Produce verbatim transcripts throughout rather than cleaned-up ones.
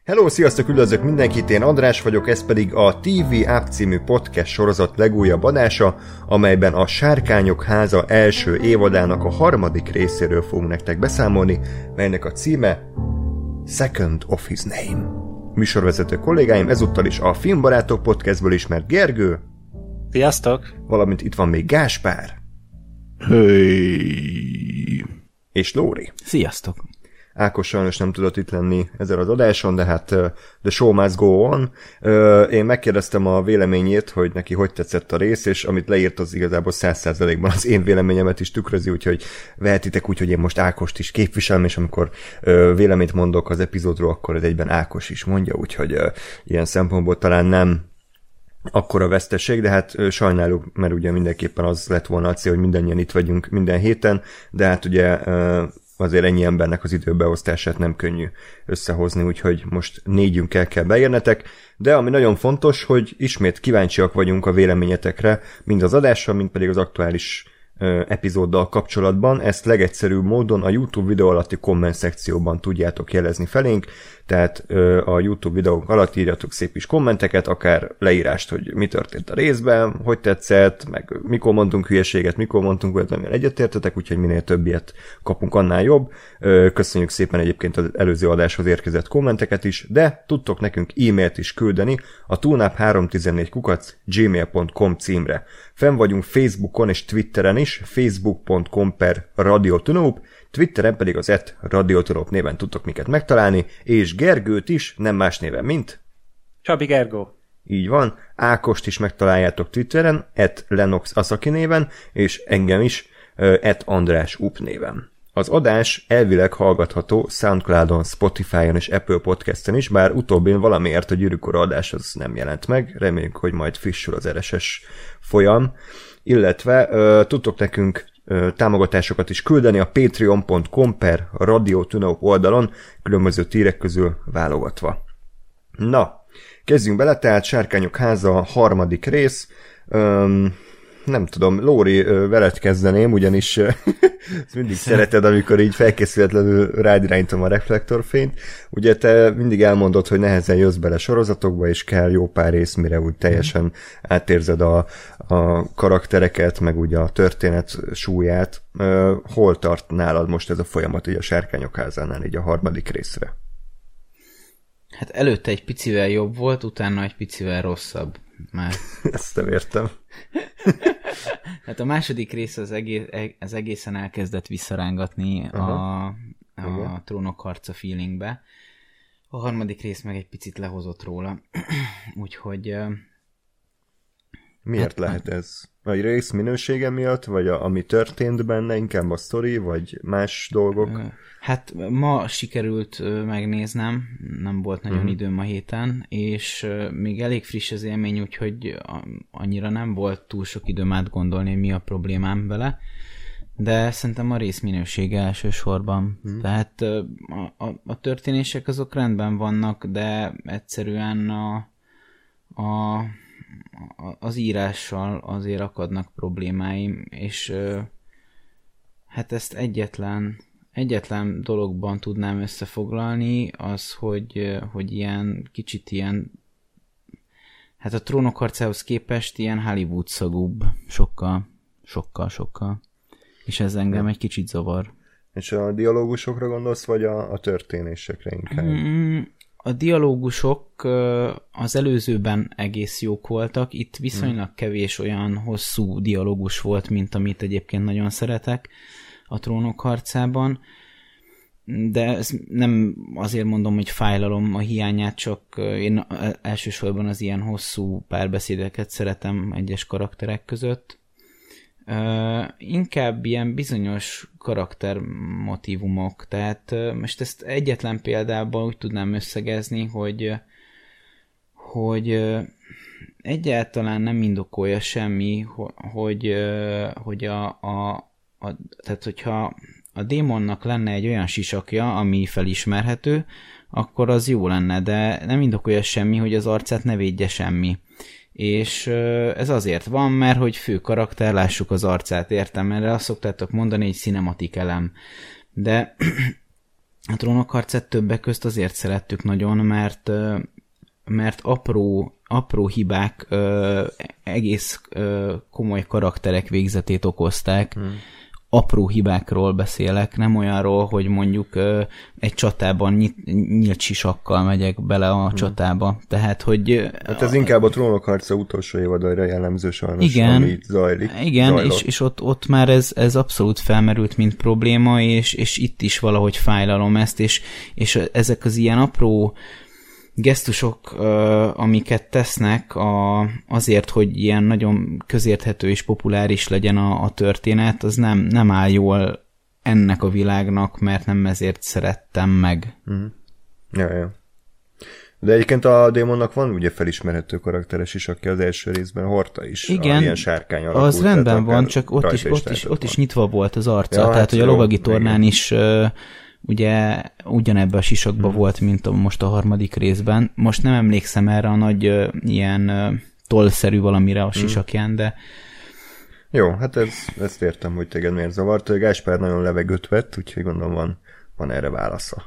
Hello, sziasztok, üdvözlök mindenkit, én András vagyok, ez pedig a té vé App című podcast sorozat legújabb adása, amelyben a Sárkányok háza első évadának a harmadik részéről fogunk nektek beszámolni, melynek a címe Second of His Name. Műsorvezető kollégáim ezúttal is a Filmbarátok podcastből ismert Gergő. Sziasztok! Valamint itt van még Gáspár. Hey. És Lóri. Sziasztok! Ákos sajnos nem tudott itt lenni ezen az adáson, de hát uh, the show must go on. Uh, én megkérdeztem a véleményét, hogy neki hogy tetszett a rész, és amit leírt, az igazából száz százalékban az én véleményemet is tükrözi, úgyhogy vehetitek úgy, hogy én most Ákost is képviselem, és amikor uh, véleményt mondok az epizódról, akkor ez egyben Ákos is mondja, úgyhogy uh, ilyen szempontból talán nem akkora veszteség, de hát uh, sajnáljuk, mert ugye mindenképpen az lett volna a cél, hogy mindannyian itt vagyunk minden héten, de hát ugye uh, azért ennyi embernek az időbeosztását nem könnyű összehozni, úgyhogy most négyünkkel kell beérnetek, de ami nagyon fontos, hogy ismét kíváncsiak vagyunk a véleményetekre, mind az adással, mind pedig az aktuális ö, epizóddal kapcsolatban. Ezt legegyszerűbb módon a YouTube videó alatti komment szekcióban tudjátok jelezni felénk, tehát ö, a YouTube videók alatt írjatok szép is kommenteket, akár leírást, hogy mi történt a részben, hogy tetszett, meg mikor mondtunk hülyeséget, mikor mondtunk olyat, amivel egyetértetek, úgyhogy minél több ilyet kapunk, annál jobb. Ö, köszönjük szépen egyébként az előző adáshoz érkezett kommenteket is, de tudtok nekünk e-mailt is küldeni a tunap háromszáztizennégy kukac gmail pont com címre. Fenn vagyunk Facebookon és Twitteren is, facebook pont com per radiotunop, Twitteren pedig az et radiotunop néven tudtok minket megtalálni, és Gergőt is, nem más néven, mint Csabi Gergó. Így van, Ákost is megtaláljátok Twitteren, et Lenox Asaki néven, és engem is, et András Up néven. Az adás elvileg hallgatható Soundcloudon, Spotify-on és Apple Podcasten is, bár utóbbin valamiért a Gyűrűk Ura adás az nem jelent meg, reméljük, hogy majd frissül az er es es folyam, illetve uh, tudtok nekünk uh, támogatásokat is küldeni a patreon pont com per radiotunop oldalon, különböző tírek közül válogatva. Na, kezdjünk bele, tehát Sárkányok háza, harmadik rész. Um, nem tudom, Lóri, veled kezdeném, ugyanis ezt mindig szereted, amikor így felkészületlenül rád irányítom a reflektorfényt. Ugye te mindig elmondod, hogy nehezen jössz bele sorozatokba, és kell jó pár rész, mire úgy teljesen átérzed a, a karaktereket, meg ugye a történet súlyát. Hol tart nálad most ez a folyamat így a Sárkányok házánál, így a harmadik részre? Hát előtte egy picivel jobb volt, utána egy picivel rosszabb. Már. Ezt nem értem. Hát a második rész az, egész, az egészen elkezdett visszarángatni a, a Trónok harca feelingbe. A harmadik rész meg egy picit lehozott róla. Úgyhogy... Miért hát, lehet ez? A rész minősége miatt, vagy a, ami történt benne, inkább a sztori, vagy más dolgok? Hát ma sikerült megnéznem, nem volt nagyon uh-huh. időm a héten, és még elég friss az élmény, úgyhogy annyira nem volt túl sok időm átgondolni, hogy mi a problémám vele, de szerintem a rész minősége elsősorban. Uh-huh. Tehát a, a, a történések azok rendben vannak, de egyszerűen a, a, az írással azért akadnak problémáim, és hát ezt egyetlen Egyetlen dologban tudnám összefoglalni, az, hogy, hogy ilyen kicsit ilyen, hát a Trónok harcához képest ilyen Hollywood szagúbb, sokkal, sokkal, sokkal. És ez engem egy kicsit zavar. És a dialógusokra gondolsz, vagy a, a történésekre inkább? Mm, a dialógusok az előzőben egész jók voltak, itt viszonylag kevés olyan hosszú dialógus volt, mint amit egyébként nagyon szeretek a Trónok harcában, de ezt nem azért mondom, hogy fájlalom a hiányát, csak én elsősorban az ilyen hosszú párbeszédeket szeretem egyes karakterek között. Inkább ilyen bizonyos karaktermotívumok, tehát most ezt egyetlen példában úgy tudnám összegezni, hogy, hogy egyáltalán nem indokolja semmi, hogy, hogy a, a A, tehát, hogyha a démonnak lenne egy olyan sisakja, ami felismerhető, akkor az jó lenne, de nem indokolja semmi, hogy az arcát ne védje semmi. És ez azért van, mert hogy fő karakter, lássuk az arcát, értem, erre azt szoktátok mondani, egy cinematik elem. De A Trónokharcát többek közt azért szerettük nagyon, mert, mert apró, apró hibák ö, egész ö, komoly karakterek végzetét okozták. Hmm. Apró hibákról beszélek, nem olyanról, hogy mondjuk ö, egy csatában nyit, nyílt sisakkal megyek bele a hmm. csatába. Tehát, hogy... Hát ez a, inkább a Trónokharca utolsó évadajra jellemző sajnos, igen, ami zajlik. Igen, és, és ott, ott már ez, ez abszolút felmerült, mint probléma, és, és itt is valahogy fájlalom ezt, és, és ezek az ilyen apró gesztusok, amiket tesznek a, azért, hogy ilyen nagyon közérthető és populáris legyen a, a történet, az nem, nem áll jól ennek a világnak, mert nem ezért szerettem meg. Mm. Ja, ja. De egyébként a démonnak van ugye felismerhető karakteres is, aki az első részben Horta is. Igen, ilyen sárkány alakult, az rendben van, csak ott is, ott, is, ott is nyitva volt az arca, ja, tehát hát hogy a lovagi tornán igen. is... ugye ugyanebben a sisakban hmm. volt, mint a, most a harmadik részben. Most nem emlékszem erre a nagy uh, ilyen uh, tollszerű valamire a sisakján, de... Jó, hát ez, ezt értem, hogy téged miért zavart. Gáspár nagyon levegőt vett, úgyhogy gondolom van, van erre válasza.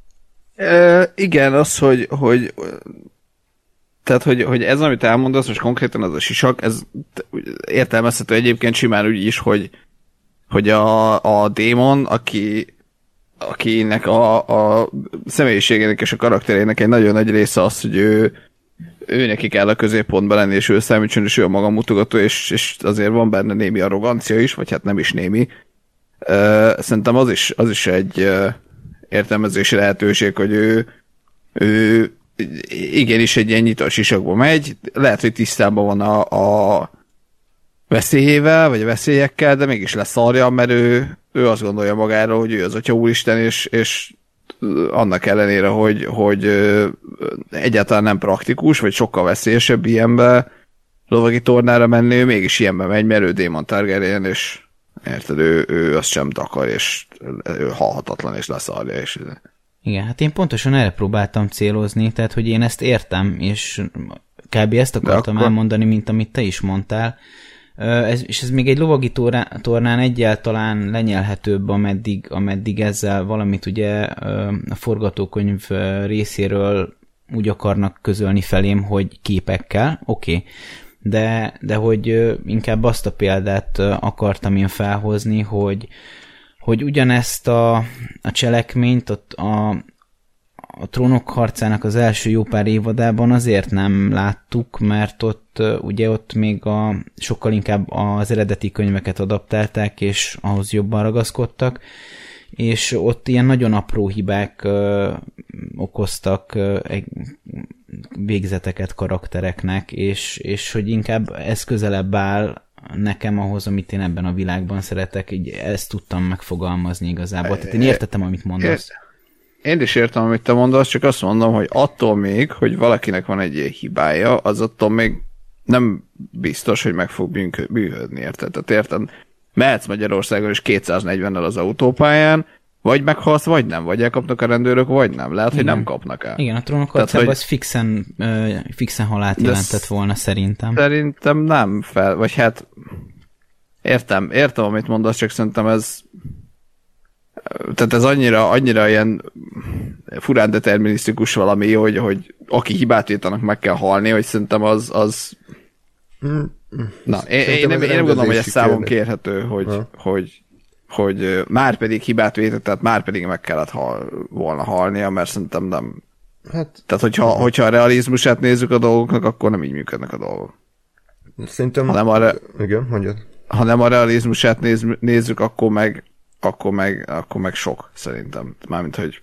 E, igen, az, hogy, hogy tehát, hogy, hogy ez, amit elmondasz, most konkrétan az a sisak, ez értelmezhető egyébként simán úgy is, hogy, hogy a, a démon, aki akinek a, a személyiségének és a karakterének egy nagyon nagy része az, hogy ő, ő neki kell a középpontban lenni, és ő számítson, és ő a maga mutogató, és, és azért van benne némi arrogancia is, vagy hát nem is némi. Uh, szerintem az is, az is egy uh, értelmezési lehetőség, hogy ő, ő igenis egy ilyen nyitott sisakba megy, lehet, hogy tisztában van a, a veszélyével, vagy a veszélyekkel, de mégis leszarja, mert ő, ő azt gondolja magáról, hogy ő az Atya Úristen, és, és annak ellenére, hogy, hogy egyáltalán nem praktikus, vagy sokkal veszélyesebb ilyenbe lovagi tornára menni, ő mégis ilyenbe megy, mert ő Daemon Targaryen, és érted, ő, ő azt sem takar, és ő halhatatlan, és leszarja, és... Igen, hát én pontosan erre próbáltam célozni, tehát, hogy én ezt értem, és kb. Ezt akartam akkor... elmondani, mint amit te is mondtál. Ez, és ez még egy lovagi tornán egyáltalán lenyelhetőbb, ameddig, ameddig ezzel valamit ugye a forgatókönyv részéről úgy akarnak közölni felém, hogy képekkel, oké. Okay. De, de hogy inkább azt a példát akartam én felhozni, hogy, hogy ugyanezt a, a cselekményt ott a, a Trónok harcának az első jó pár évadában azért nem láttuk, mert ott ugye ott még a, sokkal inkább az eredeti könyveket adaptálták, és ahhoz jobban ragaszkodtak, és ott ilyen nagyon apró hibák ö, okoztak ö, végzeteket karaktereknek, és, és hogy inkább ez közelebb áll nekem ahhoz, amit én ebben a világban szeretek, így ezt tudtam megfogalmazni igazából. Tehát én értettem, amit mondasz. Én is értem, amit te mondasz, csak azt mondom, hogy attól még, hogy valakinek van egy ilyen hibája, az attól még nem biztos, hogy meg fog bűnhődni, érted? Tehát érted? Mehetsz Magyarországon is kétszáznegyvennel az autópályán, vagy meghalsz, vagy nem, vagy elkapnak a rendőrök, vagy nem. Lehet, igen, hogy nem kapnak el. Igen, a Trónok harcában az fixen, uh, fixen halált jelentett volna szerintem. Szerintem nem fel, vagy hát értem, értem, amit mondasz, csak szerintem ez tehát ez annyira, annyira ilyen furán determinisztikus valami, hogy, hogy aki hibát vétanak, meg kell halni, hogy szerintem az, az... Na, én, én, nem, én nem gondolom, hogy ez számon kérhető, hogy, hogy, hogy, hogy már pedig hibát vétett, tehát már pedig meg kellett hal, volna halnia, mert szerintem nem... Hát, tehát, hogyha, hogyha a realizmusát nézzük a dolgoknak, akkor nem így működnek a dolgok. Szerintem... Ha nem a, re... Igen, mondjad. Ha nem a realizmusát néz, nézzük, akkor meg akkor meg, akkor meg sok, szerintem. Mármint, hogy...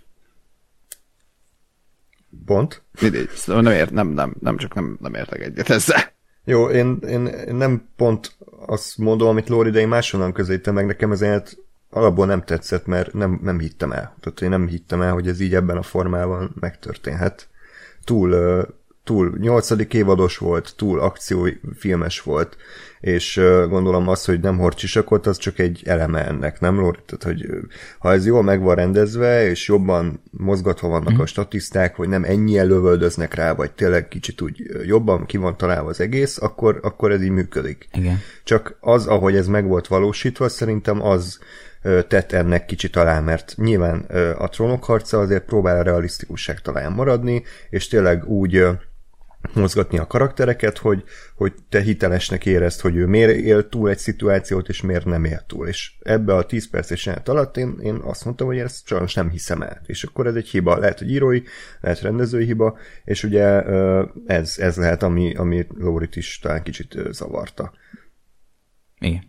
Pont? Mindegy, nem, ért, nem, nem, nem csak nem, nem értek egyet ezzel. Jó, én, én, én nem pont azt mondom, amit Lóri, de én máshonnan közelítem meg, nekem ez egy alapból nem tetszett, mert nem, nem hittem el. Tehát én nem hittem el, hogy ez így ebben a formában megtörténhet. Túl, túl nyolcadik évados volt, túl akciófilmes volt, és gondolom az, hogy nem hord csisakot, az csak egy eleme ennek, nem Lóri? Tehát, hogy ha ez jól meg van rendezve, és jobban mozgatva vannak mm. a statiszták, hogy nem ennyien lövöldöznek rá, vagy tényleg kicsit úgy jobban ki van találva az egész, akkor, akkor ez így működik. Igen. Csak az, ahogy ez meg volt valósítva, szerintem az tett ennek kicsit alá, mert nyilván a Trónok harca azért próbál a realisztikusság talán maradni, és tényleg úgy mozgatni a karaktereket, hogy, hogy te hitelesnek érezd, hogy ő miért él túl egy szituációt, és miért nem él túl. És ebbe a tíz perces jelenet alatt én, én azt mondtam, hogy ezt sajnos nem hiszem el. És akkor ez egy hiba. Lehet, hogy írói, lehet rendezői hiba, és ugye ez, ez lehet, ami, ami Lórit is talán kicsit zavarta. Igen.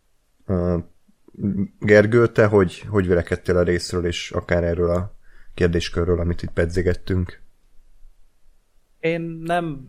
Gergő, te hogy, hogy vélekedtél a részről, és akár erről a kérdéskörről, amit itt pedzegettünk? Én nem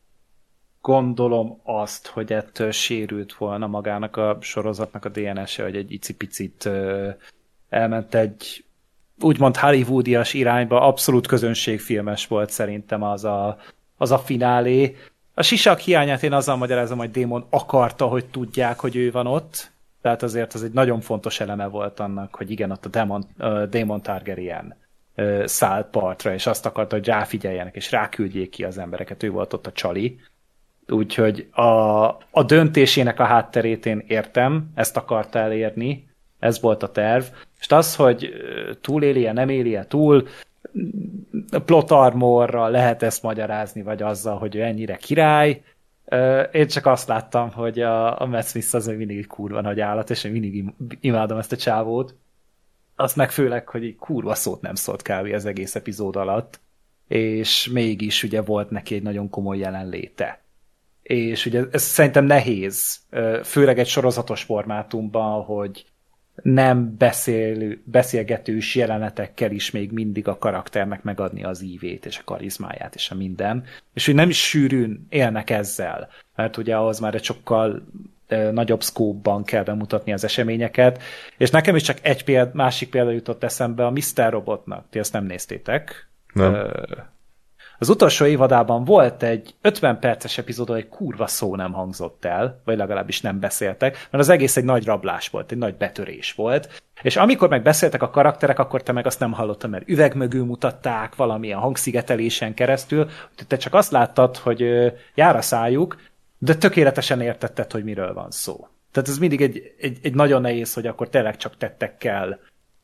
gondolom azt, hogy ettől sérült volna magának a sorozatnak a dé en es-e, hogy egy icipicit ö, elment egy úgymond hollywoodias irányba, abszolút közönségfilmes volt szerintem az a, az a finálé. A sisak hiányát én azzal magyarázom, hogy Daemon akarta, hogy tudják, hogy ő van ott, tehát azért az egy nagyon fontos eleme volt annak, hogy igen, ott a Daemon, uh, Daemon Targaryen uh, szállt partra, és azt akarta, hogy ráfigyeljenek, és ráküldjék ki az embereket, ő volt ott a csali. Úgyhogy a, a döntésének a hátterét én értem, ezt akarta elérni, ez volt a terv. És az, hogy túléli-e, nem éli-e túl, plot armorral lehet ezt magyarázni, vagy azzal, hogy ő ennyire király. Én csak azt láttam, hogy a, a Matt Smith az még mindig egy kurva nagy állat, és én mindig imádom ezt a csávót. Azt meg főleg, hogy egy kurva szót nem szólt kb. Az egész epizód alatt, és mégis ugye volt neki egy nagyon komoly jelenléte. És ugye ez szerintem nehéz, főleg egy sorozatos formátumban, hogy nem beszél, beszélgetős jelenetekkel is még mindig a karakternek megadni az ívét, és a karizmáját, és a minden. És hogy nem is sűrűn élnek ezzel, mert ugye ahhoz már egy sokkal e, nagyobb szkópban kell bemutatni az eseményeket. És nekem is csak egy péld, másik példa jutott eszembe a miszter Robotnak. Ti ezt nem néztétek? Nem. E, Az utolsó évadában volt egy ötven perces epizód, egy kurva szó nem hangzott el, vagy legalábbis nem beszéltek, mert az egész egy nagy rablás volt, egy nagy betörés volt, és amikor meg beszéltek a karakterek, akkor te meg azt nem hallottad, mert üveg mögül mutatták valamilyen hangszigetelésen keresztül, te csak azt láttad, hogy jár a szájuk, de tökéletesen értetted, hogy miről van szó. Tehát ez mindig egy, egy, egy nagyon nehéz, hogy akkor tényleg csak tettekkel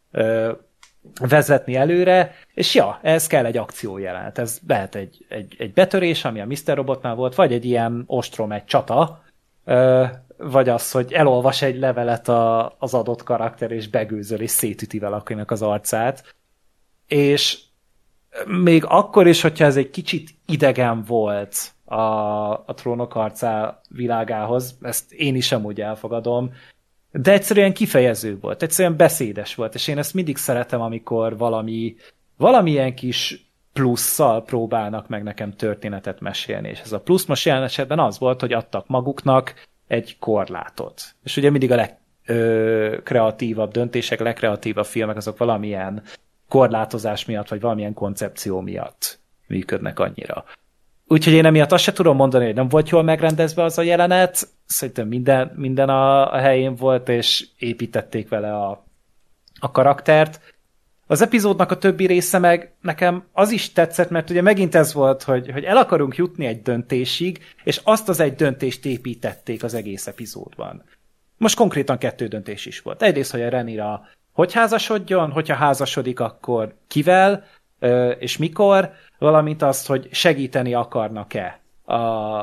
vezetni előre, és ja, ez kell egy akciójelenet. Ez lehet egy, egy, egy betörés, ami a miszter Robotnál volt, vagy egy ilyen ostrom, egy csata, vagy az, hogy elolvas egy levelet a, az adott karakter, és begőzöl, és szétüti valakinek az arcát. És még akkor is, hogyha ez egy kicsit idegen volt a, a Trónok harca világához, ezt én is amúgy elfogadom, de egyszerűen kifejező volt, egyszerűen beszédes volt, és én ezt mindig szeretem, amikor valami, valamilyen kis plusszal próbálnak meg nekem történetet mesélni, és ez a plusz most jelen esetben az volt, hogy adtak maguknak egy korlátot. És ugye mindig a legkreatívabb döntések, a legkreatívabb filmek, azok valamilyen korlátozás miatt, vagy valamilyen koncepció miatt működnek annyira. Úgyhogy én emiatt azt se tudom mondani, hogy nem volt jól megrendezve az a jelenet, szerintem minden, minden a, a helyén volt, és építették vele a, a karaktert. Az epizódnak a többi része meg nekem az is tetszett, mert ugye megint ez volt, hogy, hogy el akarunk jutni egy döntésig, és azt az egy döntést építették az egész epizódban. Most konkrétan kettő döntés is volt. Egyrészt, hogy a Rhaenyra hogy házasodjon, hogyha házasodik, akkor kivel, és mikor, valamint azt, hogy segíteni akarnak-e a,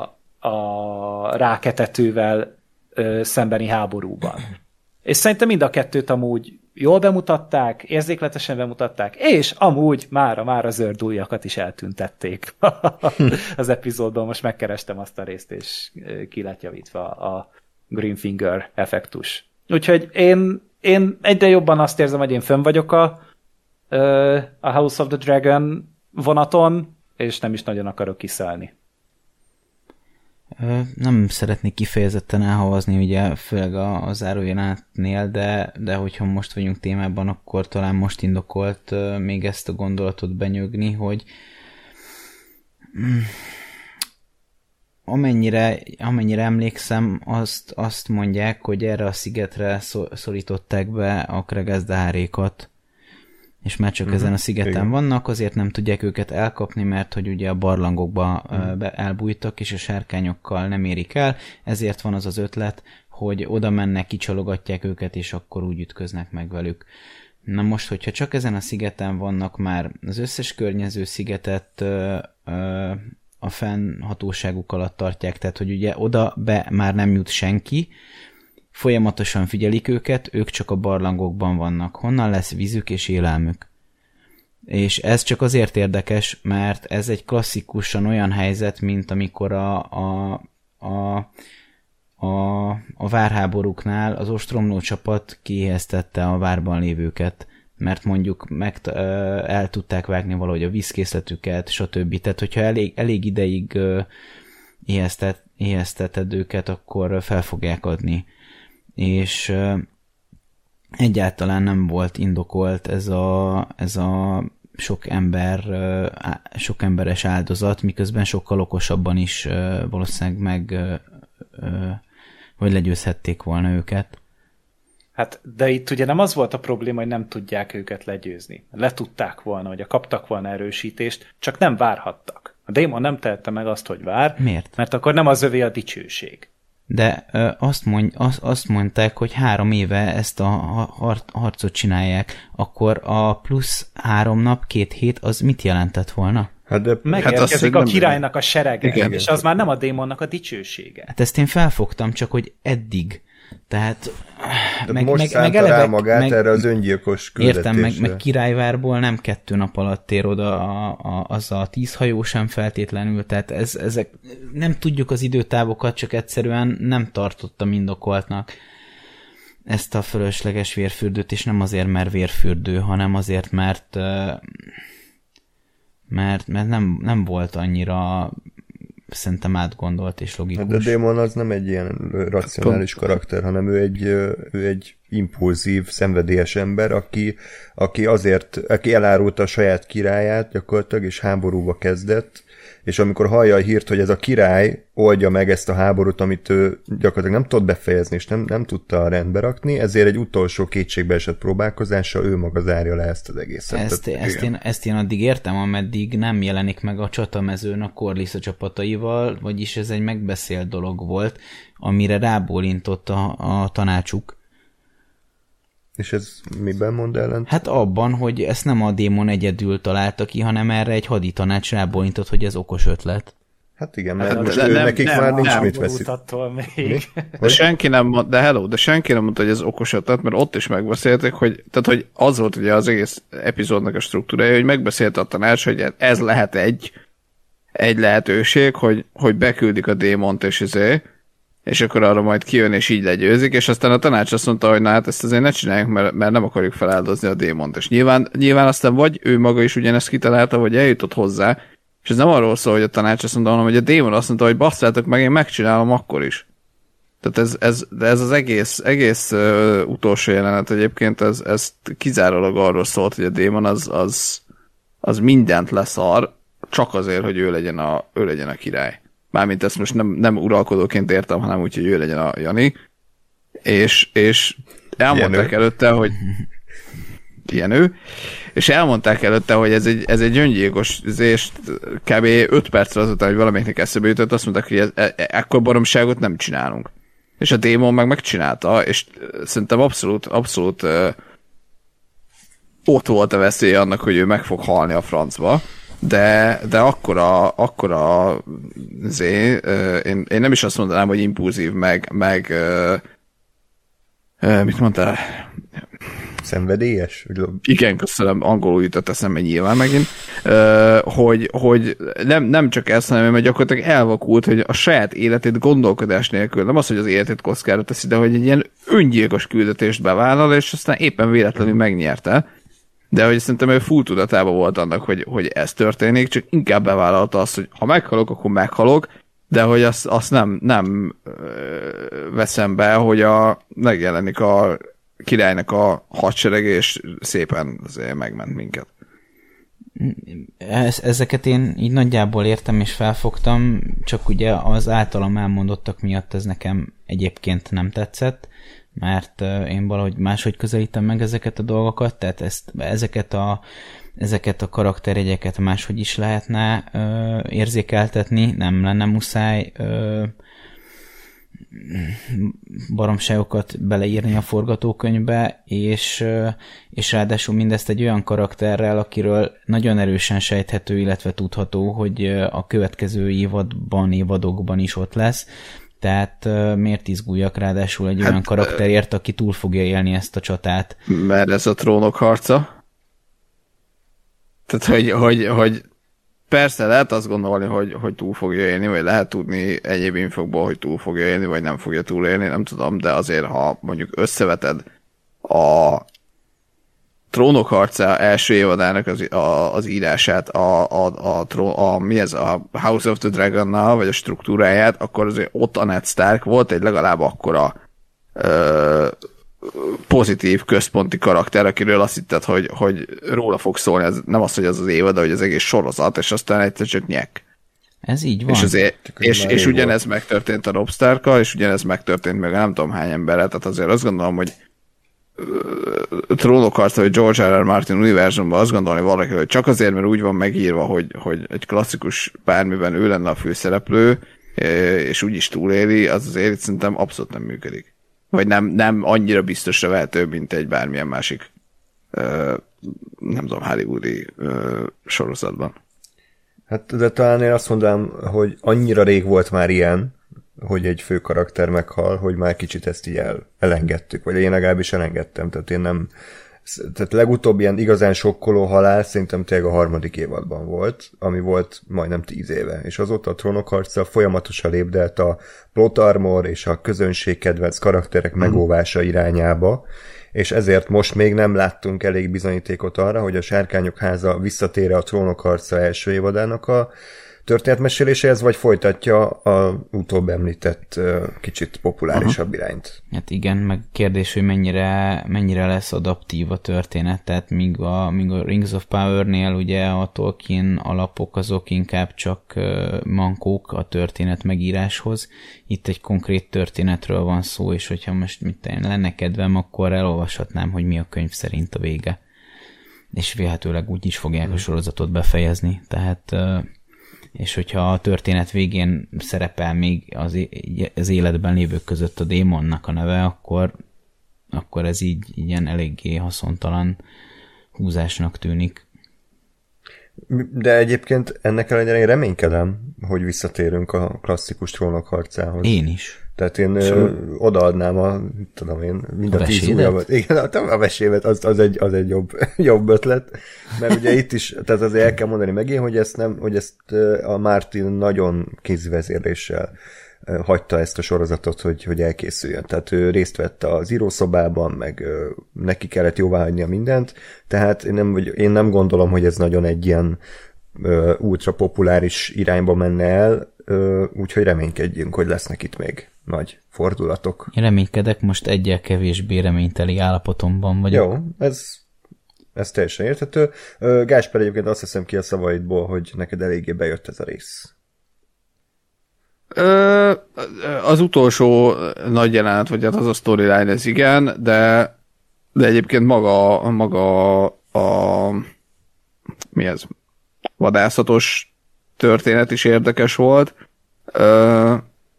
a ráketetővel ö, szembeni háborúban. És szerintem mind a kettőt amúgy jól bemutatták, érzékletesen bemutatták, és amúgy mára már a zöld ujjakat is eltüntették az epizódban. Most megkerestem azt a részt, és ki lett javítva a Green Finger effektus. Úgyhogy én, én egyre jobban azt érzem, hogy én fönn vagyok a, a House of the Dragon vonaton, és nem is nagyon akarok kiszállni. Nem szeretnék kifejezetten elhavazni, ugye főleg a, a zárójelenetnél, de, de hogyha most vagyunk témában, akkor talán most indokolt még ezt a gondolatot benyögni, hogy amennyire, amennyire emlékszem, azt, azt mondják, hogy erre a szigetre szorították be a Kregezdárékat, és már csak uh-huh. ezen a szigeten igen. vannak, azért nem tudják őket elkapni, mert hogy ugye a barlangokba uh-huh. elbújtak, és a sárkányokkal nem érik el, ezért van az az ötlet, hogy oda mennek, kicsalogatják őket, és akkor úgy ütköznek meg velük. Na most, hogyha csak ezen a szigeten vannak már, az összes környező szigetet ö, ö, a fennhatóságuk alatt tartják, tehát hogy ugye oda be már nem jut senki, folyamatosan figyelik őket, ők csak a barlangokban vannak. Honnan lesz vízük és élelmük? És ez csak azért érdekes, mert ez egy klasszikusan olyan helyzet, mint amikor a, a, a, a, a várháborúknál az ostromló csapat kiéheztette a várban lévőket, mert mondjuk meg, el tudták vágni valahogy a vízkészletüket, stb. Tehát, hogyha elég, elég ideig éheztet, éhezteted őket, akkor fel fogják adni. És egyáltalán nem volt indokolt ez a, ez a sok ember, sok emberes áldozat, miközben sokkal okosabban is valószínűleg meg vagy legyőzhették volna őket. Hát, de itt ugye nem az volt a probléma, hogy nem tudják őket legyőzni. Le tudták volna, hogy kaptak volna erősítést, csak nem várhattak. A démon nem tehette meg azt, hogy vár. Miért? Mert akkor nem az övé a dicsőség. De ö, azt, mond, azt, azt mondták, hogy három éve ezt a har- harcot csinálják, akkor a plusz három nap, két hét, az mit jelentett volna? Hát de, megérkezik hát a királynak a serege, igen, és az már nem a démonnak a dicsősége. Hát ezt én felfogtam, csak hogy eddig. Tehát meg, most meg, szánta meg eleve, rá magát meg, erre az öngyilkos küldetésre. Értem, meg, meg Királyvárból nem kettő nap alatt tér oda a, a, az a tíz hajó sem feltétlenül, tehát ez, ezek, nem tudjuk az időtávokat, csak egyszerűen nem tartottam indokoltnak ezt a fölösleges vérfürdőt, és nem azért, mert vérfürdő, hanem azért, mert mert, mert nem, nem volt annyira szerintem átgondolt és logikus. De a démon az nem egy ilyen racionális karakter, hanem ő egy, ő egy impulzív, szenvedélyes ember, aki, aki azért, aki elárulta a saját királyát gyakorlatilag, és háborúba kezdett, és amikor hallja a hírt, hogy ez a király oldja meg ezt a háborút, amit ő gyakorlatilag nem tudott befejezni, és nem, nem tudta rendbe rakni, ezért egy utolsó kétségbeesett próbálkozással ő maga zárja le ezt az egészet. Ezt, Tehát, ezt, én, ezt én addig értem, ameddig nem jelenik meg a csatamezőn a Corlys csapataival, vagyis ez egy megbeszélt dolog volt, amire rábólintott a, a tanácsuk. És ez miben mond ellent? Hát abban, hogy ezt nem a démon egyedül találta ki, hanem erre egy haditanács rábólintott, hogy ez okos ötlet. Hát igen, mert hát, most de, ő nem, nekik nem, már nincs nem, mit veszít. Még. De senki nem mond, de hello, de senki nem mondta, hogy ez okos ötlet, mert ott is megbeszélték, hogy, tehát, hogy az volt ugye az egész epizódnak a struktúrája, hogy megbeszélte a tanács, hogy ez lehet egy, egy lehetőség, hogy, hogy beküldik a démont és izé, és akkor arra majd kijön, és így legyőzik, és aztán a tanács azt mondta, hogy na hát ezt azért ne csináljuk, mert, mert nem akarjuk feláldozni a démont. És nyilván, nyilván aztán vagy ő maga is ugyanezt kitalálta, vagy eljutott hozzá, és ez nem arról szól, hogy a tanács azt mondta, hanem hogy a démon azt mondta, hogy basszátok meg, én megcsinálom akkor is. Tehát ez, ez, de ez az egész, egész uh, utolsó jelenet egyébként, ez, ez kizárólag arról szólt, hogy a démon az, az, az mindent leszar, csak azért, hogy ő legyen a, ő legyen a király. Mármint ezt most nem, nem uralkodóként értem, hanem úgy, hogy ő legyen a Jani. És, és elmondták előtte, hogy ilyen ő, és elmondták előtte, hogy ez egy, ez egy öngyilkos, és kb. öt percre azután, hogy valamelyiknek eszébe jutott, azt mondták, hogy ez, e, ekkor baromságot nem csinálunk. És a démon meg megcsinálta, és szerintem abszolút, abszolút uh, ott volt a veszély annak, hogy ő meg fog halni a francba. De, de akkora, akkora zé, én, én nem is azt mondanám, hogy impulzív, meg, meg mit mondtál? Szenvedélyes? Igen, köszönöm, angolul jutott eszembe nyilván megint, hogy, hogy nem, nem csak ezt, hanem mert gyakorlatilag elvakult, hogy a saját életét gondolkodás nélkül, nem az, hogy az életét kockára teszi, de hogy egy ilyen öngyilkos küldetést bevállal, és aztán éppen véletlenül megnyerte. De hogy szerintem ő full tudatában volt annak, hogy, hogy ez történik, csak inkább bevállalta azt, hogy ha meghalok, akkor meghalok, de hogy azt, azt nem, nem ö, veszem be, hogy a, megjelenik a királynak a hadsereg, és szépen azért megment minket. Ez, ezeket én így nagyjából értem és felfogtam, csak ugye az általam elmondottak miatt ez nekem egyébként nem tetszett, mert én valahogy máshogy közelítem meg ezeket a dolgokat, tehát ezt, ezeket, a, ezeket a karakterjegyeket máshogy is lehetne ö, érzékeltetni, nem lenne muszáj ö, baromságokat beleírni a forgatókönyvbe, és, és ráadásul mindezt egy olyan karakterrel, akiről nagyon erősen sejthető, illetve tudható, hogy a következő évadban, évadokban is ott lesz. Tehát uh, miért izguljak ráadásul egy hát, olyan karakterért, aki túl fogja élni ezt a csatát? Mert ez a trónok harca. Tehát, hogy, hogy, hogy persze lehet azt gondolni, hogy, hogy túl fogja élni, vagy lehet tudni egyéb infokból, hogy túl fogja élni, vagy nem fogja túlélni, nem tudom, de azért, ha mondjuk összeveted a Trónok harca első évadának az, a, az írását, a, a, a, a, a, mi ez, a House of the Dragonnal, vagy a struktúráját, akkor azért ott a Ned Stark volt egy legalább akkora ö, pozitív, központi karakter, akiről azt hitted, hogy, hogy róla fog szólni, ez nem az, hogy az az évad, de hogy az egész sorozat, és aztán egyszer csak nyek. Ez így van. És, azért, és, és ugyanez volt. Megtörtént a Robb Starkkal, és ugyanez megtörtént meg nem tudom hány emberrel, tehát azért azt gondolom, hogy Trónok harca, hogy George R. R. Martin univerzumban azt gondolni valaki, hogy csak azért, mert úgy van megírva, hogy, hogy egy klasszikus bármiben ő lenne a főszereplő, és úgy is túléli, az azért szerintem abszolút nem működik. Vagy nem, nem annyira biztosra vehető, mint egy bármilyen másik nem tudom, hollywoodi sorozatban. Hát, de talán én azt mondanám, hogy annyira rég volt már ilyen, hogy egy fő karakter meghal, hogy már kicsit ezt így el, elengedtük, vagy én legalábbis elengedtem, tehát én nem, tehát legutóbb ilyen igazán sokkoló halál szerintem tényleg a harmadik évadban volt, ami volt majdnem tíz éve, és azóta a Trónok harca folyamatosan lépdelt a plot armor és a közönség kedvenc karakterek mm. megóvása irányába, és ezért most még nem láttunk elég bizonyítékot arra, hogy a Sárkányok háza visszatér a Trónok harca első évadának a történetmeséléséhez, vagy folytatja a utóbb említett kicsit populárisabb Aha. irányt. Hát igen, meg kérdés, hogy mennyire, mennyire lesz adaptív a történet, tehát míg a, míg a Rings of Power-nél ugye a Tolkien alapok azok inkább csak mankók a történet megíráshoz, itt egy konkrét történetről van szó, és hogyha most mit tenni, lenne kedvem, akkor elolvashatnám, hogy mi a könyv szerint a vége. És vélhetőleg úgy is fogják hmm. a sorozatot befejezni, tehát és hogyha a történet végén szerepel még az, az életben lévők között a démonnak a neve, akkor, akkor ez így ilyen eléggé haszontalan húzásnak tűnik. De egyébként ennek ellenére én reménykedem, hogy visszatérünk a klasszikus Trónok harcához. Én is. Tehát én ö, odaadnám a, tudom én, mind a, a tíz ujjamat. Igen, a, a vesévet, az, az, egy, az egy jobb, jobb ötlet. Mert ugye itt is, tehát azért el kell mondani megint, hogy ezt, nem, hogy ezt a Martin nagyon kézvezérléssel hagyta ezt a sorozatot, hogy, hogy elkészüljön. Tehát ő részt vett az írószobában, meg neki kellett jóváhagynia mindent, tehát én nem, én nem gondolom, hogy ez nagyon egy ilyen ultra populáris irányba menne el, úgyhogy reménykedjünk, hogy lesznek itt még nagy fordulatok. Én reménykedek, most egyel kevésbé reményteli állapotomban vagyok. Jó, ez, ez teljesen érthető. Gásper, egyébként azt hiszem ki a szavaidból, hogy neked eléggé bejött ez a rész. Ö, az utolsó nagy jelenet, vagy hát az a storyline, ez igen, de, de egyébként maga, maga a mi ez? Vadászatos történet is érdekes volt. Ö,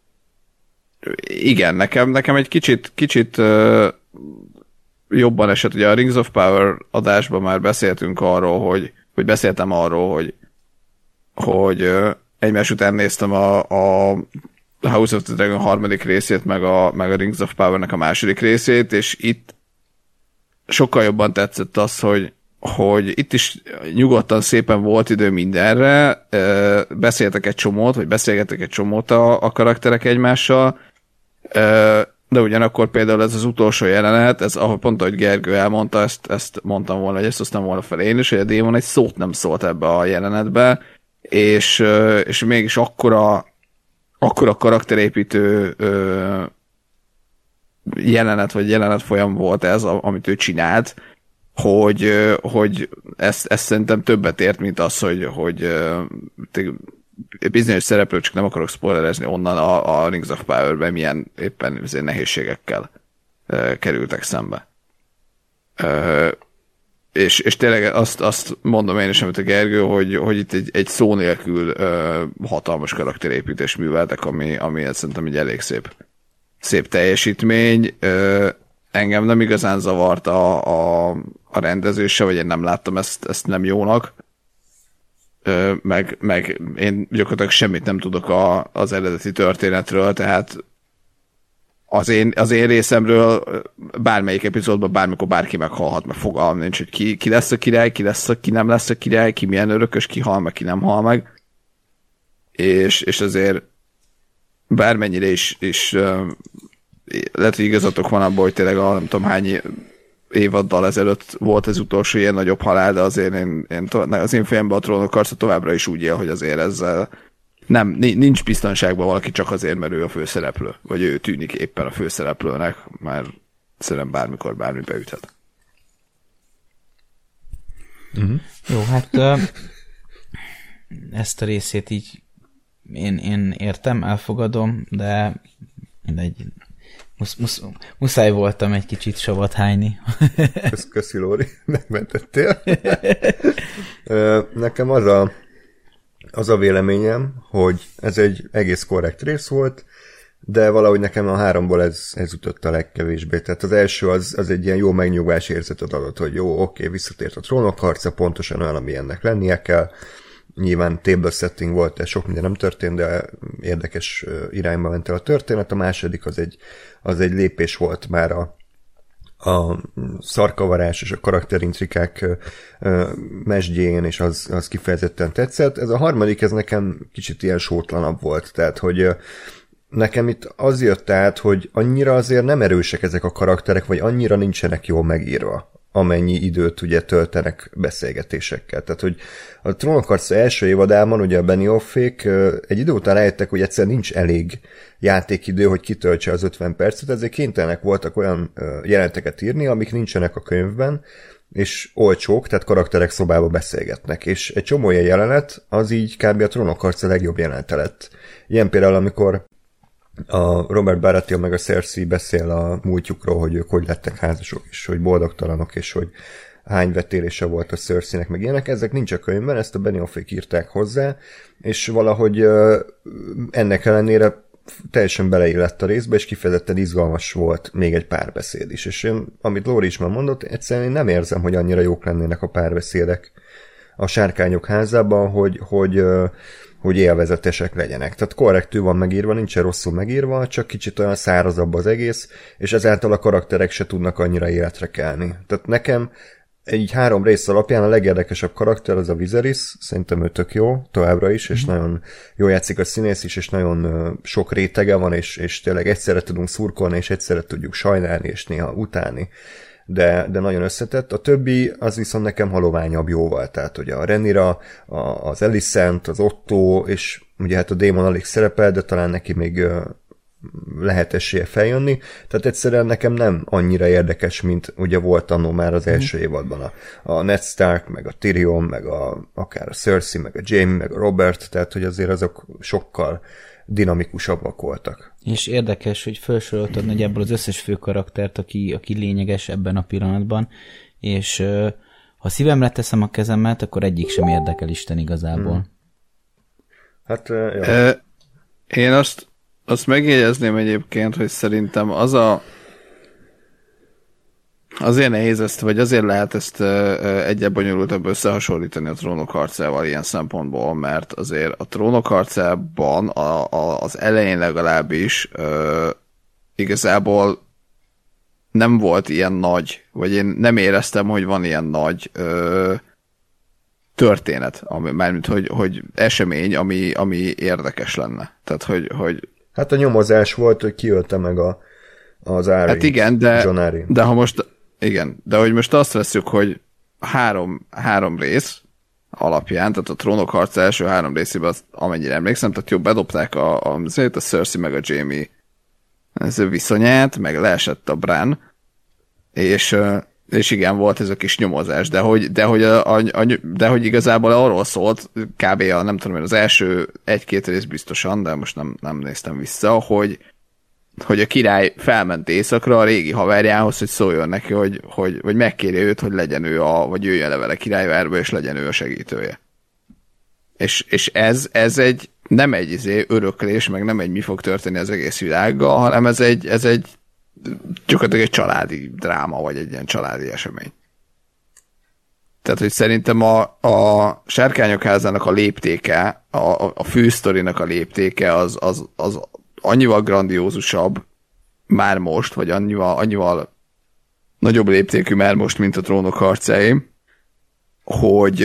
igen, nekem, nekem egy kicsit, kicsit ö, jobban esett. Ugye a Rings of Power adásban már beszéltünk arról, hogy, hogy beszéltem arról, hogy, hogy ö, egymás után néztem a, a House of the Dragon harmadik részét, meg a, meg a Rings of Power-nek a második részét, és itt sokkal jobban tetszett az, hogy hogy itt is nyugodtan szépen volt idő mindenre, beszéltek egy csomót, vagy beszélgettek egy csomót a, a karakterek egymással, de ugyanakkor például ez az utolsó jelenet, ez ahogy pont ahogy Gergő elmondta, ezt, ezt mondtam volna, hogy ezt hoztam volna fel én is, hogy a démon egy szót nem szólt ebbe a jelenetbe, és, és mégis akkora, akkora karakterépítő jelenet, vagy jelenet folyam volt ez, amit ő csinált, hogy, hogy ezt, ezt szerintem többet ért, mint az, hogy, hogy bizonyos szereplő, csak nem akarok spoilerezni onnan a, a Rings of Power-ben milyen éppen nehézségekkel kerültek szembe. És, és tényleg azt, azt mondom én is, amit a Gergő, hogy, hogy itt egy, egy szó nélkül hatalmas karakterépítés műveltek, ami, ami szerintem egy elég szép. szép teljesítmény. Ö, engem nem igazán zavart a, a, a rendezése, vagy én nem láttam ezt, ezt nem jónak. Ö, meg, meg én gyakorlatilag semmit nem tudok a, az eredeti történetről, tehát az én, az én részemről bármelyik epizódban bármikor bárki meghalhat, meg fogalmam nincs, hogy ki, ki lesz a király, ki, lesz a, ki nem lesz a király, ki milyen örökös, ki hal meg, ki nem hal meg. És, és azért bármennyire is, is lehet, hogy igazatok van abban, hogy tényleg a nem tudom hány évaddal ezelőtt volt az utolsó ilyen nagyobb halál, de azért én, én az én fejemben a Trónok harca továbbra is úgy él, hogy azért ezzel nem, nincs biztonságban valaki csak azért, mert ő a főszereplő, vagy ő tűnik éppen a főszereplőnek, mert szerintem bármikor bármi beüthet. Uh-huh. Jó, hát uh, ezt a részét így én, én értem, elfogadom, de mindegy, musz, musz, muszáj voltam egy kicsit savat hányni. Kösz, köszi, Lóri, megmentettél. Nekem az a az a véleményem, hogy ez egy egész korrekt rész volt, de valahogy nekem a háromból ez, ez ütött a legkevésbé. Tehát az első az, az egy ilyen jó megnyugvás érzetet adott, hogy jó, oké, visszatért a Trónok harca, pontosan olyan, ami ennek lennie kell. Nyilván table setting volt, de sok minden nem történt, de érdekes irányba ment el a történet. A második az egy, az egy lépés volt már a a szarkavarás és a karakterintrikák mesdjén, és az, az kifejezetten tetszett. Ez a harmadik, ez nekem kicsit ilyen sótlanabb volt, tehát, hogy nekem itt az jött át, hogy annyira azért nem erősek ezek a karakterek, vagy annyira nincsenek jól megírva, amennyi időt ugye töltenek beszélgetésekkel. Tehát, hogy a Trónok harca első évadában ugye a Benioffék egy idő után rájöttek, hogy egyszerűen nincs elég játékidő, hogy kitöltse az ötven percet, ezért kénytelenek voltak olyan jelenteket írni, amik nincsenek a könyvben, és olcsók, tehát karakterek szobába beszélgetnek. És egy csomó ilyen jelenet, az így kb. A Trónok harca legjobb jelenete lett. Ilyen például, amikor a Robert Baratheon meg a Cersei beszél a múltjukról, hogy ők hogy lettek házasok, és hogy boldogtalanok, és hogy hány vetélése volt a Cerseinek, meg ilyenek. Ezek nincs a könyvben, ezt a Benioffék írták hozzá, és valahogy ennek ellenére teljesen beleillett a részbe, és kifejezetten izgalmas volt még egy párbeszéd is. És én, amit Lóri is már mondott, egyszerűen én nem érzem, hogy annyira jók lennének a párbeszédek a Sárkányok házában, hogy, hogy, hogy élvezetesek legyenek. Tehát korrektül van megírva, nincsen rosszul megírva, csak kicsit olyan szárazabb az egész, és ezáltal a karakterek se tudnak annyira életre kelni. Tehát nekem így három rész alapján a legérdekesebb karakter az a Viserys, szerintem ő tök jó, továbbra is, és mm. nagyon jó játszik a színész is, és nagyon sok rétege van, és, és tényleg egyszerre tudunk szurkolni, és egyszerre tudjuk sajnálni, és néha utálni, de, de nagyon összetett. A többi az viszont nekem haloványabb jóval, tehát ugye a Rhaenyra, az Alicent, az Otto, és ugye hát a Daemon alig szerepel, de talán neki még lehet esélye feljönni, tehát egyszerűen nekem nem annyira érdekes, mint ugye volt annó már az első mm. évadban a, a Ned Stark, meg a Tyrion, meg a, akár a Cersei, meg a Jaime, meg a Robert, tehát hogy azért azok sokkal dinamikusabbak voltak. És érdekes, hogy felsoroltad nagyjából az összes fő karaktert, aki, aki lényeges ebben a pillanatban, és uh, ha szívemre teszem a kezemet, akkor egyik sem érdekel Isten igazából. Mm. Hát, uh, jó. E, én azt Azt megjegyezném egyébként, hogy szerintem az a azért nehéz ezt, vagy azért lehet ezt egyebb bonyolultabb összehasonlítani a Trónok harcával ilyen szempontból, mert azért a Trónok harcában a, a, az elején legalábbis ö, igazából nem volt ilyen nagy, vagy én nem éreztem, hogy van ilyen nagy ö, történet, ami, mármint, hogy, hogy esemény, ami, ami érdekes lenne. Tehát, hogy, hogy hát a nyomozás volt, hogy kiölte meg a, az Ári. Hát igen, de, de ha most, igen, de hogy most azt veszük, hogy három, három rész alapján, tehát a Trónok harca első három részében, azt, amennyire emlékszem, tehát jó, bedobták a, a, a Cersei meg a Jaime ez a viszonyát, meg leesett a Bran, és, és igen, volt ez a kis nyomozás, de hogy, de hogy, a, a, a, de hogy igazából arról szólt, kb. A, nem tudom én, az első egy-két rész biztosan, de most nem, nem néztem vissza, hogy, hogy a király felment éjszakra a régi haverjához, hogy szóljon neki, hogy, hogy vagy megkéri őt, hogy legyen ő a, vagy jöjjön le vele királyvárba, és legyen ő a segítője. És, és ez, ez egy nem egy izé, öröklés, meg nem egy mi fog történni az egész világgal, hanem ez egy, ez egy gyakorlatilag egy családi dráma, vagy egy ilyen családi esemény. Tehát, hogy szerintem a, a Sárkányok házának a léptéke, a, a fősztorinak a léptéke az, az, az annyival grandiózusabb már most, vagy annyival, annyival nagyobb léptékű már most, mint a Trónok harcáé, hogy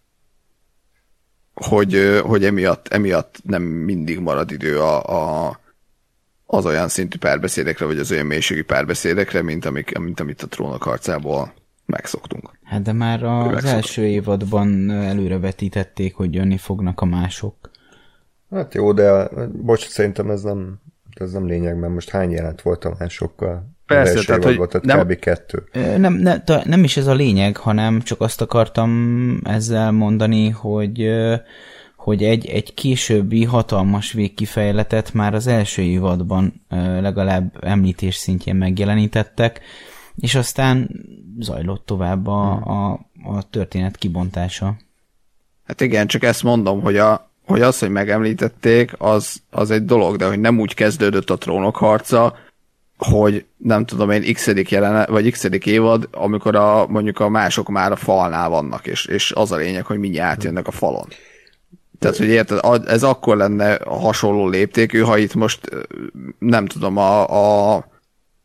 hogy, hogy emiatt, emiatt nem mindig marad idő a, a, az olyan szintű párbeszédekre, vagy az olyan mélységi párbeszédekre, mint, amik, mint amit a Trónok harcából megszoktunk. Hát de már az első évadban előrevetítették, hogy jönni fognak a mások. Hát jó, de bocs, szerintem ez nem, ez nem lényeg, mert most hány jelent volt a másokkal? Persze, tehát, hogy volt, nem, kb. kettő. Nem, nem, nem is ez a lényeg, hanem csak azt akartam ezzel mondani, hogy, hogy egy, egy későbbi hatalmas végkifejletet már az első évadban legalább említés szintjén megjelenítettek, és aztán zajlott tovább a, a, a történet kibontása. Hát igen, csak ezt mondom, hogy, a, hogy az, hogy megemlítették, az, az egy dolog, de hogy nem úgy kezdődött a Trónok harca, hogy nem tudom én x-edik jelenet, vagy x-edik évad, amikor a, mondjuk a mások már a falnál vannak, és, és az a lényeg, hogy mindjárt átjönnek a falon. Tehát, hogy érted, ez akkor lenne hasonló léptékű, ha itt most nem tudom, a, a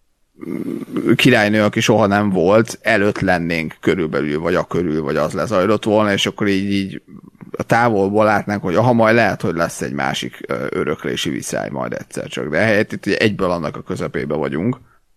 királynő, aki soha nem volt, előtt lennénk körülbelül, vagy a körül, vagy az lezajlott volna, és akkor így, így a távolból látnánk, hogy aha, majd lehet, hogy lesz egy másik öröklési viszály majd egyszer csak, de helyett itt egyből annak a közepébe vagyunk.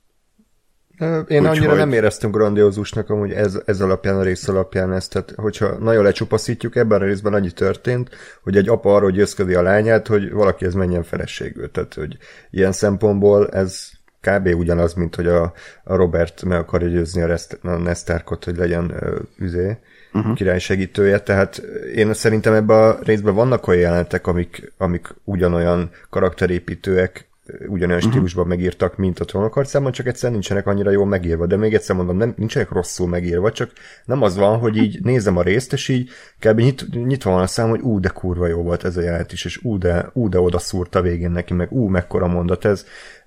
Én Úgy, annyira hogy... nem éreztem grandiózusnak, hogy ez, ez alapján, a rész alapján ezt, tehát hogyha nagyon lecsupaszítjuk, ebben a részben annyi történt, hogy egy apa arról győzködi a lányát, hogy valaki ez menjen feleségül, tehát hogy ilyen szempontból ez kb. Ugyanaz, mint hogy a, a Robert meg akarja győzni a, Rest, a Nestarkot, hogy legyen uh, üzé, uh-huh. király segítője, tehát én szerintem ebben a részben vannak olyan jelenetek, amik, amik ugyanolyan karakterépítőek, ugyanolyan uh-huh. stílusban megírtak, mint a Trónok harcában, csak egyszer nincsenek annyira jól megírva, de még egyszer mondom, nem, nincsenek rosszul megírva, csak nem az van, hogy így nézem a részt, és így kb. Nyit, nyitva van a szám, hogy ú, de kurva jó volt ez a jelenet is, és ú, de, ú, de oda szúrta végén neki, meg ú, mekkora mondat ez.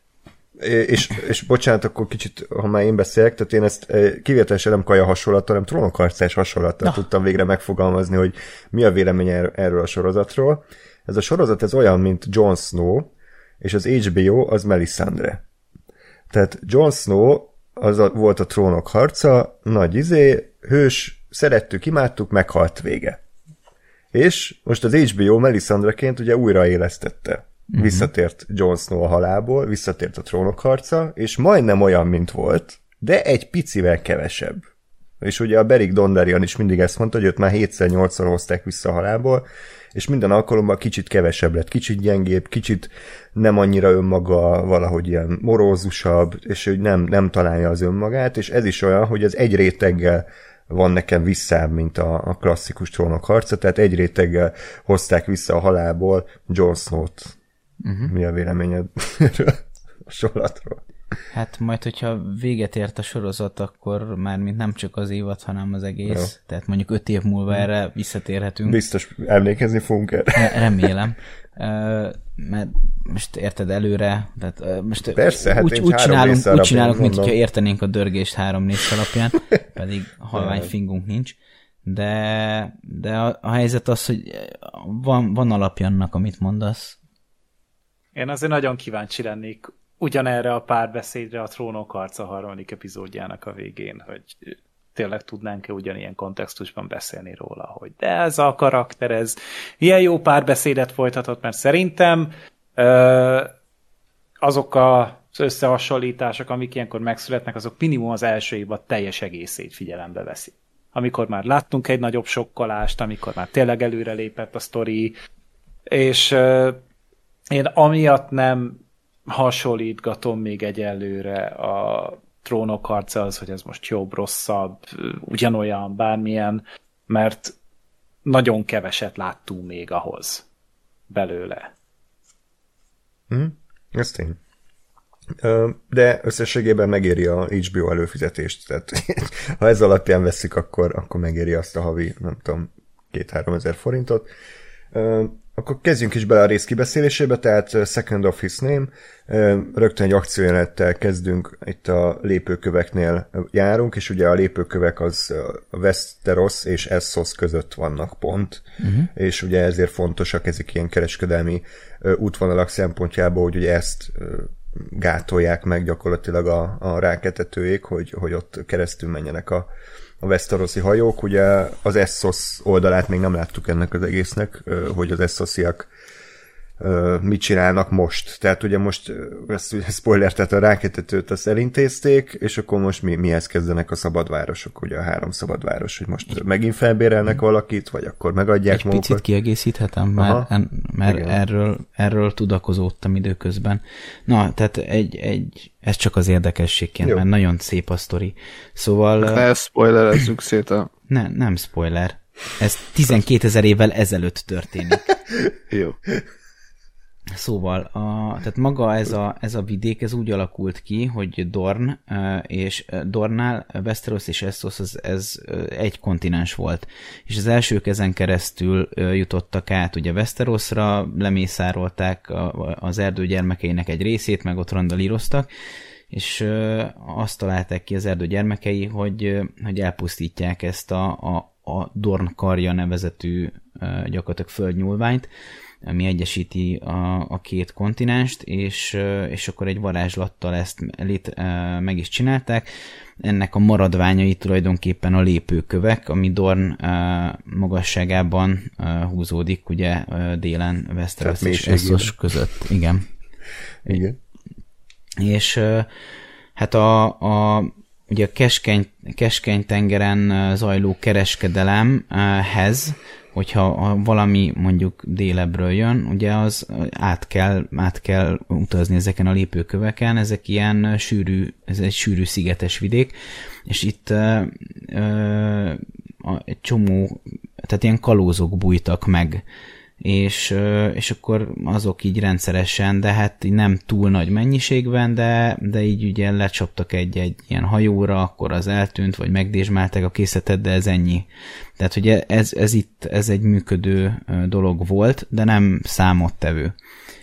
És, és bocsánat, akkor kicsit, ha már én beszélek, tehát én ezt kivételesen nem kaja hasonlattal, hanem Trónok harcás hasonlattal no. tudtam végre megfogalmazni, hogy mi a vélemény erről a sorozatról. Ez a sorozat ez olyan, mint Jon Snow, és az há bé o az Melisandre. Tehát Jon Snow az a, volt a Trónok harca, nagy izé, hős, szerettük, imádtuk, meghalt vége. És most az há bé o Melisandreként ugye újraélesztette. Uh-huh. Visszatért Jon Snow a halálból, visszatért a Trónok harca, és majdnem olyan, mint volt, de egy picivel kevesebb. És ugye a Beric Dondarrion is mindig ezt mondta, hogy őt már hétszer-nyolcszor hozták vissza a halálból, és minden alkalommal kicsit kevesebb lett, kicsit gyengébb, kicsit nem annyira önmaga, valahogy ilyen morózusabb, és hogy nem, nem találja az önmagát, és ez is olyan, hogy ez egy réteggel van nekem visszább, mint a, a klasszikus Trónok harca, tehát egy réteggel hozták vissza a halálból Jon Snow-t. Uh-huh. Mi a véleményed a sorozatról? Hát majd, hogyha véget ért a sorozat, akkor már mint nem csak az évad, hanem az egész. Jó. Tehát mondjuk öt év múlva erre visszatérhetünk. Biztos emlékezni fogunk erre. Remélem. Mert most érted előre, tehát most persze, úgy, hát úgy csinálunk, úgy csinálunk mint hogyha értenénk a dörgést három néz alapján, pedig halvány fingunk nincs. De, de a, a helyzet az, hogy van, van alapja annak, amit mondasz. Én azért nagyon kíváncsi lennék ugyanerre a párbeszédre a Trónok harca harmadik epizódjának a végén, hogy tényleg tudnánk-e ugyanilyen kontextusban beszélni róla, hogy de ez a karakter, ez ilyen jó párbeszédet folytatott, mert szerintem ö, azok az összehasonlítások, amik ilyenkor megszületnek, azok minimum az első évad teljes egészét figyelembe veszi. Amikor már láttunk egy nagyobb sokkolást, amikor már tényleg előrelépett a sztori, és ö, én amiatt nem hasonlítgatom még egyelőre a Trónok harca az, hogy ez most jobb, rosszabb, ugyanolyan, bármilyen, mert nagyon keveset láttunk még ahhoz belőle. Mm, ez tény. De összességében megéri a há bé o előfizetést, tehát ha ez alapján veszik, akkor, akkor megéri azt a havi, nem tudom, két-három ezer forintot. Akkor kezdjünk is bele a rész kibeszélésébe, tehát Second of His Name, rögtön egy akciójelenettel kezdünk, itt a lépőköveknél járunk, és ugye a lépőkövek az Westeros és Essos között vannak pont, uh-huh. és ugye ezért fontosak ezek ilyen kereskedelmi útvonalak szempontjából, hogy ugye ezt gátolják meg gyakorlatilag a, a ráketetőjék, hogy, hogy ott keresztül menjenek a a Westerosi hajók, ugye az Essos oldalát még nem láttuk ennek az egésznek, hogy az Essosiak mit csinálnak most. Tehát ugye most, ezt ugye spoiler, tehát a ráketetőt azt elintézték, és akkor most mi, mihez kezdenek a szabadvárosok, ugye a három szabadváros, hogy most megint felbérelnek valakit, vagy akkor megadják egy magukat. Egy picit kiegészíthetem, mert, en, mert erről, erről tudakozódtam időközben. Na, tehát egy, egy ez csak az érdekességként, jó. Mert nagyon szép a sztori. Szóval... Ne spoilerezzük szét a... Ne, nem spoiler. Ez tizenkétezer évvel ezelőtt történik. Jó. Szóval, a, tehát maga ez a, ez a vidék, ez úgy alakult ki, hogy Dorn és Dornnál Westeros és Essos az, ez egy kontinens volt. És az elsők ezen keresztül jutottak át ugye Westerosra, lemészárolták az erdő gyermekeinek egy részét, meg ott randalíroztak, és azt találták ki az erdő gyermekei, hogy, hogy elpusztítják ezt a, a, a Dorn karja nevezetű gyakorlatilag földnyúlványt, ami egyesíti a, a két kontinenst, és, és akkor egy varázslattal ezt lét, meg is csinálták. Ennek a maradványai tulajdonképpen a lépőkövek, ami Dorn magasságában húzódik, ugye délen Westeros és Essos között. Igen. Igen. És hát a, a ugye a keskeny, keskeny tengeren zajló kereskedelemhez, hogyha valami mondjuk délebbről jön, ugye az át kell, át kell utazni ezeken a lépőköveken, ezek ilyen sűrű, ez egy sűrű szigetes vidék, és itt ö, ö, egy csomó, tehát ilyen kalózok bújtak meg, és, és akkor azok így rendszeresen, de hát nem túl nagy mennyiségben, de, de így ugye lecsaptak egy-egy ilyen hajóra, akkor az eltűnt, vagy megdésmálták a készletet, de ez ennyi. Tehát ugye ez, ez itt, ez egy működő dolog volt, de nem számottevő.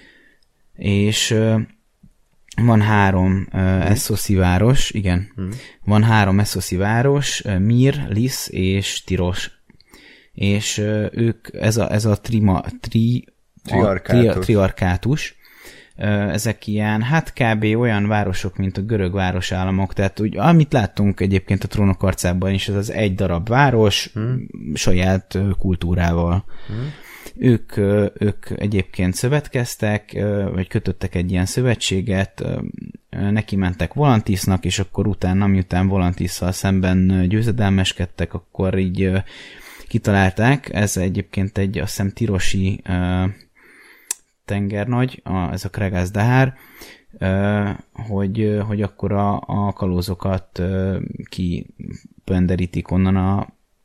És van három Essosi város, igen, hmm. van három Essosi város, Myr, Lys és Tyros. És ők, ez a, ez a, trima, tri, triarkátus. A, tri, triarkátus, ezek ilyen, hát kb. Olyan városok, mint a görög városállamok, tehát úgy, amit láttunk egyébként a Trónok arcában is, ez az egy darab város, hmm. saját kultúrával. Hmm. Ők, ők egyébként szövetkeztek, vagy kötöttek egy ilyen szövetséget, neki mentek Volantisnak, és akkor utána, miután Volantisszal szemben győzedelmeskedtek, akkor így kitalálták, ez egyébként egy, azt hiszem, tirosi uh, tengernagy, a, ez a Kregász Dahár, uh, hogy, hogy akkor a, a kalózokat uh, kipönderítik onnan a,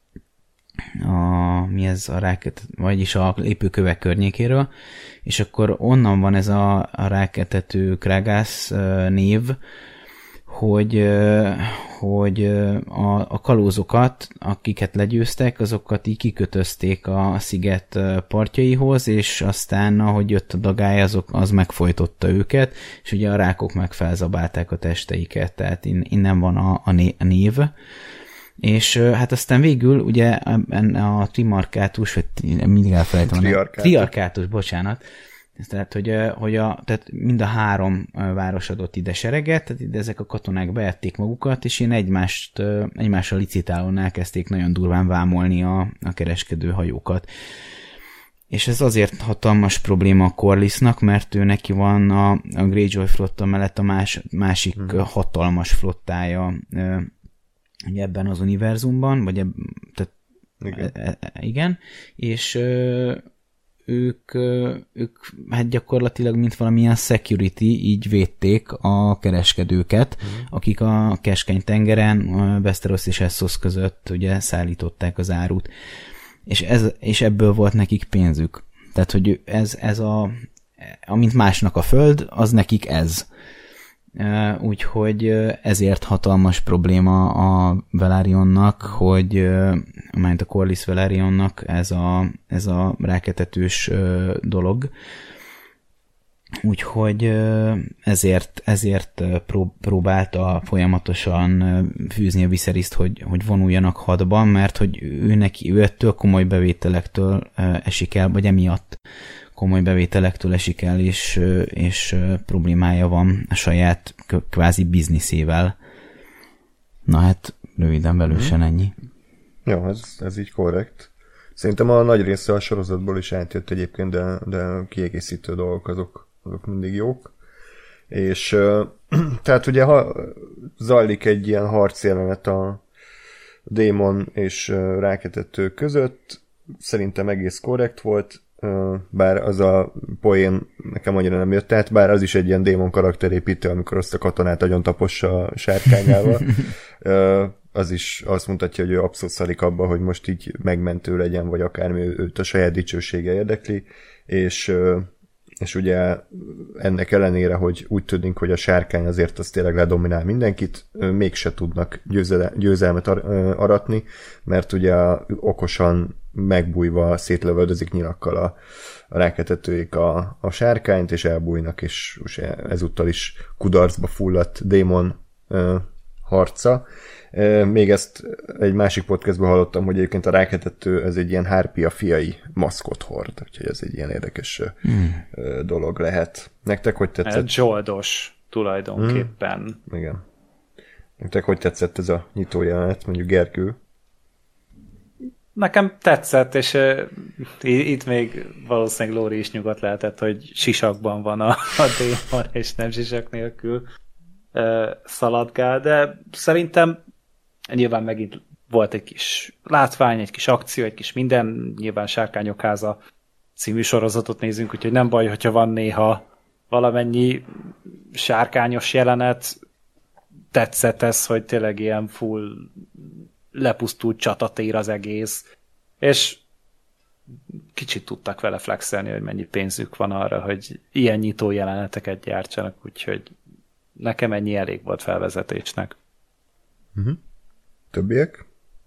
a mi ez a ráket, vagyis a lépőkövek környékéről, és akkor onnan van ez a, a ráketető Kregász uh, név, hogy, hogy a, a kalózokat, akiket legyőztek, azokat így kikötözték a sziget partjaihoz, és aztán, ahogy jött a dagály, azok, az megfojtotta őket, és ugye a rákok meg felzabálták a testeiket, tehát innen van a, a név. És hát aztán végül ugye a trimarkátus, vagy mindig elfelejtem, triarkátus. triarkátus, bocsánat, tehát, hogy, hogy a, tehát mind a három város adott ide sereget, tehát ide ezek a katonák beették magukat, és én egymást, egymással licitálón elkezdték nagyon durván vámolni a, a kereskedő hajókat. És ez azért hatalmas probléma a Corlysnak, mert ő neki van a, a Greyjoy flotta mellett a más, másik hmm. hatalmas flottája ugye ebben az univerzumban, vagy eb, tehát, igen. E, e, igen, és ők, ők hát gyakorlatilag mint valamilyen security így védték a kereskedőket, mm. akik a keskeny tengeren, a Westeros és Essos között ugye szállították az árut. És, ez, és ebből volt nekik pénzük. Tehát, hogy ez, ez a, amint másnak a föld, az nekik ez. Úgyhogy ezért hatalmas probléma a Velarionnak, hogy majd a Corlys Velarionnak ez a, ez a ráketetős dolog. Úgyhogy ezért, ezért próbálta folyamatosan fűzni a Viseryszt, hogy, hogy vonuljanak hadban, mert hogy ő neki, ő ettől komoly bevételektől esik el, vagy emiatt komoly bevételektől esik el, és, és problémája van a saját kvázi bizniszével. Na hát, röviden belősen ennyi. Jó, ez, ez így korrekt. Szerintem a nagy része a sorozatból is átjött egyébként, de, de kiegészítő dolgok azok, azok mindig jók. És tehát ugye ha zajlik egy ilyen harcjelenet a démon és ráketető között, szerintem egész korrekt volt, bár az a poén nekem annyira nem jött át, bár az is egy ilyen démon karakterépítő, amikor azt a katonát agyon tapossa a sárkányával. Az is azt mutatja, hogy ő abszolút szarik abba, hogy most így megmentő legyen, vagy akármi, őt a saját dicsősége érdekli, és, és ugye ennek ellenére, hogy úgy tűnik, hogy a sárkány azért az tényleg ledominál mindenkit, mégse tudnak győzel, győzelmet aratni, mert ugye okosan megbújva szétlövöldözik nyilakkal a, a ráketetőik a, a sárkányt, és elbújnak, és ezúttal is kudarcba fulladt démon ö, harca. E, még ezt egy másik podcastban hallottam, hogy egyébként a ráketető ez egy ilyen hárpia fiai maszkot hord, úgyhogy ez egy ilyen érdekes hmm. dolog lehet. Nektek hogy tetszett? Zsoldos tulajdonképpen. Hmm. Igen. Nektek hogy tetszett ez a nyitó jelenet, mondjuk Gergő? Nekem tetszett, és uh, itt még valószínűleg Lóri is nyugodt lehetett, hogy sisakban van a, a démon, és nem sisak nélkül uh, szaladgál, de szerintem nyilván megint volt egy kis látvány, egy kis akció, egy kis minden, nyilván Sárkányok háza című sorozatot nézünk, úgyhogy nem baj, hogyha van néha valamennyi sárkányos jelenet. Tetszett ez, hogy tényleg ilyen full lepusztult csatatér az egész, és kicsit tudtak vele flexelni, hogy mennyi pénzük van arra, hogy ilyen nyitó jeleneteket gyártsanak, úgyhogy nekem ennyi elég volt felvezetésnek. Uh-huh. Többiek?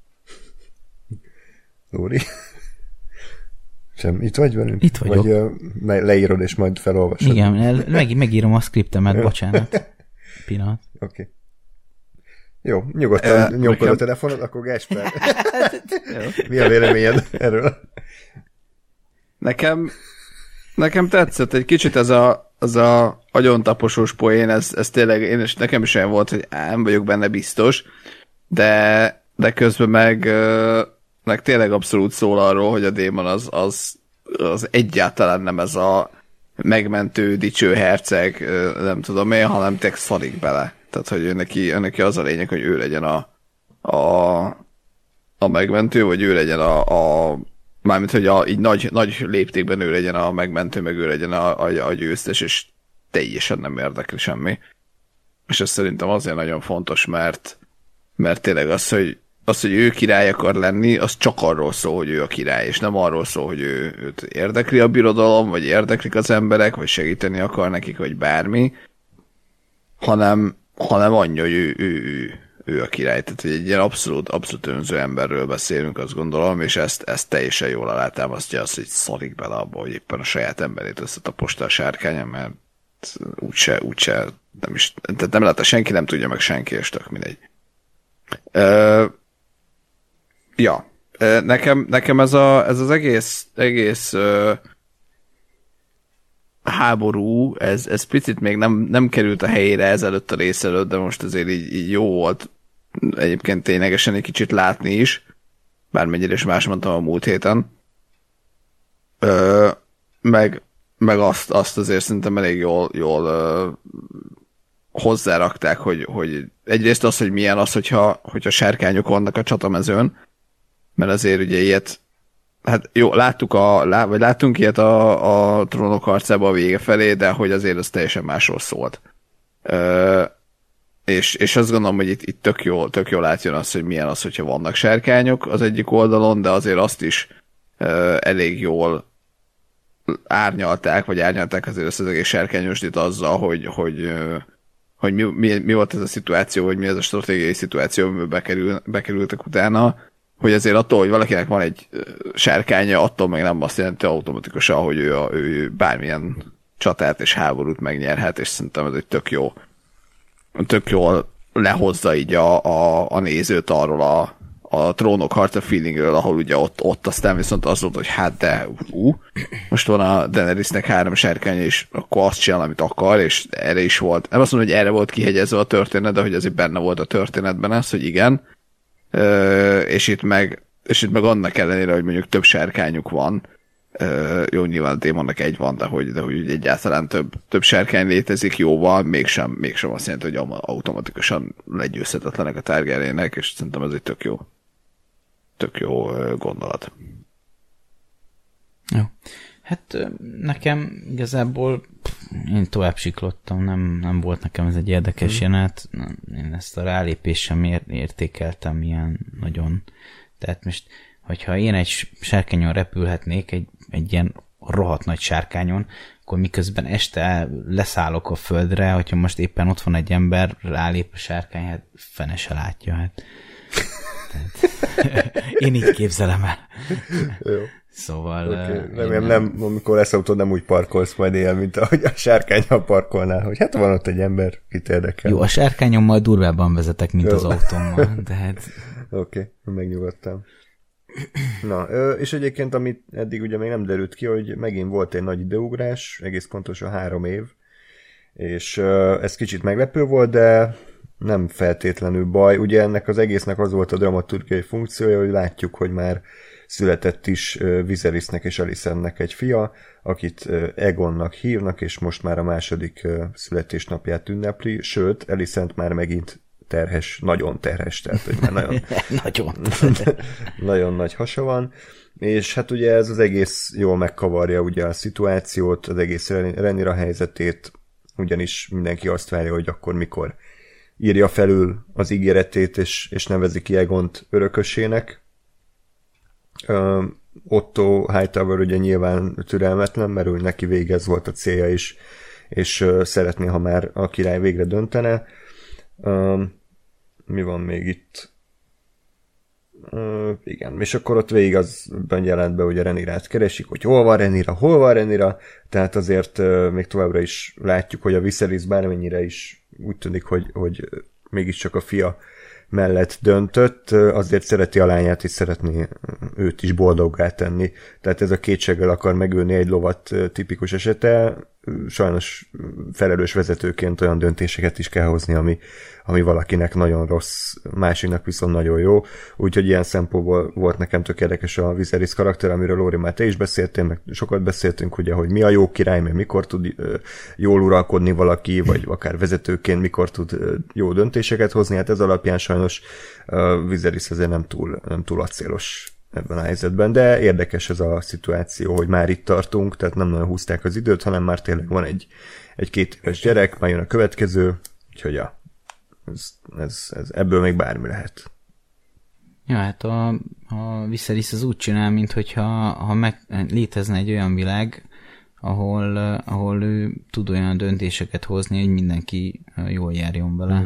Lóri? Sem, itt vagy velünk? Itt vagyok. Vagy uh, leírod, és majd felolvasod? Igen, meg, megírom a skriptemet, bocsánat. Pillanat. Oké. Okay. Jó, nyugodtan uh, nyomkod a telefonod, akkor Gáspár. Mi a véleményed erről? Nekem, nekem tetszett egy kicsit ez a, az a agyontaposós poén, ez, ez tényleg, én is, nekem is olyan volt, hogy á, nem vagyok benne biztos, de, de közben meg, meg tényleg abszolút szól arról, hogy a démon az, az, az egyáltalán nem ez a megmentő, dicső herceg, nem tudom én, hanem tényleg szarik bele. Tehát, hogy ő neki, ő neki az a lényeg, hogy ő legyen a, a, a megmentő, vagy ő legyen a, a mármint, hogy a, így nagy, nagy léptékben ő legyen a megmentő, meg ő legyen a, a, a győztes, és teljesen nem érdekli semmi. És ez szerintem azért nagyon fontos, mert, mert tényleg az, hogy, az, hogy ő király akar lenni, az csak arról szól, hogy ő a király, és nem arról szól, hogy ő, őt érdekli a birodalom, vagy érdeklik az emberek, vagy segíteni akar nekik, vagy bármi, hanem hanem annyi, hogy ő, ő, ő, ő a király. Tehát egy ilyen abszolút, abszolút önző emberről beszélünk, azt gondolom, és ezt, ezt teljesen jól alátámasztja azt, hogy szarik bele abba, hogy éppen a saját emberét összetaposta a sárkányon, mert úgyse, úgyse, nem is, tehát nem lehet, senki nem tudja, meg senki, és tök mindegy. Uh, ja, uh, nekem, nekem ez, a, ez az egész, egész uh, háború, ez, ez picit még nem, nem került a helyére ezelőtt a rész előtt, de most azért így, így jó volt egyébként ténylegesen egy kicsit látni is, bármennyire is más mondtam a múlt héten. Ö, meg meg azt, azt azért szerintem elég jól, jól ö, hozzárakták, hogy, hogy egyrészt az, hogy milyen az, hogyha, hogyha sárkányok vannak a csatamezőn, mert azért ugye ilyet hát jó, láttuk a, lá, vagy láttunk ilyet a, a Trónok harcában a vége felé, de hogy azért az teljesen másról szólt. Ö, és, és azt gondolom, hogy itt, itt tök jól, tök jól átjön az, hogy milyen az, hogyha vannak sárkányok az egyik oldalon, de azért azt is ö, elég jól árnyalták, vagy árnyalták azért ezt az egész sárkányosdit azzal, hogy, hogy, ö, hogy mi, mi, mi volt ez a szituáció, vagy mi ez a stratégiai szituáció, amiben bekerül, bekerültek utána, hogy azért attól, hogy valakinek van egy sárkánya, attól meg nem azt jelenti automatikusan, hogy ő, a, ő bármilyen csatát és háborút megnyerhet, és szerintem ez egy tök jó, tök jól lehozza így a, a, a nézőt arról a, a Trónok harca feelingről, ahol ugye ott, ott aztán viszont az volt, hogy hát de ú, most van a Daenerysnek három sárkánya, és akkor azt csinál, amit akar, és erre is volt. Nem azt mondom, hogy erre volt kihegyezve a történet, de hogy azért benne volt a történetben az, hogy igen. Ö, és itt meg és itt meg annak ellenére, hogy mondjuk több sárkányuk van, ö, jó, nyilván a démonnak egy van, de hogy, de hogy egyáltalán több, több sárkány létezik jóval, mégsem, mégsem azt jelenti, hogy automatikusan legyőzhetetlenek a Targaryenek, és szerintem ez egy tök jó tök jó gondolat. Jó. Hát nekem igazából én tovább siklottam, nem, nem volt nekem ez egy érdekes mm. jelenet. Én ezt a rálépést sem ér, értékeltem ilyen nagyon. Tehát most, hogyha én egy sárkányon repülhetnék, egy, egy ilyen rohadt nagy sárkányon, akkor miközben este leszállok a földre, hogyha most éppen ott van egy ember, rálép a sárkány, hát fene se látja, hát. Tehát, én így képzelem el. Jó. Szóval... Okay. Remélem, nem, amikor lesz autó, nem úgy parkolsz majd él, mint ahogy a sárkányon parkolnál, hogy hát van ott egy ember, kit érdekel. Jó, a sárkányommal durvábban vezetek, mint Jó. az autómmal, de hát... Oké, okay, megnyugodtam. Na, és egyébként, amit eddig ugye még nem derült ki, hogy megint volt egy nagy időugrás, egész pontosan három év, és ez kicsit meglepő volt, de nem feltétlenül baj. Ugye ennek az egésznek az volt a dramaturgiai funkciója, hogy látjuk, hogy már született is Viserysnek és Alicentnek egy fia, akit Aegonnak hívnak, és most már a második születésnapját ünnepli, sőt, Alicent már megint terhes, nagyon terhes, tehát hogy már nagyon, nagyon. nagyon nagy hasa van, és hát ugye ez az egész jól megkavarja ugye a szituációt, az egész Rhaenyra helyzetét, ugyanis mindenki azt várja, hogy akkor mikor írja felül az ígéretét, és, és nevezi ki Aegont örökösének. Uh, Otto Hightower ugye nyilván türelmetlen, mert ő neki végig ez volt a célja is, és uh, szeretné, ha már a király végre döntene. Uh, mi van még itt? Uh, igen, és akkor ott végig azban jelent be, hogy a Rhaenyrát keresik, hogy hol van Rhaenyra, hol van Rhaenyra, tehát azért uh, még továbbra is látjuk, hogy a Viserys bármennyire is úgy tűnik, hogy, hogy mégiscsak a fia mellett döntött, azért szereti a lányát, és szeretné őt is boldoggá tenni. Tehát ez a kétséggel akar megölni egy lovat tipikus esete. Sajnos felelős vezetőként olyan döntéseket is kell hozni, ami, ami valakinek nagyon rossz, másiknak viszont nagyon jó. Úgyhogy ilyen szempontból volt nekem tök érdekes a Viserys karakter, amiről Lóri már te is beszéltél, meg sokat beszéltünk, ugye, hogy mi a jó király, mert mikor tud jól uralkodni valaki, vagy akár vezetőként mikor tud jó döntéseket hozni. Hát ez alapján sajnos Viserys azért nem túl, nem túl acélos ebben a helyzetben, de érdekes ez a szituáció, hogy már itt tartunk, tehát nem nagyon húzták az időt, hanem már tényleg van egy, egy két éves gyerek, már jön a következő, úgyhogy ja, ez, ez, ez, ebből még bármi lehet. Ja, hát a, a Viserys az úgy csinál, mintha ha meg, létezne egy olyan világ, ahol, ahol ő tud olyan döntéseket hozni, hogy mindenki jól járjon vele. Mm.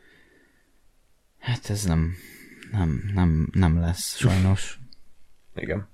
Hát ez nem, nem, nem, nem lesz, sajnos. Igen.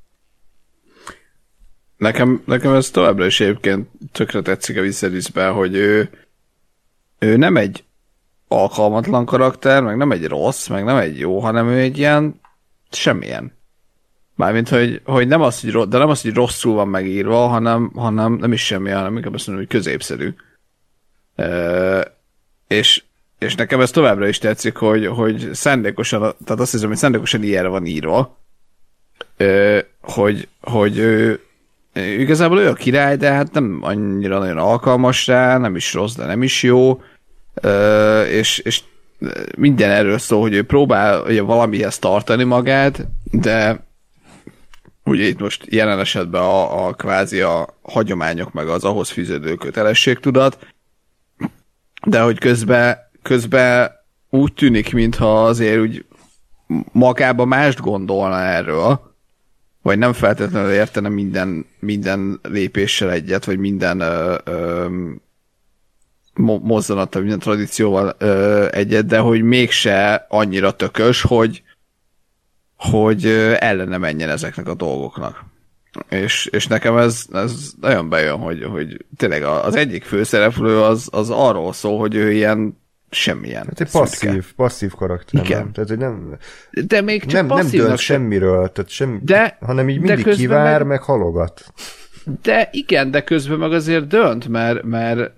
Nekem, nekem ez továbbra is egyébként tökre tetszik a Viserysben, hogy ő, ő nem egy alkalmatlan karakter, meg nem egy rossz, meg nem egy jó, hanem ő egy ilyen semmilyen. Mármint, hogy, hogy nem az, hogy, de nem az, hogy rosszul van megírva, hanem, hanem nem is semmi, hanem inkább azt mondom, hogy középszerű. E, és, és nekem ez továbbra is tetszik, hogy, hogy szándékosan, tehát azt hiszem, hogy szándékosan ilyenre van írva, e, hogy, hogy ő, igazából ő a király, de hát nem annyira nagyon alkalmas rá, nem is rossz, de nem is jó, e, és, és minden erről szól, hogy ő próbál ugye, valamihez tartani magát, de ugye itt most jelen esetben a, a kvázi a hagyományok meg az ahhoz fűződő kötelességtudat, de hogy közben, közben úgy tűnik, mintha azért úgy magában mást gondolna erről, vagy nem feltétlenül értene minden, minden lépéssel egyet, vagy minden ö, ö, mo- mozzanata minden tradícióval ö, egyet, de hogy mégse annyira tökös, hogy hogy ö, ellene menjen ezeknek a dolgoknak. És, és nekem ez, ez nagyon bejön, hogy, hogy tényleg az egyik főszereplő az, az arról szól, hogy ő ilyen semmilyen. Hát egy passzív, passzív karakter. Igen. Nem? Tehát, hogy nem, de még csak nem, nem dönt sem... semmiről, tehát sem, de, hanem így mindig kivár, meg... meg halogat. De igen, de közben meg azért dönt, mert, mert,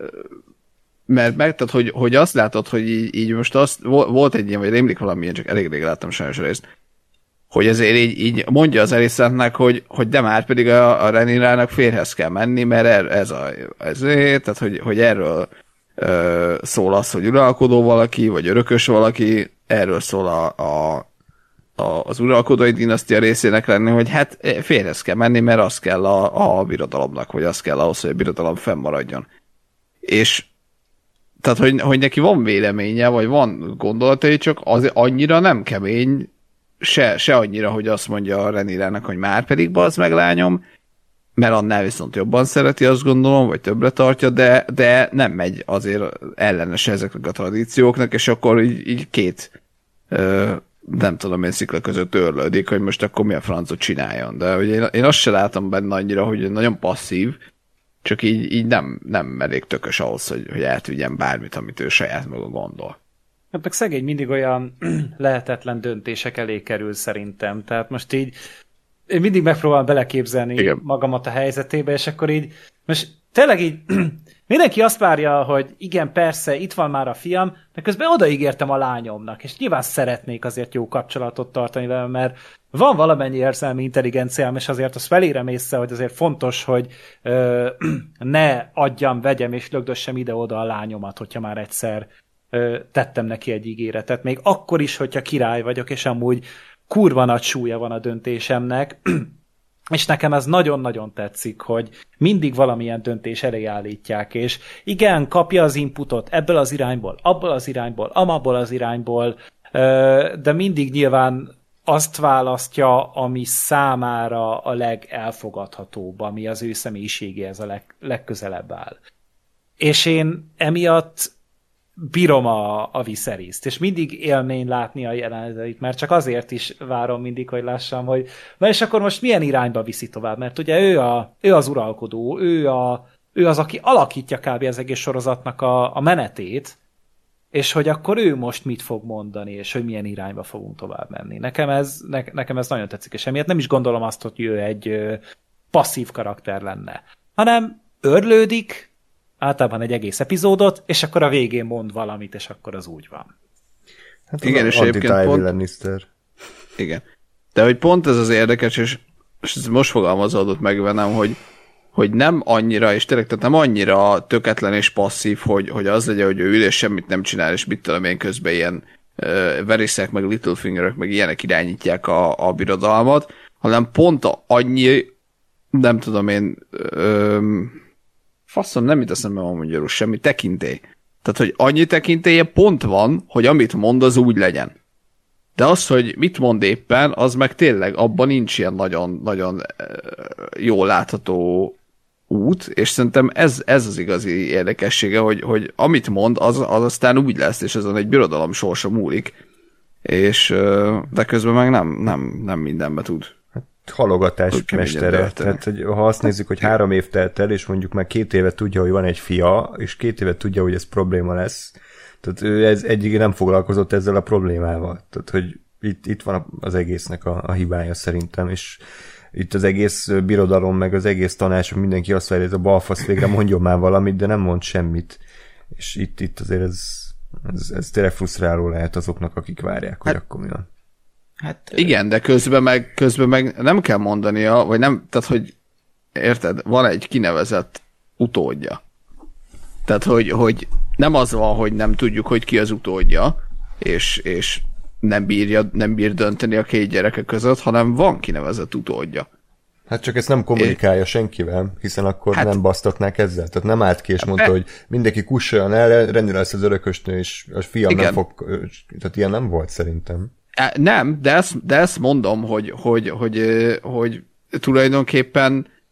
mert meg, tehát, hogy, hogy azt látod, hogy így, így most azt, volt egy ilyen, vagy rémlik valamilyen, csak elég rég láttam sajnos részt, hogy ezért így, így mondja az Alicentnek, hogy, hogy de már pedig a, a Rhaenyrának férhez kell menni, mert er, ez a, ezért, tehát hogy, hogy erről ö, szól az, hogy uralkodó valaki, vagy örökös valaki, erről szól a, a, a, az uralkodói dinasztia részének lenni, hogy hát férhez kell menni, mert az kell a, a birodalomnak, vagy az kell ahhoz, hogy a birodalom fennmaradjon. És tehát, hogy, hogy neki van véleménye, vagy van gondolatai, csak az annyira nem kemény, Se, se annyira, hogy azt mondja a Rhaenyrának, hogy már pedig bazd meg lányom, mert annál viszont jobban szereti, azt gondolom, vagy többre tartja, de, de nem megy azért ellenes ezeknek a tradícióknak, és akkor így, így két ö, nem tudom én szikla között örlődik, hogy most akkor mi a francot csináljon. De ugye én, én azt se látom benne annyira, hogy nagyon passzív, csak így, így nem, nem elég tökös ahhoz, hogy, hogy eltűnjen bármit, amit ő saját maga gondol. Hát meg szegény mindig olyan lehetetlen döntések elé kerül szerintem. Tehát most így én mindig megpróbálom beleképzelni Igen. magamat a helyzetébe, és akkor így most tényleg így mindenki azt várja, hogy igen, persze, itt van már a fiam, de közben odaígértem a lányomnak, és nyilván szeretnék azért jó kapcsolatot tartani vele, mert van valamennyi érzelmi intelligenciám, és azért azt felérem észre, hogy azért fontos, hogy ö, ne adjam, vegyem, és lögdössem ide-oda a lányomat, hogyha már egyszer tettem neki egy ígéretet. Még akkor is, hogyha király vagyok, és amúgy kurva nagy súlya van a döntésemnek, és nekem ez nagyon-nagyon tetszik, hogy mindig valamilyen döntés elé állítják, és igen, kapja az inputot ebből az irányból, abból az irányból, amabból az irányból, de mindig nyilván azt választja, ami számára a legelfogadhatóbb, ami az ő személyiségéhez a leg, legközelebb áll. És én emiatt bírom a, a Viseryszt, és mindig élmény látni a jeleneteit, mert csak azért is várom mindig, hogy lássam, hogy na és akkor most milyen irányba viszi tovább, mert ugye ő, a, ő az uralkodó, ő, a, ő az, aki alakítja kb. Az egész sorozatnak a, a menetét, és hogy akkor ő most mit fog mondani, és hogy milyen irányba fogunk tovább menni. Nekem ez, ne, nekem ez nagyon tetszik, és emiatt nem is gondolom azt, hogy ő egy ö, passzív karakter lenne, hanem örlődik, általában egy egész epizódot, és akkor a végén mond valamit, és akkor az úgy van. Hát igen, és egyébként pont... Lannister. Igen. De hogy pont ez az érdekes, és, és ez most fogalmazódott meg velem, hogy, hogy nem annyira, és tényleg tehát nem annyira töketlen és passzív, hogy, hogy az legyen, hogy ő ül és semmit nem csinál, és mit tudom én közben ilyen uh, Varysek, meg Littlefingerek, meg ilyenek irányítják a, a birodalmat, hanem pont annyi, nem tudom én, um, faszom, nem itt eszembe van magyarul semmi, tekintély. Tehát, hogy annyi tekintélye pont van, hogy amit mond, az úgy legyen. De az, hogy mit mond éppen, az meg tényleg abban nincs ilyen nagyon, nagyon jól látható út, és szerintem ez, ez az igazi érdekessége, hogy, hogy amit mond, az, az aztán úgy lesz, és azon egy birodalom sorsa múlik, és de közben meg nem, nem, nem mindenbe tud. Halogatás mestere. Tehát, hogy ha azt nézzük, hogy három év telt el, és mondjuk már két évet tudja, hogy van egy fia, és két évet tudja, hogy ez probléma lesz. Tehát ő ez egyik nem foglalkozott ezzel a problémával. Tehát, hogy itt, itt van az egésznek a, a hibája szerintem, és itt az egész birodalom, meg az egész tanács, mindenki azt várja, hogy ez a balfasz végre mondjon már valamit, de nem mond semmit. És itt, itt azért ez, ez, ez tényleg frusztráló lehet azoknak, akik várják, hogy hát, akkor mi van. Hát, igen, de közben meg, közben meg nem kell mondania, vagy nem, tehát, hogy érted, van egy kinevezett utódja. Tehát, hogy, hogy nem az van, hogy nem tudjuk, hogy ki az utódja, és, és nem, bírja, nem bír dönteni a két gyereke között, hanem van kinevezett utódja. Hát csak ezt nem kommunikálja é... senkivel, hiszen akkor hát... nem basztatnák ezzel. Tehát nem állt ki és mondta, e... hogy mindenki kussoljon el, rendben lesz az örökösnő, és a fiam igen. nem fog... Tehát ilyen nem volt szerintem. Nem, de ezt, de ezt mondom, hogy, hogy, hogy, hogy tulajdonképpen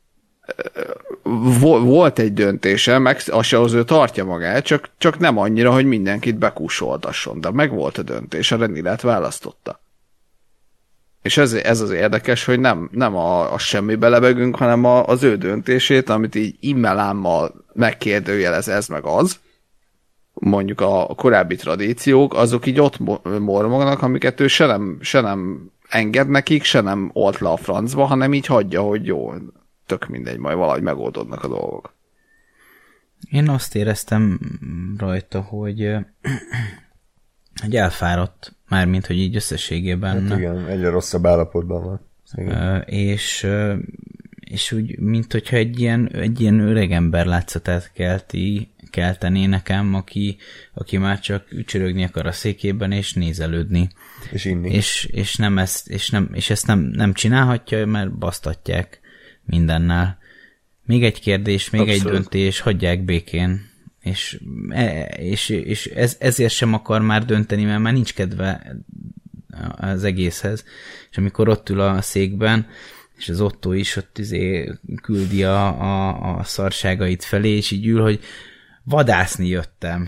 volt egy döntése, meg az az ő tartja magát, csak, csak nem annyira, hogy mindenkit bekúsoltasson, de meg volt a döntés, a Renirát választotta. És ez, ez az érdekes, hogy nem, nem a, a semmibe lebegünk, hanem a, az ő döntését, amit így immelámmal megkérdőjelez ez meg az, mondjuk a, a korábbi tradíciók, azok így ott mormognak, amiket ő se nem, se nem enged nekik, se nem olt le a francba, hanem így hagyja, hogy jó, tök mindegy, majd valahogy megoldódnak a dolgok. Én azt éreztem rajta, hogy, hogy elfáradt, mármint, hogy így összességében. Hát igen, egyre rosszabb állapotban van. Igen. És, és úgy, mint hogyha egy ilyen, egy ilyen öreg ember látszatát kelti, keltené nekem, aki, aki már csak ücsörögni akar a székében, és nézelődni. És inni. És, és, nem ezt, és, nem, és ezt nem, nem csinálhatja, mert basztatják mindennel. Még egy kérdés, még Abszolút. Egy döntés, hagyják békén. És, és, és ez, ezért sem akar már dönteni, mert már nincs kedve az egészhez. És amikor ott ül a székben, és az Otto is ott izé küldi a, a, a szarságait felé, és így ül, hogy vadászni jöttem.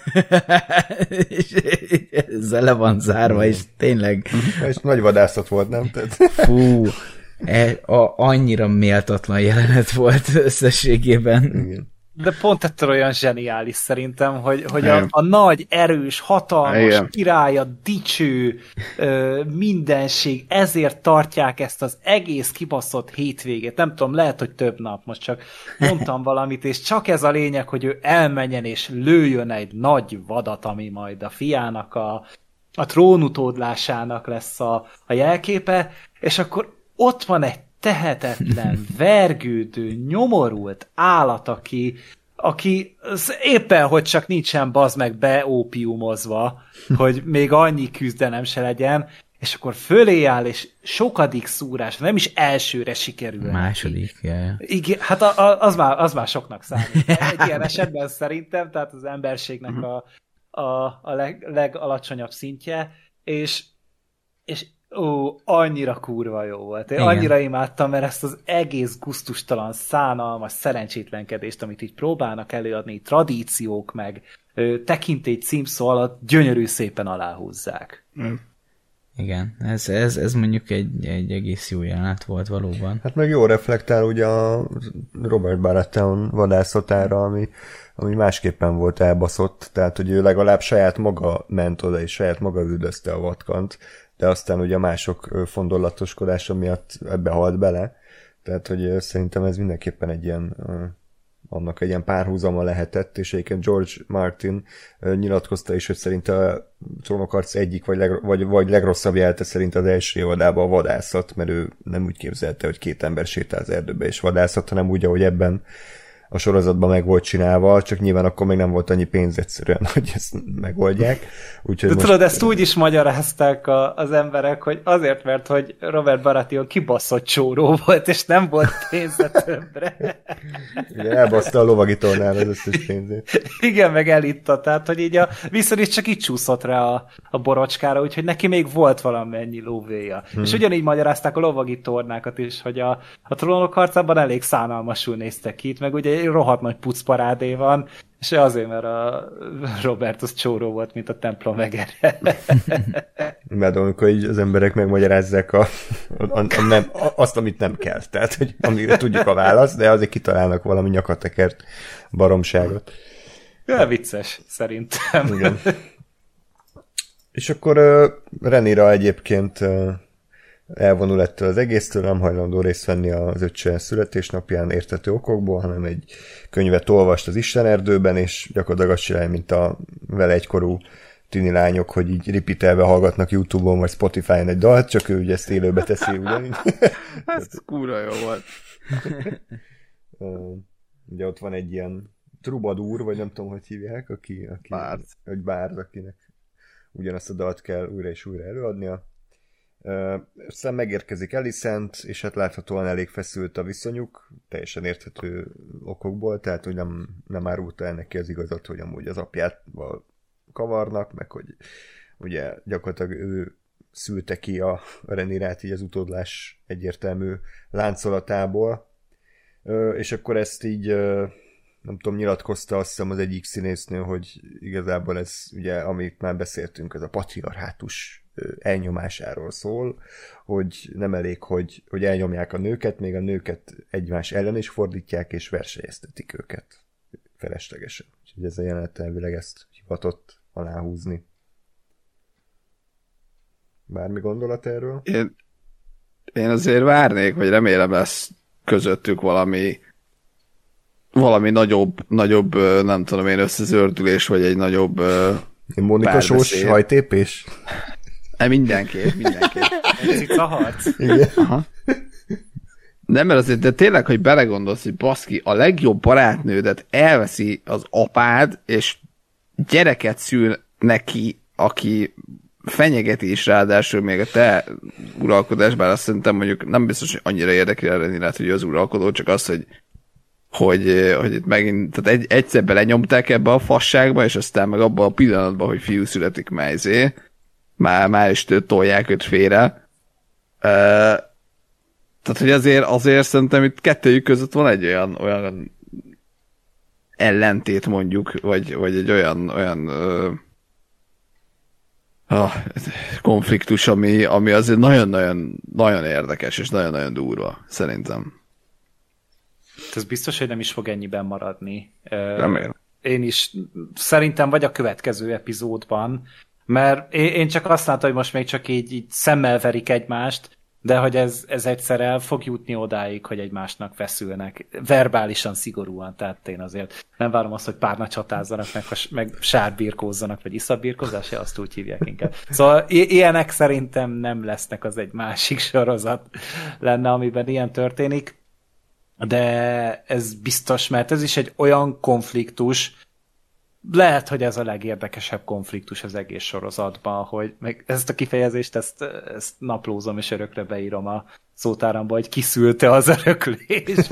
És ezzel le van zárva, és tényleg... És nagy vadászat volt, nem? Tehát... Fú, e, a, annyira méltatlan jelenet volt összességében. Igen. De pont ettől olyan zseniális szerintem, hogy, hogy a, a nagy, erős, hatalmas, Igen. királya, dicső ö, mindenség, ezért tartják ezt az egész kibaszott hétvégét. Nem tudom, lehet, hogy több nap, most csak mondtam valamit, és csak ez a lényeg, hogy ő elmenjen és lőjön egy nagy vadat, ami majd a fiának a, a trónutódlásának lesz a, a jelképe, és akkor ott van egy tehetetlen, vergődő, nyomorult állat, aki, aki éppen, hogy csak nincsen bazd meg beópiumozva, hogy még annyi küzdelem se legyen, és akkor fölé áll, és sokadik szúrás, nem is elsőre sikerül. Második, ja. Igen, hát a, a, az, már, az már soknak számít. Egy ilyen esetben szerintem, tehát az emberségnek a, a, a leg, legalacsonyabb szintje, és, és ó, annyira kurva jó volt. Én Igen. annyira imádtam, mert ezt az egész gusztustalan, szánalmas szerencsétlenkedést, amit így próbálnak előadni, tradíciók, meg ö, tekintély címszó alatt gyönyörű szépen aláhúzzák. Mm. Igen, ez, ez, ez mondjuk egy, egy egész jó jelenet volt valóban. Hát meg jó reflektál ugye a Robert Baratheon vadászatára, ami, ami másképpen volt elbaszott, tehát hogy ő legalább saját maga ment oda, és saját maga üldözte a vatkant, de aztán ugye mások fondorlatoskodása miatt ebbe halt bele, tehát hogy szerintem ez mindenképpen egy ilyen, annak egy ilyen párhuzama lehetett, és egyébként George Martin nyilatkozta is, hogy szerint a Trónokharc egyik, vagy, leg, vagy, vagy legrosszabb jelte szerint az első évadában a vadászat, mert ő nem úgy képzelte, hogy két ember sétál az erdőbe és vadászat, hanem úgy, ahogy ebben a sorozatban meg volt csinálva, csak nyilván akkor még nem volt annyi pénz egyszerűen, hogy ezt megoldják. Úgyhogy de most... tudod, ezt úgy is magyarázták a, az emberek, hogy azért, mert hogy Robert Baratheon kibaszott csóró volt, és nem volt pénze többre. Igen, elbaszta a lovagítónál az összes pénzét. Igen, meg elitta, tehát, hogy így a viszont is csak így csúszott rá a, a borocskára, úgyhogy neki még volt valamennyi lóvéja. Hmm. És ugyanígy magyarázták a lovagítornákat is, hogy a, a Trónok harcában elég szánalmasul néztek ki, meg ugye rohadt nagy pucparádé van, és azért, mert a Robert az csóró volt, mint a templom megere. Mert amikor így az emberek megmagyarázzák a, a, a nem, a, azt, amit nem kell. Tehát, hogy amire tudjuk a választ, de azért kitalálnak valami nyakatekert baromságot. Ja, vicces, szerintem. Igen. És akkor uh, Renira egyébként uh, elvonul ettől az egésztől, nem hajlandó részt venni az öccse születésnapján érthető okokból, hanem egy könyvet olvast az Istenerdőben, és gyakorlatilag azt csinálja, mint a vele egykorú tini lányok, hogy így ripitelve hallgatnak YouTube-on vagy Spotify-on egy dalt, csak ő ugye ezt élőbe teszi, ugyanígy. Ez kúra jó volt. Ugye ott van egy ilyen trubadúr, vagy nem tudom, hogy hívják, aki, aki bárd. Egy bárd, akinek ugyanazt a dalt kell újra és újra előadnia. Uh, aztán megérkezik Alicent, és hát láthatóan elég feszült a viszonyuk, teljesen érthető okokból, tehát hogy nem, nem árulta el neki az igazat, hogy amúgy az apjával kavarnak, meg hogy ugye gyakorlatilag ő szülte ki a Renirát így az utódlás egyértelmű láncolatából. és akkor ezt így, nem tudom, nyilatkozta azt hiszem az egyik színésznő, hogy igazából ez ugye, amit már beszéltünk, ez a patriarhátus elnyomásáról szól, hogy nem elég, hogy, hogy elnyomják a nőket, még a nőket egymás ellen is fordítják, és versenyeztetik őket feleslegesen. Úgyhogy ez a jelenet elvileg ezt hivatott aláhúzni. Bármi gondolat erről? Én, én azért várnék, vagy remélem lesz közöttük valami valami nagyobb, nagyobb, nem tudom én, összezördülés, vagy egy nagyobb én Monika Sós hajtépés? E, mindenképp, mindenképp. Cica harc. Aha. Nem, mert azért, de tényleg, hogy belegondolsz, hogy baszki, a legjobb barátnődet elveszi az apád, és gyereket szül neki, aki fenyegeti is ráadásul még a te uralkodásban, azt szerintem mondjuk nem biztos, hogy annyira érdekel lenni, lehet, hogy az uralkodó, csak az, hogy hogy, hogy itt megint, tehát egy, egyszer belenyomták ebbe a fasságba, és aztán meg abban a pillanatban, hogy fiú születik melyzé, már, már is tolják őt félre. Uh, tehát, hogy azért, azért szerintem itt kettőjük között van egy olyan, olyan ellentét mondjuk, vagy, vagy egy olyan, olyan uh, uh, konfliktus, ami, ami azért nagyon-nagyon nagyon érdekes, és nagyon-nagyon durva, szerintem. Ez biztos, hogy nem is fog ennyiben maradni. Remélem. Én is szerintem vagy a következő epizódban, mert én csak azt látom, hogy most még csak így, így szemmel verik egymást, de hogy ez, ez egyszer el fog jutni odáig, hogy egymásnak feszülnek. Verbálisan, szigorúan, tehát én azért nem várom azt, hogy párna csatázzanak, meg, meg sárbirkózzanak, vagy iszabirkózás, azt úgy hívják inkább. Szóval i- ilyenek szerintem nem lesznek, az egy másik sorozat lenne, amiben ilyen történik. De ez biztos, mert ez is egy olyan konfliktus, lehet, hogy ez a legérdekesebb konfliktus az egész sorozatban, hogy meg ezt a kifejezést, ezt, ezt naplózom és örökre beírom a szótáramba, hogy kiszülte az öröklés.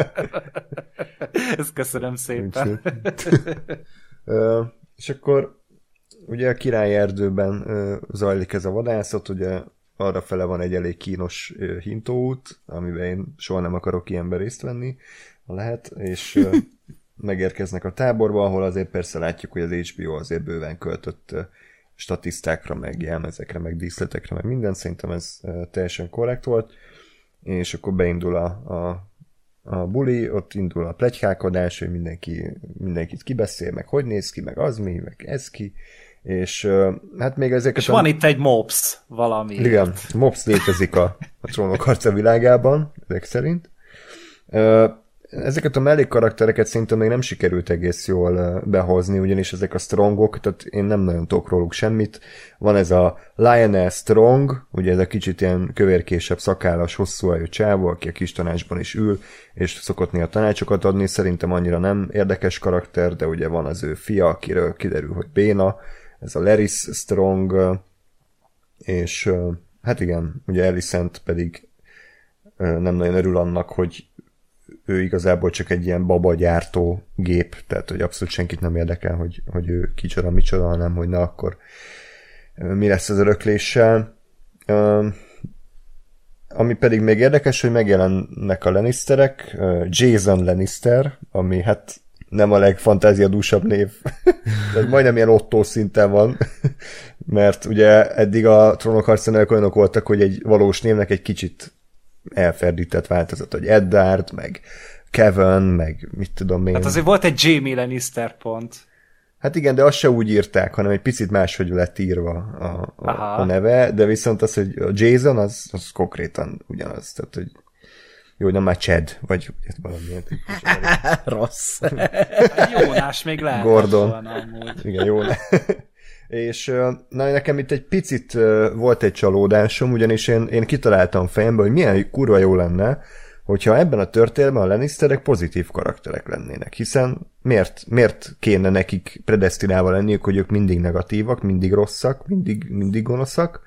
Ezt köszönöm szépen. uh, és akkor ugye a Királyi Erdőben uh, zajlik ez a vadászat, ugye arra fele van egy elég kínos uh, hintóút, amiben én soha nem akarok ilyenben részt venni, ha lehet, és uh, megérkeznek a táborba, ahol azért persze látjuk, hogy az há bé o azért bőven költött uh, statisztákra, meg jelmezekre, meg díszletekre, meg minden, szerintem ez uh, teljesen korrekt volt, és akkor beindul a, a, a buli, ott indul a pletykálkodás, hogy mindenki, mindenkit kibeszél, meg hogy néz ki, meg az mi, meg ez ki, és uh, hát még ezeket... És a... van itt egy mops valami. Igen, mops létezik a, a Trónok harca világában, ezek szerint. Uh, ezeket a mellékkaraktereket szerintem még nem sikerült egész jól uh, behozni, ugyanis ezek a strongok, tehát én nem nagyon tudok róluk semmit. Van ez a Lionel Strong, ugye ez a kicsit ilyen kövérkésebb, szakállas, hosszúhajú csávó, aki a kis tanácsban is ül, és szokott néha tanácsokat adni, szerintem annyira nem érdekes karakter, de ugye van az ő fia, akiről kiderül, hogy béna, ez a Larys Strong, és hát igen, ugye Alicent pedig nem nagyon örül annak, hogy ő igazából csak egy ilyen babagyártó gép, tehát hogy abszolút senkit nem érdekel, hogy, hogy ő kicsoda, micsoda, hanem hogy na akkor mi lesz az örökléssel. Ami pedig még érdekes, hogy megjelennek a Lannisterek, Jason Lannister, ami hát nem a legfantáziadúsabb név. Tehát majdnem ilyen Otto szinten van, mert ugye eddig a Trónok harcánál olyanok voltak, hogy egy valós névnek egy kicsit elferdített változat, hogy Eddard, meg Kevin, meg mit tudom én. Hát azért volt egy Jaime Lannister pont. Hát igen, de azt se úgy írták, hanem egy picit máshogy lett írva a, a, a neve, de viszont az, hogy a Jason, az, az konkrétan ugyanaz, tehát hogy jó, nem már Chad, vagy valamilyen típus. Rossz. Jónás még lehet. Gordon. Igen, jó. És na, nekem itt egy picit volt egy csalódásom, ugyanis én, én kitaláltam fejembe, hogy milyen kurva jó lenne, hogyha ebben a történetben a Lannisterek pozitív karakterek lennének, hiszen miért, miért kéne nekik predesztinálva lenniük, hogy ők mindig negatívak, mindig rosszak, mindig, mindig gonoszak,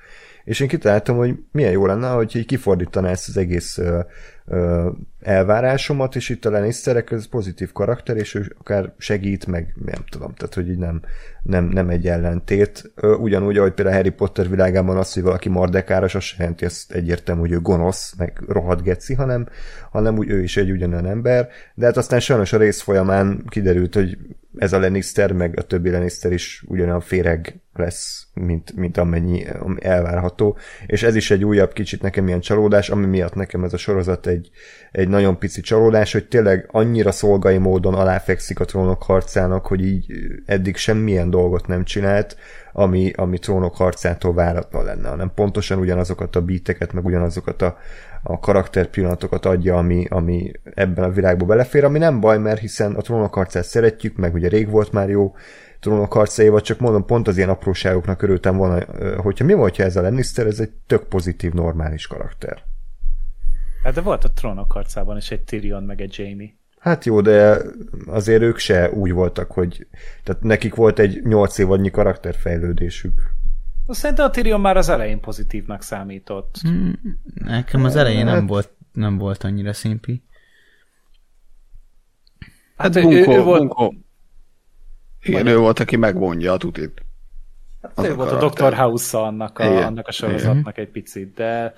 és én kitaláltam, hogy milyen jó lenne, hogy így kifordítaná ezt az egész ö, ö, elvárásomat, és itt a Lannisterek ez pozitív karakter, és ő akár segít, meg nem tudom, tehát hogy így nem, nem, nem egy ellentét. Ö, ugyanúgy, ahogy például Harry Potter világában az, hogy valaki mardekáros, az se jelenti ezt egyértelmű, hogy ő gonosz, meg rohadt geci, hanem, hanem úgy ő is egy ugyanolyan ember, de hát aztán sajnos a rész folyamán kiderült, hogy ez a Lannister, meg a többi Lannister is ugyanolyan féreg lesz, mint, mint amennyi elvárható, és ez is egy újabb kicsit nekem ilyen csalódás, ami miatt nekem ez a sorozat egy, egy nagyon pici csalódás, hogy tényleg annyira szolgai módon aláfekszik a Trónok harcának, hogy így eddig semmilyen dolgot nem csinált, ami, ami Trónok harcától váratlan lenne, hanem pontosan ugyanazokat a beateket, meg ugyanazokat a, a karakter pillanatokat adja, ami, ami ebben a világban belefér, ami nem baj, mert hiszen a Trónok harcát szeretjük, meg ugye rég volt már jó Trónok harcaival, csak mondom, pont az ilyen apróságoknak örültem volna, hogyha mi volt, ha ez a Lannister, ez egy tök pozitív, normális karakter. Hát de volt a Trónok harcában is egy Tyrion, meg egy Jaime. Hát jó, de azért ők se úgy voltak, hogy tehát nekik volt egy nyolc évadnyi karakterfejlődésük. Szerintem a Tyrion már az elején pozitívnak számított. Hmm, nekem az elején hát... nem, volt, nem volt annyira szimpi. Hát, hát Bunko, ő, ő volt... Bunko. Igen, ő volt, aki megvonja a tutit. Hát ő volt a doktor House annak a, annak a sorozatnak egy picit, de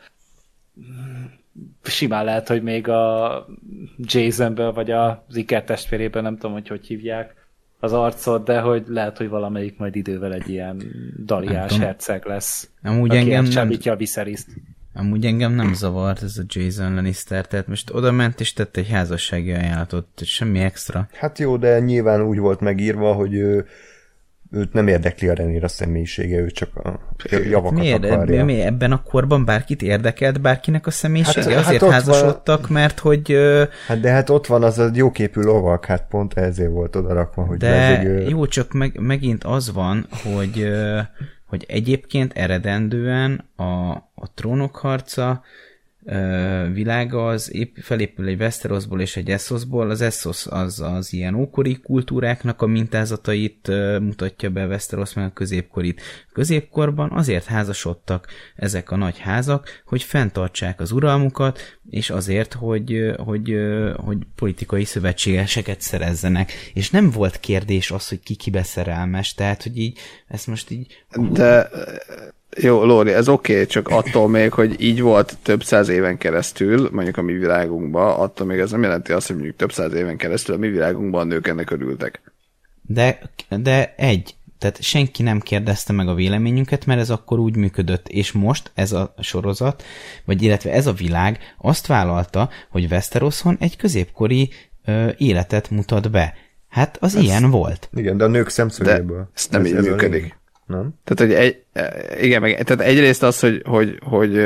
simán lehet, hogy még a Jasonből, vagy az Iker testvéréből, nem tudom, hogy hogy hívják az arcot, de hogy lehet, hogy valamelyik majd idővel egy ilyen daliás herceg lesz, amúgy aki engem elcsábítja a Viseryszt. Amúgy engem nem zavart ez a Jason Lannister, tehát most oda ment és tett egy házassági ajánlatot, semmi extra. Hát jó, de nyilván úgy volt megírva, hogy ő, őt nem érdekli a Rhaenyra személyisége, ő csak a javakat miért, akarja. Mi ebben a korban bárkit érdekelt bárkinek a személyisége? Hát, Azért hát házasodtak, van... mert hogy... Hát de hát ott van az a jóképű lovak, hát pont ezért volt odarakva, hogy... De ezért, jó, csak meg, megint az van, hogy... hogy egyébként eredendően a, a Trónok harca ö, világa az épp, felépül egy Westerosból és egy Essosból. Az Essos az az ilyen ókori kultúráknak a mintázatait ö, mutatja be, Westeros meg a középkorit. A középkorban azért házasodtak ezek a nagy házak, hogy fenntartsák az uralmukat, és azért, hogy, hogy, hogy politikai szövetségeseket szerezzenek. És nem volt kérdés az, hogy ki kibe szerelmes, tehát, hogy így, ezt most így... De jó, Lóri, ez oké, okay, csak attól még, hogy így volt több száz éven keresztül, mondjuk a mi világunkban, attól még ez nem jelenti azt, hogy mondjuk több száz éven keresztül a mi világunkban a nők ennek örültek. De, de egy, tehát senki nem kérdezte meg a véleményünket, mert ez akkor úgy működött, és most ez a sorozat, vagy illetve ez a világ azt vállalta, hogy Westeroson egy középkori ö, életet mutat be. Hát az ez, ilyen volt. Igen, de a nők szemszögéből. De ez nem ez, így ez működik. Nem? Tehát, hogy egy, igen, meg, tehát egyrészt az, hogy, hogy, hogy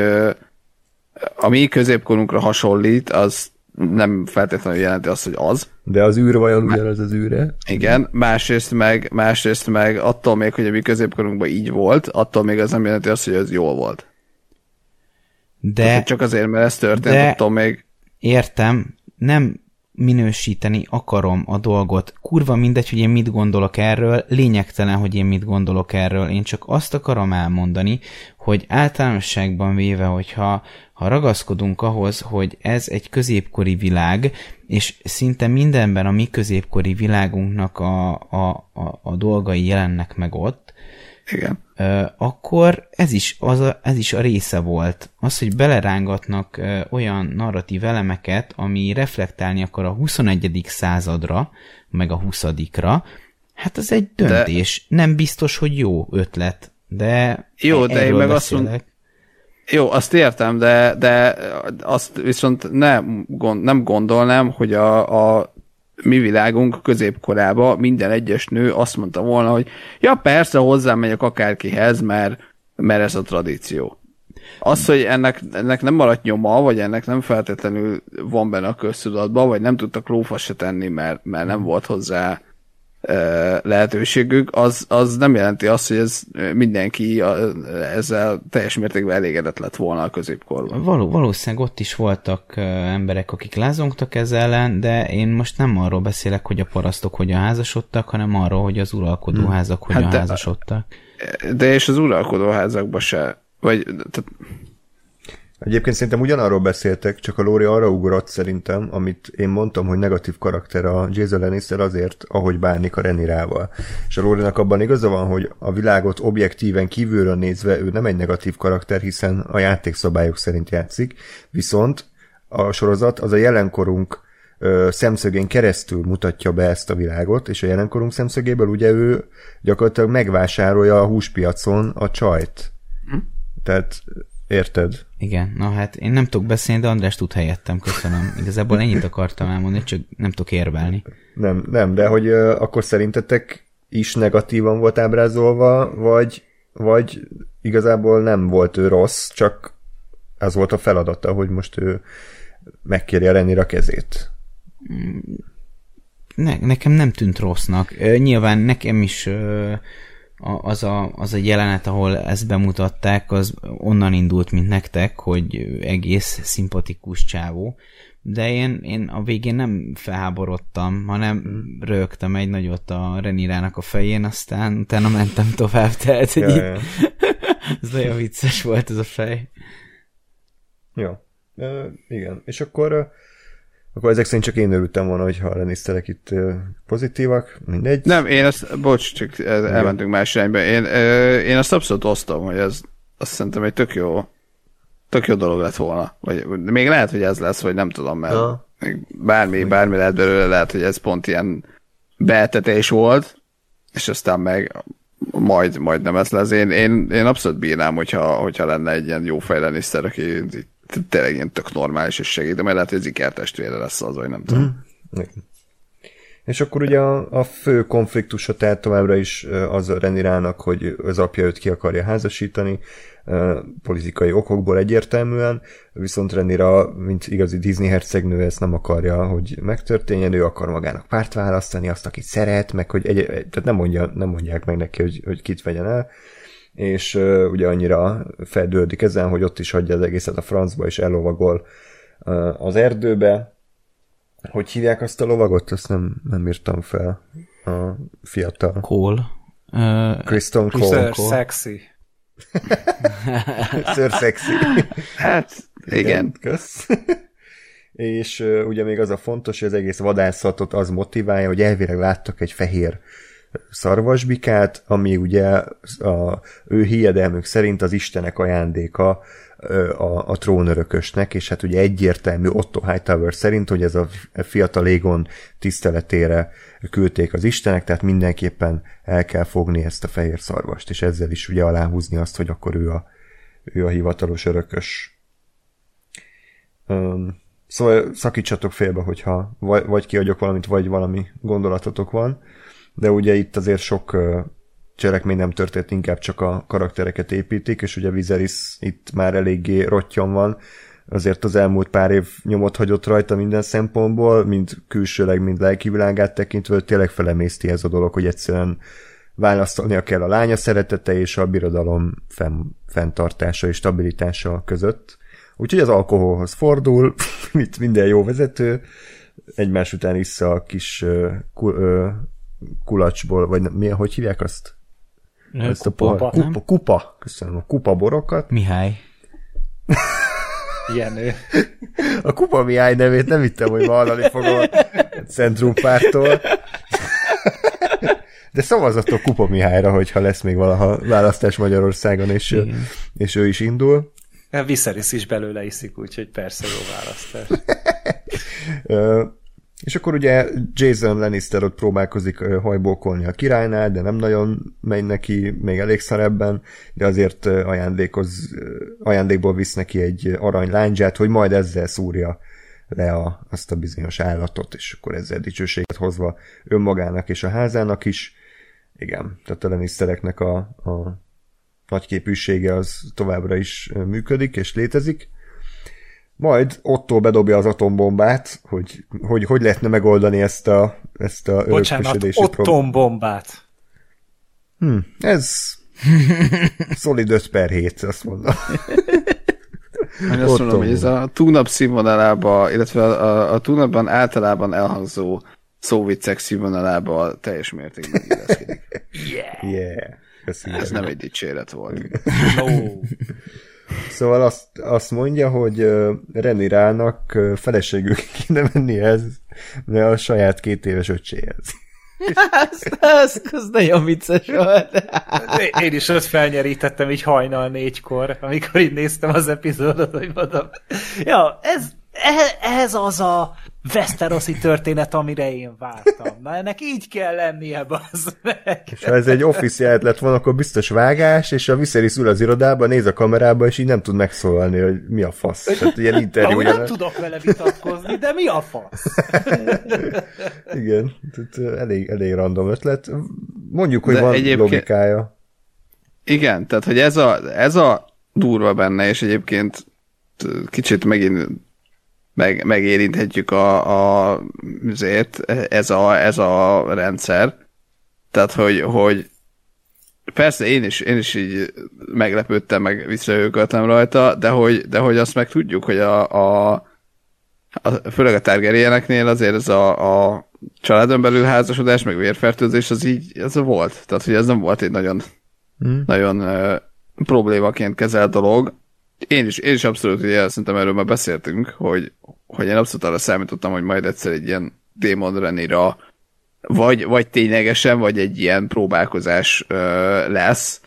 a mi középkorunkra hasonlít, az nem feltétlenül jelenti azt, hogy az. De az űr vajon ugyanaz az űre? Igen, másrészt meg, másrészt meg attól még, hogy a mi középkorunkban így volt, attól még az nem jelenti azt, hogy ez jól volt. De... Tehát, csak azért, mert ez történt, de, attól még... Értem, nem minősíteni akarom a dolgot. Kurva mindegy, hogy én mit gondolok erről, lényegtelen, hogy én mit gondolok erről. Én csak azt akarom elmondani, hogy általánosságban véve, hogyha ha ragaszkodunk ahhoz, hogy ez egy középkori világ, és szinte mindenben a mi középkori világunknak a, a, a, a dolgai jelennek meg ott, igen. akkor ez is, az a, ez is a része volt. Az, hogy belerángatnak olyan narratív elemeket, ami reflektálni akar a huszonegyedik századra, meg a huszadikra, hát az egy döntés. De... Nem biztos, hogy jó ötlet, de jó, de én meg azt mondom, jó, azt értem, de, de azt viszont nem, gond, nem gondolnám, hogy a, a mi világunk középkorában minden egyes nő azt mondta volna, hogy ja persze, hozzám megyek akárkihez, mert, mert ez a tradíció. Az, hogy ennek, ennek nem maradt nyoma, vagy ennek nem feltétlenül van benne a köztudatban, vagy nem tudtak lófasz se tenni, mert, mert nem volt hozzá e, lehetőségük, az, az nem jelenti azt, hogy ez mindenki a, ezzel teljes mértékben elégedett lett volna a középkorban. Való, valószínűleg ott is voltak uh, emberek, akik lázongtak ezzel ellen, de én most nem arról beszélek, hogy a parasztok hogyan házasodtak, hanem arról, hogy az uralkodóházak hogyan hát de, házasodtak. De és az uralkodóházakban se vagy... Tehát... Egyébként szerintem ugyanarról beszéltek, csak a Lóri arra ugrott szerintem, amit én mondtam, hogy negatív karakter a Jason Lannister azért, ahogy bánik a Rhaenyrával. És a Lórinak abban igaza van, hogy a világot objektíven kívülről nézve ő nem egy negatív karakter, hiszen a játékszabályok szerint játszik, viszont a sorozat az a jelenkorunk ö, szemszögén keresztül mutatja be ezt a világot, és a jelenkorunk szemszögéből ugye ő gyakorlatilag megvásárolja a húspiacon a csajt. Hm? Tehát érted? Igen, na hát én nem tudok beszélni, de András tud helyettem, köszönöm. Igazából ennyit akartam elmondani, csak nem tudok érvelni. Nem, nem, de hogy uh, akkor szerintetek is negatívan volt ábrázolva, vagy, vagy igazából nem volt ő rossz, csak az volt a feladata, hogy most ő megkéri a Rhaenyra kezét. Ne, nekem nem tűnt rossznak. Nyilván nekem is az a, az a jelenet, ahol ezt bemutatták, az onnan indult, mint nektek, hogy egész szimpatikus csávó, de én, én a végén nem felháborodtam, hanem hmm. rögtem egy nagyot a Rhaenyrának a fején, aztán utána mentem tovább, tehát ja, ja. Ez nagyon vicces volt ez a fej. Ja, uh, igen. És akkor, uh, akkor ezek szerint csak én örültem volna, hogyha a Lannisterek itt uh, pozitívak, mindegy. Nem, én ezt, bocs, csak elmentünk más irányba. Én, uh, én azt abszolút osztom, hogy ez azt szerintem egy tök jó tök jó dolog lett volna. Vagy még lehet, hogy ez lesz, vagy nem tudom, mert ja. bármi, bármi lehet belőle, lehet, hogy ez pont ilyen beeltetés volt, és aztán meg majd, majd nem ez lesz. Én, én, én abszolút bírnám, hogyha, hogyha lenne egy ilyen jó fejleniszter, aki tényleg ilyen tök normális és segít, de majd lehet, hogy ez ikertestvére lesz az, vagy nem tudom. Mm. És akkor ugye a, a fő konfliktusa tehát továbbra is az a Rhaenyrának, hogy az apja őt ki akarja házasítani, politikai okokból egyértelműen, viszont Rhaenyra, mint igazi Disney hercegnő, ezt nem akarja, hogy megtörténjen, ő akar magának párt választani, azt, akit szeret, meg hogy egy, tehát nem, mondja, nem mondják meg neki, hogy, hogy kit vegyen el, és uh, ugye annyira feldődik ezen, hogy ott is hagyja az egészet a francba, és ellovagol uh, az erdőbe. Hogy hívják azt a lovagot? Azt nem, nem írtam fel. A fiatal. Cole. Uh, Kristen Cole. Sir Sexy. Sir Sexy. Hát, igen. igen. Kösz. És uh, ugye még az a fontos, hogy az egész vadászatot az motiválja, hogy elvileg láttak egy fehér szarvasbikát, ami ugye a ő hiedelmük szerint az istenek ajándéka a, a trónörökösnek, és hát ugye egyértelmű Otto Hightower szerint, hogy ez a fiatal Aegon tiszteletére küldték az istenek, tehát mindenképpen el kell fogni ezt a fehér szarvast, és ezzel is ugye aláhúzni azt, hogy akkor ő a, ő a hivatalos örökös. Um, szóval szakítsatok félbe, hogyha vagy, vagy kiadjuk valamit, vagy valami gondolatotok van, de ugye itt azért sok uh, cselekmény nem történt, inkább csak a karaktereket építik, és ugye Viserys itt már eléggé rottyon van, azért az elmúlt pár év nyomot hagyott rajta minden szempontból, mind külsőleg, mind lelki világát tekintve, hogy tényleg felemészti ez a dolog, hogy egyszerűen választania kell a lánya szeretete és a birodalom fenn, fenntartása és stabilitása között. Úgyhogy az alkoholhoz fordul, mint minden jó vezető, egymás után issza a kis uh, kul, uh, kulacsból, vagy mi, hogy hívják azt? Ezt kupa, a pohar, kupa, kupa, köszönöm, a kupa borokat. Mihály. Jenő. A Kupa Mihály nevét nem hittem, hogy hallani fogom a Centrumpártól. De szavazatok Kupa Mihályra, hogyha lesz még valaha választás Magyarországon, és, ő, és ő is indul. Viserys is belőle iszik, úgyhogy persze jó választás. És akkor ugye Jason Lannister ott próbálkozik hajbókolni a királynál, de nem nagyon megy neki, még elég szar ebben, de azért ajándékoz, ajándékból visz neki egy arany lándzsát, hogy majd ezzel szúrja le a, azt a bizonyos állatot, és akkor ezzel dicsőséget hozva önmagának és a házának is. Igen, tehát a Lannistereknek a, a nagyképűsége az továbbra is működik és létezik. Majd Otto bedobja az atombombát, hogy hogy, hogy lehetne megoldani ezt a, ezt a örökösödési problémát. Atombombát. Hm, ez szolid öt per hét, azt mondom. Én azt mondom, hogy ez a túlnap színvonalába, illetve a, a, a túlnapban általában elhangzó szóviccek színvonalába teljes mértékben illeszkedik. Yeah. yeah. Köszönjük. Ez nem egy dicséret volt. No. Szóval azt, azt mondja, hogy uh, Renirának uh, feleségül kéne menni ez, de a saját két éves öccséhez. Ez, ez, ez nagyon vicces volt. Én is azt felnyerítettem így hajnal négykor, amikor így néztem az epizódot, hogy mondom, ja, ez, ez az a Westerosi történet, amire én vártam. Na, ennek így kell lennie, bazd meg. És ha ez egy office jelent lett volna, akkor biztos vágás, és a Viserys ül az irodába, néz a kamerába, és így nem tud megszólalni, hogy mi a fasz. Tehát ilyen interjú. Ahogy nem tudok vele vitatkozni, de mi a fasz? Igen, tehát elég, elég random ötlet. Mondjuk, hogy De van egyébként... logikája. Igen, tehát hogy ez a, ez a durva benne, és egyébként kicsit megint meg, megérinthetjük a, a azért, ez a, ez a rendszer. Tehát, hogy, hogy persze én is, én is így meglepődtem, meg visszahőköltem rajta, de hogy, de hogy azt meg tudjuk, hogy a, a, a főleg a Targaryeneknél azért ez a, a családon belül házasodás, meg vérfertőzés, az így ez volt. Tehát, hogy ez nem volt egy nagyon, hmm. nagyon uh, problémaként kezelt dolog. Én is, én is abszolút, ugye szerintem erről már beszéltünk, hogy, hogy én abszolút arra számítottam, hogy majd egyszer egy ilyen Daemon Rhaenyra vagy, vagy ténylegesen, vagy egy ilyen próbálkozás ö, lesz.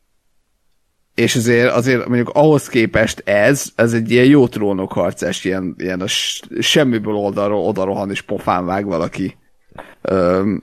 És azért, azért mondjuk ahhoz képest ez, ez egy ilyen jó trónokharcás, ilyen, ilyen a semmiből oldalról odarohan és pofán vág valaki ö,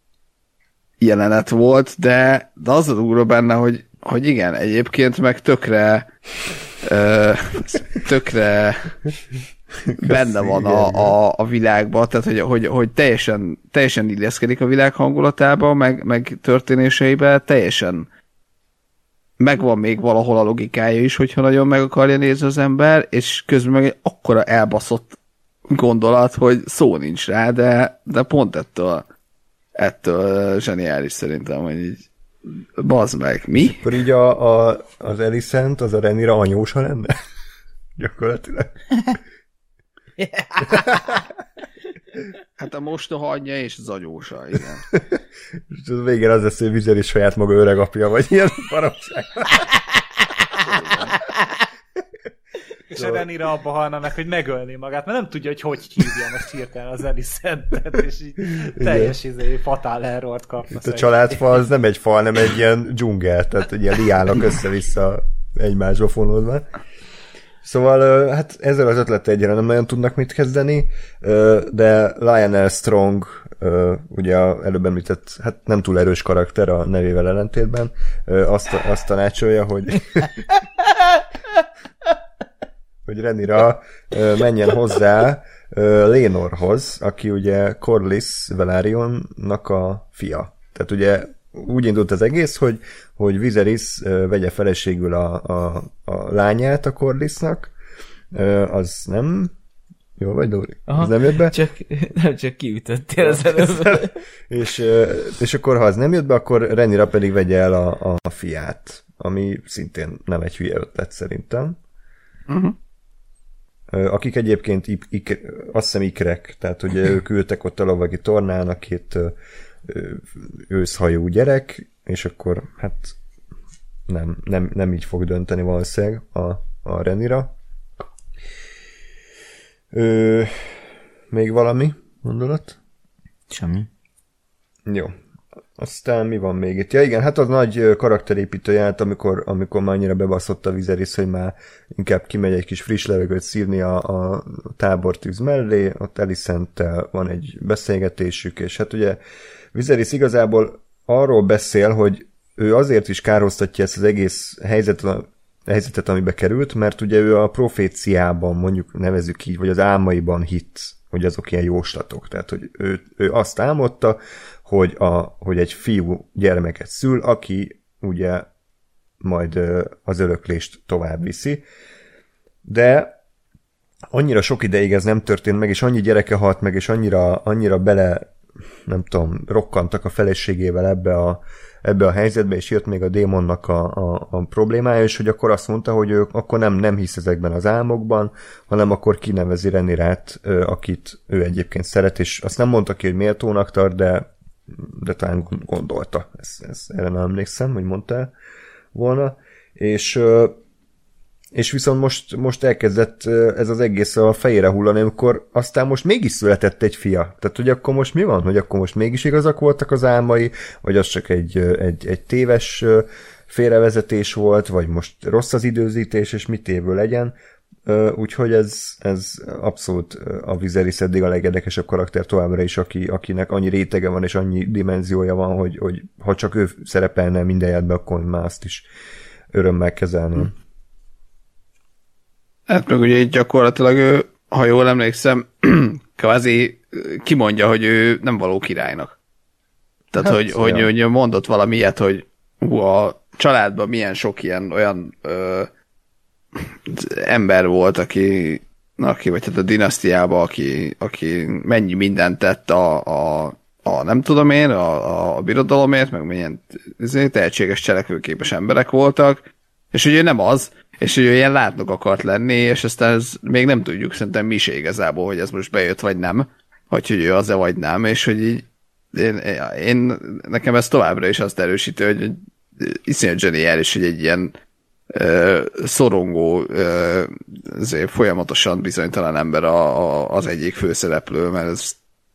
jelenet volt, de, de az a durva benne, hogy, hogy igen, egyébként meg tökre ö, tökre benne van a, a, a világban, tehát hogy, hogy, hogy teljesen, teljesen illeszkedik a világ hangulatába, meg, meg történéseibe, teljesen megvan még valahol a logikája is, hogyha nagyon meg akarja nézni az ember, és közben meg egy akkora elbaszott gondolat, hogy szó nincs rá, de, de pont ettől, ettől zseniális szerintem, hogy így bazd meg, mi? Akkor így a, a, az Alicent, az a Rhaenyra anyósa lenne? Gyakorlatilag. Hát a mostoha anyja és az anyósa, igen. És az végén az lesz, hogy Viserys saját maga öreg apja, vagy ilyen baromság. És a Rhaenyra abba halna meg, hogy megölné magát, mert nem tudja, hogy hogy hívja most hirtelen az Alicent-et, és így teljes izé, fatál errort kapna. Itt a családfa az nem egy fal, nem egy ilyen dzsungel, tehát egy ilyen liának össze-vissza egymásba fonódva. Szóval hát ezzel az ötlettel egyre nem nagyon tudnak mit kezdeni, de Lionel Strong, ugye előbb említett, hát nem túl erős karakter a nevével ellentétben, azt, azt tanácsolja, hogy hogy Rhaenyra menjen hozzá Lénorhoz, aki ugye Corlys Velaryonnak a fia. Tehát ugye úgy indult az egész, hogy, hogy Viserys vegye feleségül a, a, a lányát a Corlysnak, az nem... Jó vagy, Dóri? Aha, az nem jött be? Csak, nem csak kiütöttél az előbb. és, és akkor, ha az nem jött be, akkor Rhaenyra pedig vegye el a, a fiát, ami szintén nem egy hülye ötlet szerintem. Uh-huh. Akik egyébként ik, ik, azt hiszem ikrek, tehát ugye ők ültek ott a lovagi tornán, a két őszhajú gyerek, és akkor hát nem, nem, nem így fog dönteni valószínűleg a, a Rhaenyra. Ö, még valami gondolat? Semmi. Jó. Aztán mi van még itt? Ja igen, hát az nagy karakterépítő jelent, amikor, amikor már annyira bebaszott a Viserys, hogy már inkább kimegy egy kis friss levegőt szívni a, a tábortűz mellé, ott Alicenttel van egy beszélgetésük, és hát ugye Viserys igazából arról beszél, hogy ő azért is kárhoztatja ezt az egész helyzetet, helyzetet, amibe került, mert ugye ő a proféciában, mondjuk nevezzük így, vagy az álmaiban hitt, hogy azok ilyen jóslatok. Tehát, hogy ő, ő azt álmodta, hogy, a, hogy egy fiú gyermeket szül, aki ugye majd az öröklést tovább viszi. De annyira sok ideig ez nem történt meg, és annyi gyereke halt meg, és annyira, annyira bele, nem tudom, rokkantak a feleségével ebbe a, ebbe a helyzetbe, és jött még a démonnak a, a, a problémája, és hogy akkor azt mondta, hogy ő akkor nem, nem hisz ezekben az álmokban, hanem akkor kinevezi Rhaenyrát, akit ő egyébként szeret, és azt nem mondta ki, hogy méltónak tart, de de talán gondolta. Ez, ez, erre nem emlékszem, hogy mondta volna. És, és viszont most, most elkezdett ez az egész a fejére hullani, amikor aztán most mégis született egy fia. Tehát, hogy akkor most mi van? Hogy akkor most mégis igazak voltak az álmai, vagy az csak egy, egy, egy téves félrevezetés volt, vagy most rossz az időzítés, és mit évből legyen. Úgyhogy ez, ez abszolút a Viserys eddig a legérdekesebb karakter továbbra is, aki, akinek annyi rétege van, és annyi dimenziója van, hogy, hogy ha csak ő szerepelne minden jelentben, akkor már azt is örömmel kezelném. Hát meg ugye így gyakorlatilag ő, ha jól emlékszem, kvázi kimondja, hogy ő nem való királynak. Tehát, hát, hogy, hogy, hogy mondott valami ilyet, hogy hú, a családban milyen sok ilyen olyan ö, ember volt, aki, aki vagy hát a dinasztiában, aki, aki mennyi mindent tett a, a, a nem tudom én, a, a birodalomért, meg milyen tehetséges cselekvőképes emberek voltak, és hogy ő nem az, és hogy ő ilyen látnok akart lenni, és aztán ez még nem tudjuk szerintem mi se igazából, hogy ez most bejött, vagy nem, vagy hogy ő az-e, vagy nem, és hogy így én, én, nekem ez továbbra is azt erősíti, hogy iszonyat zseniális, hogy egy ilyen ö, szorongó, ö, folyamatosan bizonytalan ember a, a, az egyik főszereplő, mert ez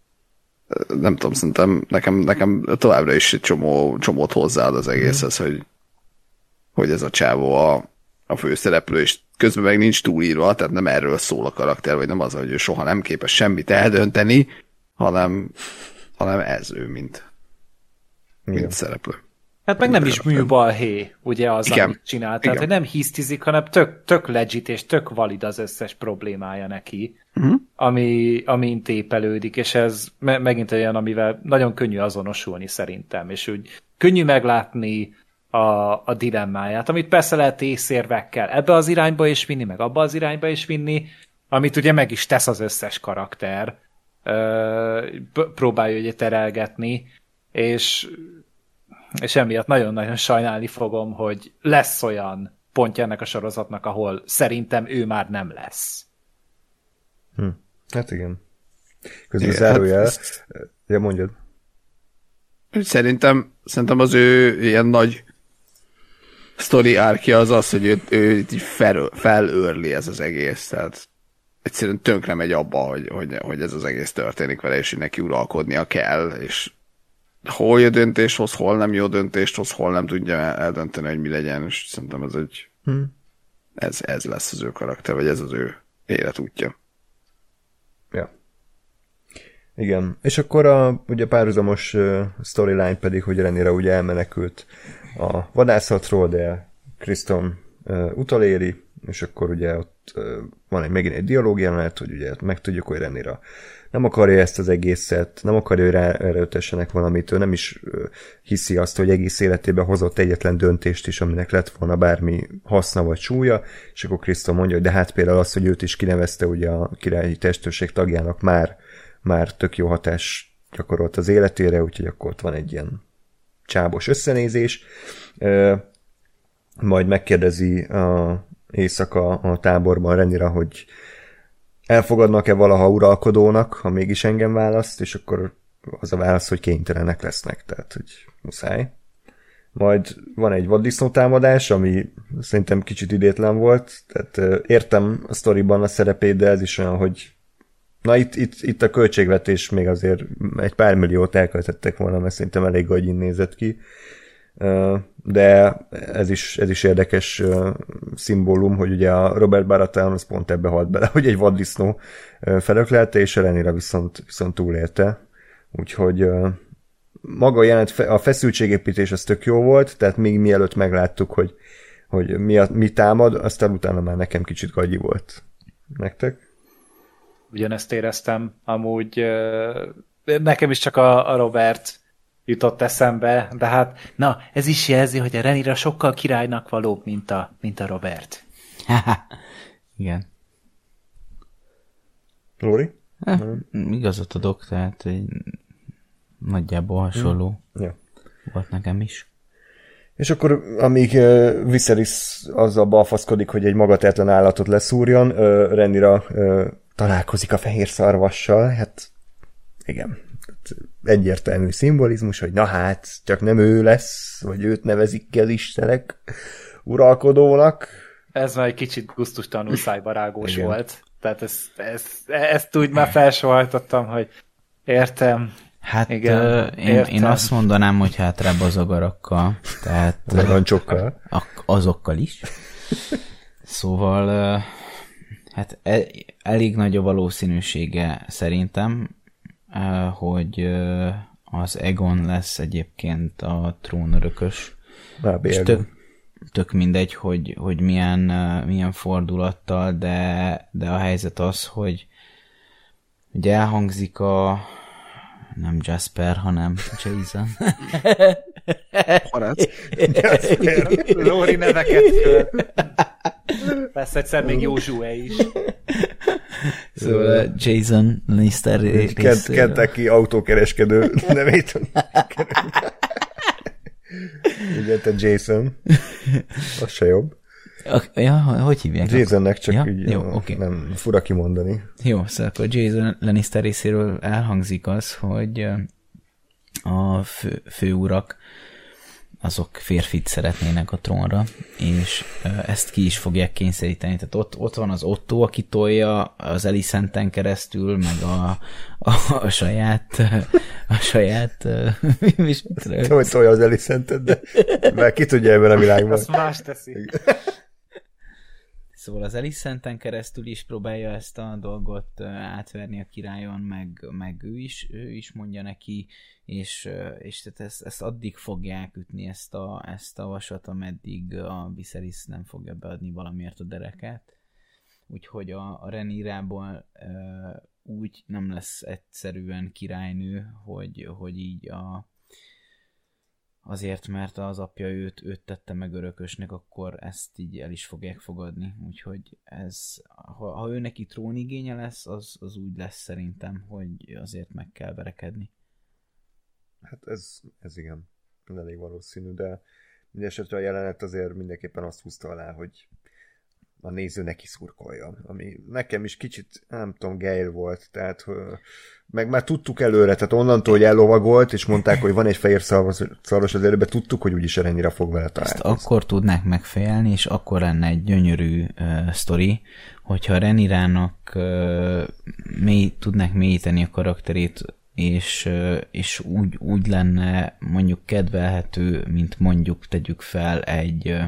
nem tudom, szerintem nekem, nekem továbbra is egy csomó, csomót hozzáad az egészhez, mm. hogy, hogy ez a csávó a, a főszereplő, és közben meg nincs túlírva, tehát nem erről szól a karakter, vagy nem az, hogy ő soha nem képes semmit eldönteni, hanem, hanem ez ő, mint, mint szereplő. Hát meg nem is műbalhé, ugye az, igen, amit csinál. Tehát, hogy nem hisztizik, hanem tök, tök legit és tök valid az összes problémája neki, uh-huh. ami, amin tépelődik, és ez me- megint olyan, amivel nagyon könnyű azonosulni szerintem, és úgy könnyű meglátni a, a dilemmáját, amit persze lehet észérvekkel ebbe az irányba is vinni, meg abba az irányba is vinni, amit ugye meg is tesz az összes karakter, próbálja ugye terelgetni, és és emiatt nagyon-nagyon sajnálni fogom, hogy lesz olyan pontja ennek a sorozatnak, ahol szerintem ő már nem lesz. Hm. Hát igen. Közben zárójel. Hát, ja, mondjad. Szerintem, szerintem az ő ilyen nagy sztori árkja az az, hogy ő, ő így fel, felőrli ez az egész. Tehát egyszerűen tönkre megy abba, hogy, hogy, hogy ez az egész történik vele, és hogy neki uralkodnia kell, és hol jó döntést hoz, hol nem jó döntést hoz, hol nem tudja eldönteni, hogy mi legyen, és szerintem ez egy hmm. ez, ez lesz az ő karakter, vagy ez az ő életútja. Ja. Igen. És akkor a ugye párhuzamos uh, storyline pedig, hogy Rhaenyra ugye elmenekült a vadászatról, de Criston uh, utoléri, és akkor ugye ott uh, van egy, megint egy dialóg jelenet, hogy ugye megtudjuk, hogy Rhaenyra nem akarja ezt az egészet, nem akarja, hogy ráerőtessenek valamit, ő nem is hiszi azt, hogy egész életében hozott egyetlen döntést is, aminek lett volna bármi haszna vagy súlya, és akkor Criston mondja, hogy de hát például az, hogy őt is kinevezte ugye a királyi testőrség tagjának már, már tök jó hatás gyakorolt az életére, úgyhogy akkor ott van egy ilyen csábos összenézés. Majd megkérdezi a éjszaka a táborban Rhaenyra, hogy elfogadnak-e valaha uralkodónak, ha mégis engem választ, és akkor az a válasz, hogy kénytelenek lesznek, tehát, hogy muszáj. Majd van egy vaddisznó támadás, ami szerintem kicsit idétlen volt, tehát értem a sztoriban a szerepét, de ez is olyan, hogy na itt, itt, itt a költségvetés még azért egy pár milliót elköltettek volna, mert szerintem elég gagyin nézett ki. De ez is, ez is érdekes szimbólum, hogy ugye a Robert Baratheon az pont ebbe halt bele, hogy egy vaddisznó felöklelte, és Rhaenyra viszont, viszont túlélte. Úgyhogy maga a jelent, a feszültségépítés az tök jó volt, tehát még mielőtt megláttuk, hogy, hogy mi, a, mi támad, aztán utána már nekem kicsit gagyi volt. Nektek? Ugyanezt éreztem, amúgy nekem is csak a, a Robert jutott eszembe, de hát, na, ez is jelzi, hogy a Rhaenyra sokkal királynak valóbb, mint a, mint a Robert. Igen. Lóri? Eh, igazat adok, tehát egy nagyjából hasonló mm. ja. volt nekem is. És akkor, amíg uh, Viserys azzal balfaszkodik, hogy egy magatetlen állatot leszúrjon, uh, Rhaenyra uh, találkozik a fehér szarvassal, hát igen. egyértelmű szimbolizmus, hogy na hát, csak nem ő lesz, vagy őt nevezik ki az istenek uralkodónak. Ez már egy kicsit gusztustalanul szájbarágós Igen. volt. Tehát ezt, ezt, ezt úgy már felsohajtottam, hogy értem. Hát Igen, ö, én, én azt mondanám, hogy hát rebazagarakkal, tehát Narancsokkal. ak- azokkal is. Szóval ö, hát e- elég nagy a valószínűsége szerintem, ö, hogy ö, az Aegon lesz egyébként a trónörökös. És tök, tök mindegy, hogy, hogy milyen, milyen fordulattal, de, de a helyzet az, hogy ugye elhangzik a nem Jasper, hanem Jason. Maradsz. Lóri neveket föl. Persze egyszer még Józsué is. Szóval Jason Lannister Kent, Kentucky autókereskedő nevét. Igen, te Jason. Az se jobb. Ja, hogy hívják? Jasonnek csak ja? így Jó, no, okay. nem fura kimondani. Jó, szóval akkor Jason Lannister részéről elhangzik az, hogy a fő, főurak azok férfit szeretnének a trónra, és ezt ki is fogják kényszeríteni. Tehát ott, ott van az Otto, aki tolja az Alicenten keresztül, meg a, a, a saját a saját mi is mit hogy tolja az Alicenten, de mert ki tudja ebben a világban. Azt más teszi. Szóval az Alicenten keresztül is próbálja ezt a dolgot átverni a királyon, meg, meg ő is, ő is mondja neki, és, és tehát ezt, ezt addig fogják ütni, ezt a, ezt a vasat, ameddig a Viserys nem fogja beadni valamiért a dereket. Úgyhogy a, a Rhaenyrából e, úgy nem lesz egyszerűen királynő, hogy, hogy így a azért, mert az apja őt, őt tette meg örökösnek, akkor ezt így el is fogják fogadni. Úgyhogy ez, ha, ha ő neki trónigénye lesz, az, az úgy lesz szerintem, hogy azért meg kell verekedni. Hát ez, ez igen, elég valószínű, de mindesetre a jelenet azért mindenképpen azt húzta alá, hogy a néző neki szurkolja, ami nekem is kicsit, nem tudom, Gail volt, tehát meg már tudtuk előre, tehát onnantól, hogy ellovagolt, és mondták, hogy van egy fehér szaros az előbb, tudtuk, hogy úgyis ennyire fog vele találkozni. Ezt akkor tudnák megfejelni, és akkor lenne egy gyönyörű uh, sztori, hogyha Rhaenyrának uh, mély, tudnák mélyíteni a karakterét, és, uh, és úgy, úgy lenne mondjuk kedvelhető, mint mondjuk tegyük fel egy uh,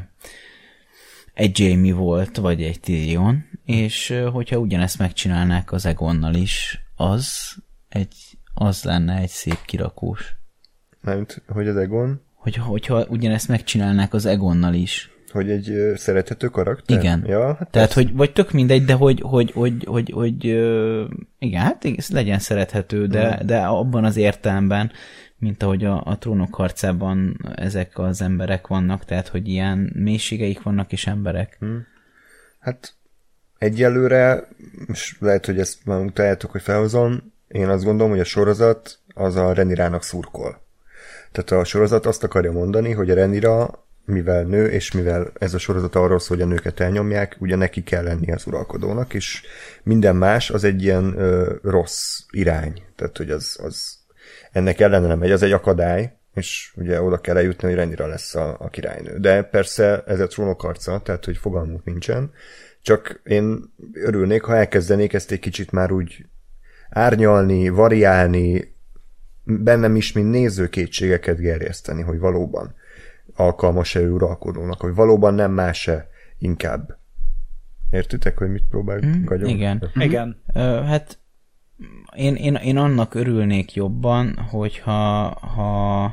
egy Jaime volt, vagy egy Tyrion, és hogyha ugyanezt megcsinálnák az Aegonnal is, az, egy, az lenne egy szép kirakós. Mert, hogy az Aegon? Hogyha, hogyha ugyanezt megcsinálnák az Aegonnal is. Hogy egy uh, szerethető karakter? Igen. Ja, hát tehát, hogy, vagy tök mindegy, de hogy, hogy, hogy, hogy, hogy uh, igen, hát legyen szerethető, de, mm. de abban az értelemben, mint ahogy a, a trónok harcában ezek az emberek vannak, tehát, hogy ilyen mélységeik vannak és emberek. Hmm. Hát egyelőre, és lehet, hogy ezt már utáljátok, hogy felhozom, én azt gondolom, hogy a sorozat az a Rhaenyrának szurkol. Tehát a sorozat azt akarja mondani, hogy a Rhaenyra, mivel nő, és mivel ez a sorozat arról szól, hogy a nőket elnyomják, ugye neki kell lenni az uralkodónak, és minden más az egy ilyen ö, rossz irány. Tehát, hogy az, az ennek ellene nem megy, az egy akadály, és ugye oda kell eljutni, hogy Rhaenyra lesz a, a királynő. De persze ez a trónok harca, tehát hogy fogalmunk nincsen, csak én örülnék, ha elkezdenék ezt egy kicsit már úgy árnyalni, variálni, bennem is, mint néző kétségeket gerjeszteni, hogy valóban alkalmas-e ő uralkodónak, hogy valóban nem más-e inkább. Értitek, hogy mit próbáljuk? Mm, igen. Igen. Uh, hát Én, én, én annak örülnék jobban, hogyha ha,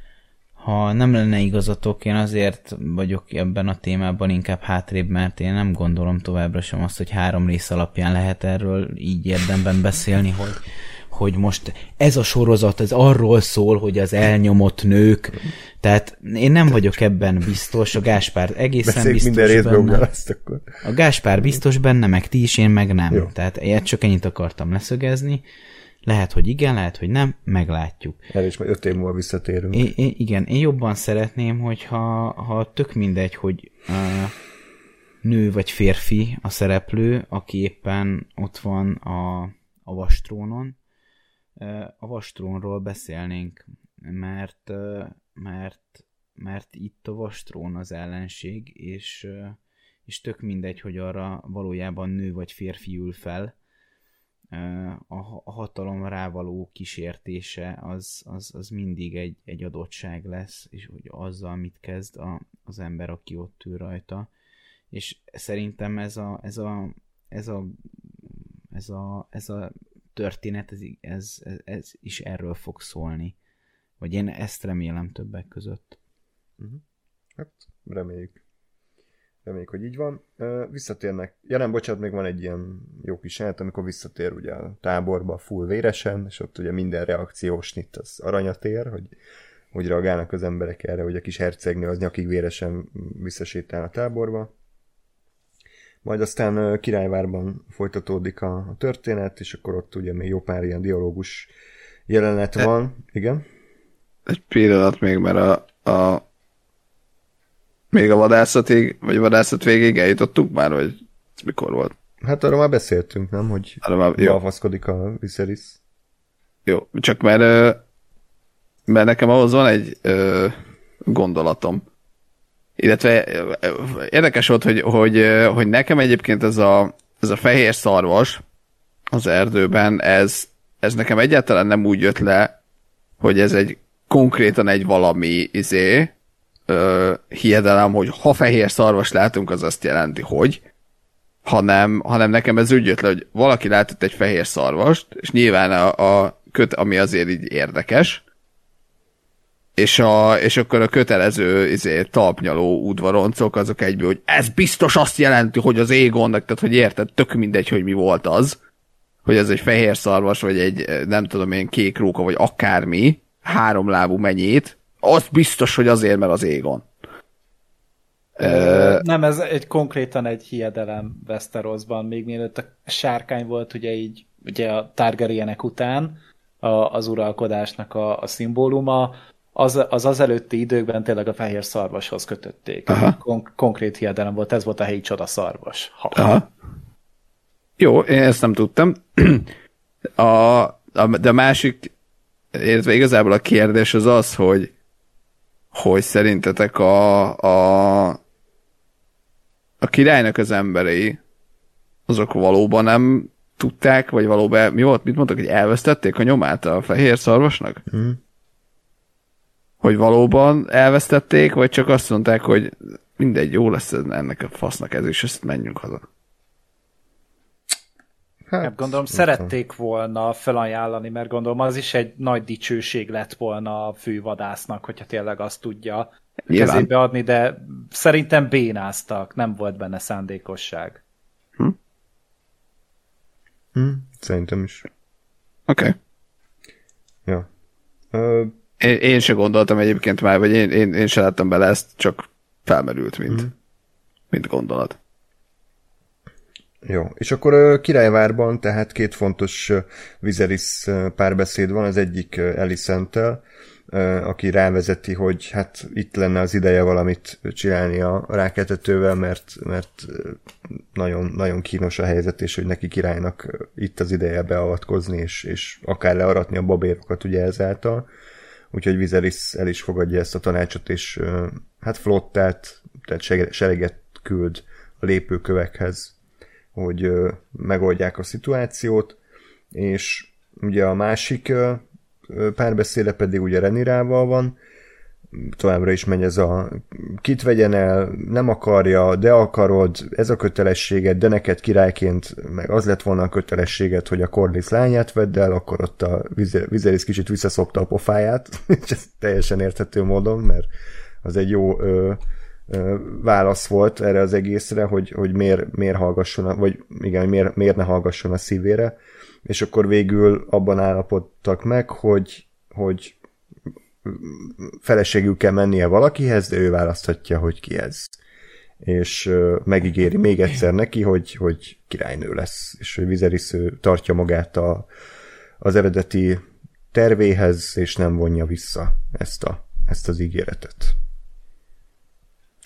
ha nem lenne igazatok, én azért vagyok ebben a témában inkább hátrébb, mert én nem gondolom továbbra sem azt, hogy három rész alapján lehet erről így érdemben beszélni, hogy, hogy most ez a sorozat, ez arról szól, hogy az elnyomott nők, tehát én nem vagyok ebben biztos, a Gáspár egészen Beszéljük biztos minden benne. Ezt akkor. A Gáspár biztos benne, meg ti is, én meg nem. Jó. Tehát ilyet csak ennyit akartam leszögezni. Lehet, hogy igen, lehet, hogy nem, meglátjuk. Erre is majd öt év múlva visszatérünk. É, é, igen, én jobban szeretném, hogyha ha tök mindegy, hogy uh, nő vagy férfi a szereplő, aki éppen ott van a, a vastrónon, a vastrónról beszélnénk, mert, mert, mert itt a vastrón az ellenség, és, és tök mindegy, hogy arra valójában nő vagy férfi ül fel, a hatalom rávaló kísértése az, az, az mindig egy, egy adottság lesz, és hogy azzal mit kezd a, az ember, aki ott ül rajta. És szerintem ez a, ez a, ez a, ez a, ez a történet, ez, ez, ez is erről fog szólni. Vagy én ezt remélem többek között. Hát, reméljük. Reméljük, hogy így van. Visszatérnek. Ja nem, bocsánat, még van egy ilyen jó kis jelenet, amikor visszatér ugye a táborba full véresen, és ott ugye minden reakciós nyit az aranyat ér, hogy, hogy reagálnak az emberek erre, hogy a kis hercegnő az nyakig véresen visszasétál a táborba. Majd aztán Királyvárban folytatódik a, a történet, és akkor ott ugye még jó pár ilyen dialógus jelenet van. Igen? Egy pillanat még, mert a, a még a vadászatig, vagy a vadászat végéig eljutottunk már, vagy mikor volt? Hát arra már beszéltünk, nem? Hogy balfaszkodik a Viserys. Jó, csak mert, mert nekem ahhoz van egy ö, gondolatom. Illetve érdekes volt, hogy, hogy, hogy nekem egyébként ez a, ez a fehér szarvas az erdőben, ez, ez nekem egyáltalán nem úgy jött le, hogy ez egy konkrétan egy valami izé, ö, hiedelem, hogy ha fehér szarvas látunk, az azt jelenti, hogy hanem, hanem nekem ez úgy jött le, hogy valaki látott egy fehér szarvast, és nyilván a, a köt, ami azért így érdekes, és, a, és akkor a kötelező izé, talpnyaló udvaroncok, azok egyből, hogy ez biztos azt jelenti, hogy az Aegonnak, tehát hogy érted, tök mindegy, hogy mi volt az, hogy ez egy fehér szarvas, vagy egy nem tudom én kék róka, vagy akármi, háromlábú menyét, az biztos, hogy azért, mert az Aegon. Uh, nem, ez egy konkrétan egy hiedelem Westerosban, még mielőtt a sárkány volt ugye így, ugye a Targaryenek után a, az uralkodásnak a, a szimbóluma, az, az az előtti időkben tényleg a fehér szarvashoz kötötték. Kon- konkrét hiedelem volt, ez volt a helyi csoda szarvas. Ha. Aha. Jó, én ezt nem tudtam. A, a, de a másik, illetve igazából a kérdés az az, hogy hogy szerintetek a, a a királynak az emberei azok valóban nem tudták, vagy valóban, mi volt, mit mondtak, hogy elvesztették a nyomát a fehér szarvasnak? Mm. Hogy valóban elvesztették, vagy csak azt mondták, hogy mindegy, jó lesz ennek a fasznak ez, és ezt menjünk haza. Hát, hát gondolom szerették volna felajánlani, mert gondolom az is egy nagy dicsőség lett volna a fővadásznak, hogyha tényleg azt tudja Nyilván. kezébe adni, de szerintem bénáztak, nem volt benne szándékosság. Hm? Hm, szerintem is. Oké. Okay. Ja. Uh, én, én se gondoltam egyébként már, vagy én, én, én se láttam bele ezt, csak felmerült, mint, hm. mint gondolat. Jó, és akkor uh, Királyvárban tehát két fontos uh, Viserys uh, párbeszéd van, az egyik uh, Alicenttel, uh, aki rávezeti, hogy hát itt lenne az ideje valamit csinálni a rákeltetővel, mert, mert uh, nagyon, nagyon kínos a helyzet, és hogy neki királynak uh, itt az ideje beavatkozni, és, és akár learatni a babérokat ugye ezáltal. Úgyhogy Viserys el is fogadja ezt a tanácsot, és uh, hát flottát, tehát sereget küld a lépőkövekhez, hogy ö, megoldják a szituációt, és ugye a másik ö, párbeszéde pedig ugye Renirával van, továbbra is megy ez a kit vegyen el, nem akarja, de akarod, ez a kötelességed, de neked királyként meg az lett volna a kötelességed, hogy a Corlys lányát vedd el, akkor ott a Viserys kicsit visszaszopta a pofáját, és ez teljesen érthető módon, mert az egy jó ö, válasz volt erre az egészre, hogy, hogy miért, miért hallgasson, a, vagy igen, miért, miért ne hallgasson a szívére, és akkor végül abban állapodtak meg, hogy, hogy feleségül kell mennie valakihez, de ő választhatja, hogy ki ez. És megígéri még egyszer neki, hogy, hogy királynő lesz, és hogy Viserys tartja magát a, az eredeti tervéhez, és nem vonja vissza ezt, a, ezt az ígéretet.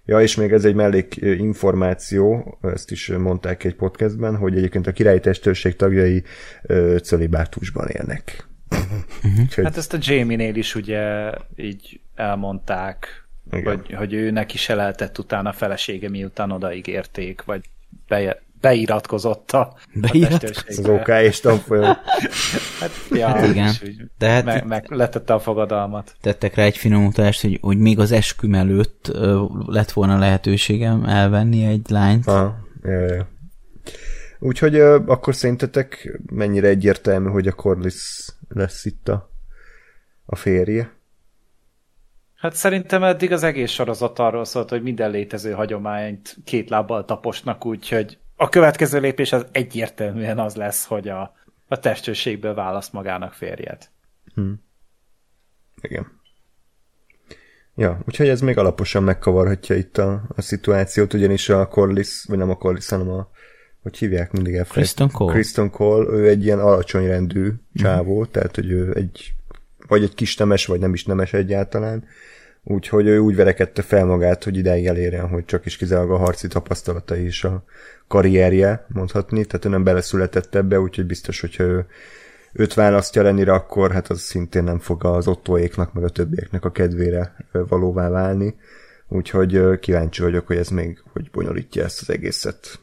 Ja, és még ez egy mellék információ, ezt is mondták egy podcastben, hogy egyébként a királyi testőrség tagjai ö, cölibátusban élnek. Uh-huh. Hát ezt a Jamie-nél is ugye így elmondták, hogy, hogy ő neki se lehetett utána felesége, miután odaígérték, vagy be, beiratkozott a, a testőrségbe. Az OK és tanfolyam. Hát, ja, igen. De hát meg, meg letette a fogadalmat. Tettek rá egy finom utalást, hogy, hogy még az esküm előtt ö, lett volna lehetőségem elvenni egy lányt. Aha, jaj, jaj. Úgyhogy ö, akkor szerintetek mennyire egyértelmű, hogy a Corlys lesz itt a, a férje? Hát szerintem eddig az egész sorozat arról szólt, hogy minden létező hagyományt két lábbal taposnak, úgyhogy a következő lépés az egyértelműen az lesz, hogy a, a testőrségből választ magának férjet. Hmm. Igen. Ja, úgyhogy ez még alaposan megkavarhatja itt a, a szituációt, ugyanis a Corlys, vagy nem a Corlys, hanem a, hogy hívják mindig elfelejt. Kristen Cole. Kristen Cole, ő egy ilyen alacsony rendű csávó, mm. tehát hogy ő egy, vagy egy kis nemes, vagy nem is nemes egyáltalán. Úgyhogy ő úgy verekedte fel magát, hogy ideig elérjen, hogy csak is kizárólag a harci tapasztalatai és a karrierje, mondhatni, tehát ő nem beleszületett ebbe, úgyhogy biztos, hogyha ő őt választja Renire, akkor hát az szintén nem fog az Ottoéknak, meg a többieknek a kedvére valóvá válni. Úgyhogy kíváncsi vagyok, hogy ez még hogy bonyolítja ezt az egészet.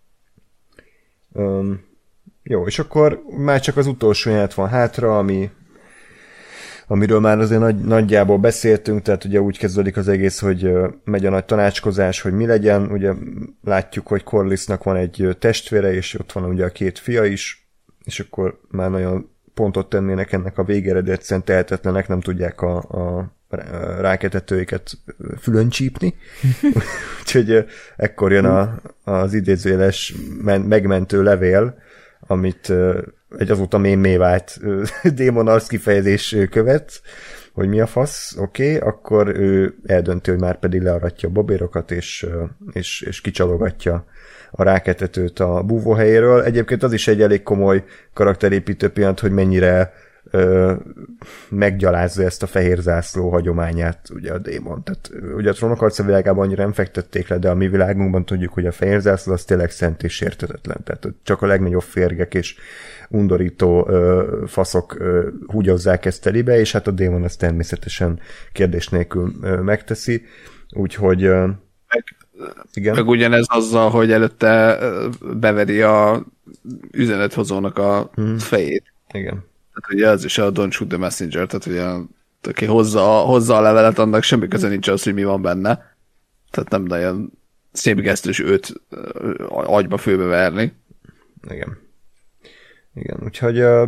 Um, jó, és akkor már csak az utolsó jelenet van hátra, ami amiről már azért nagy, nagyjából beszéltünk, tehát ugye úgy kezdődik az egész, hogy megy a nagy tanácskozás, hogy mi legyen, ugye látjuk, hogy Corlysnak van egy testvére, és ott van ugye a két fia is, és akkor már nagyon pontot tennének ennek a végére, de egyszerűen tehetetlenek, nem tudják a, a ráketetőiket fülön csípni. Úgyhogy ekkor jön a, az idézőjeles megmentő levél, amit egy azóta mémé vált Daemon Arc kifejezés követ, hogy mi a fasz, oké, okay, akkor ő eldönti, hogy már pedig learatja a babérokat, és, és, és kicsalogatja a ráketetőt a búvóhelyéről. Egyébként az is egy elég komoly karakterépítő pillanat, hogy mennyire ö, meggyalázza ezt a fehér zászló hagyományát, ugye a Daemon. Tehát ugye a Trónok harca világában annyira nem fektették le, de a mi világunkban tudjuk, hogy a fehér zászló az tényleg szent és sértetetlen. Tehát csak a legnagyobb férgek és undorító ö, faszok ö, húgyozzák ezt telibe, és hát a Daemon azt természetesen kérdés nélkül ö, megteszi. Úgyhogy ö, igen. Meg ugyanez azzal, hogy előtte beveri a üzenethozónak a hmm. fejét. Igen. Tehát ugye az is a Don't Shoot the Messenger, tehát ugye aki hozza, hozza a levelet, annak semmi köze nincs az, hogy mi van benne. Tehát nem nagyon szép gesztus őt agyba főbe verni. Igen. Igen, úgyhogy uh,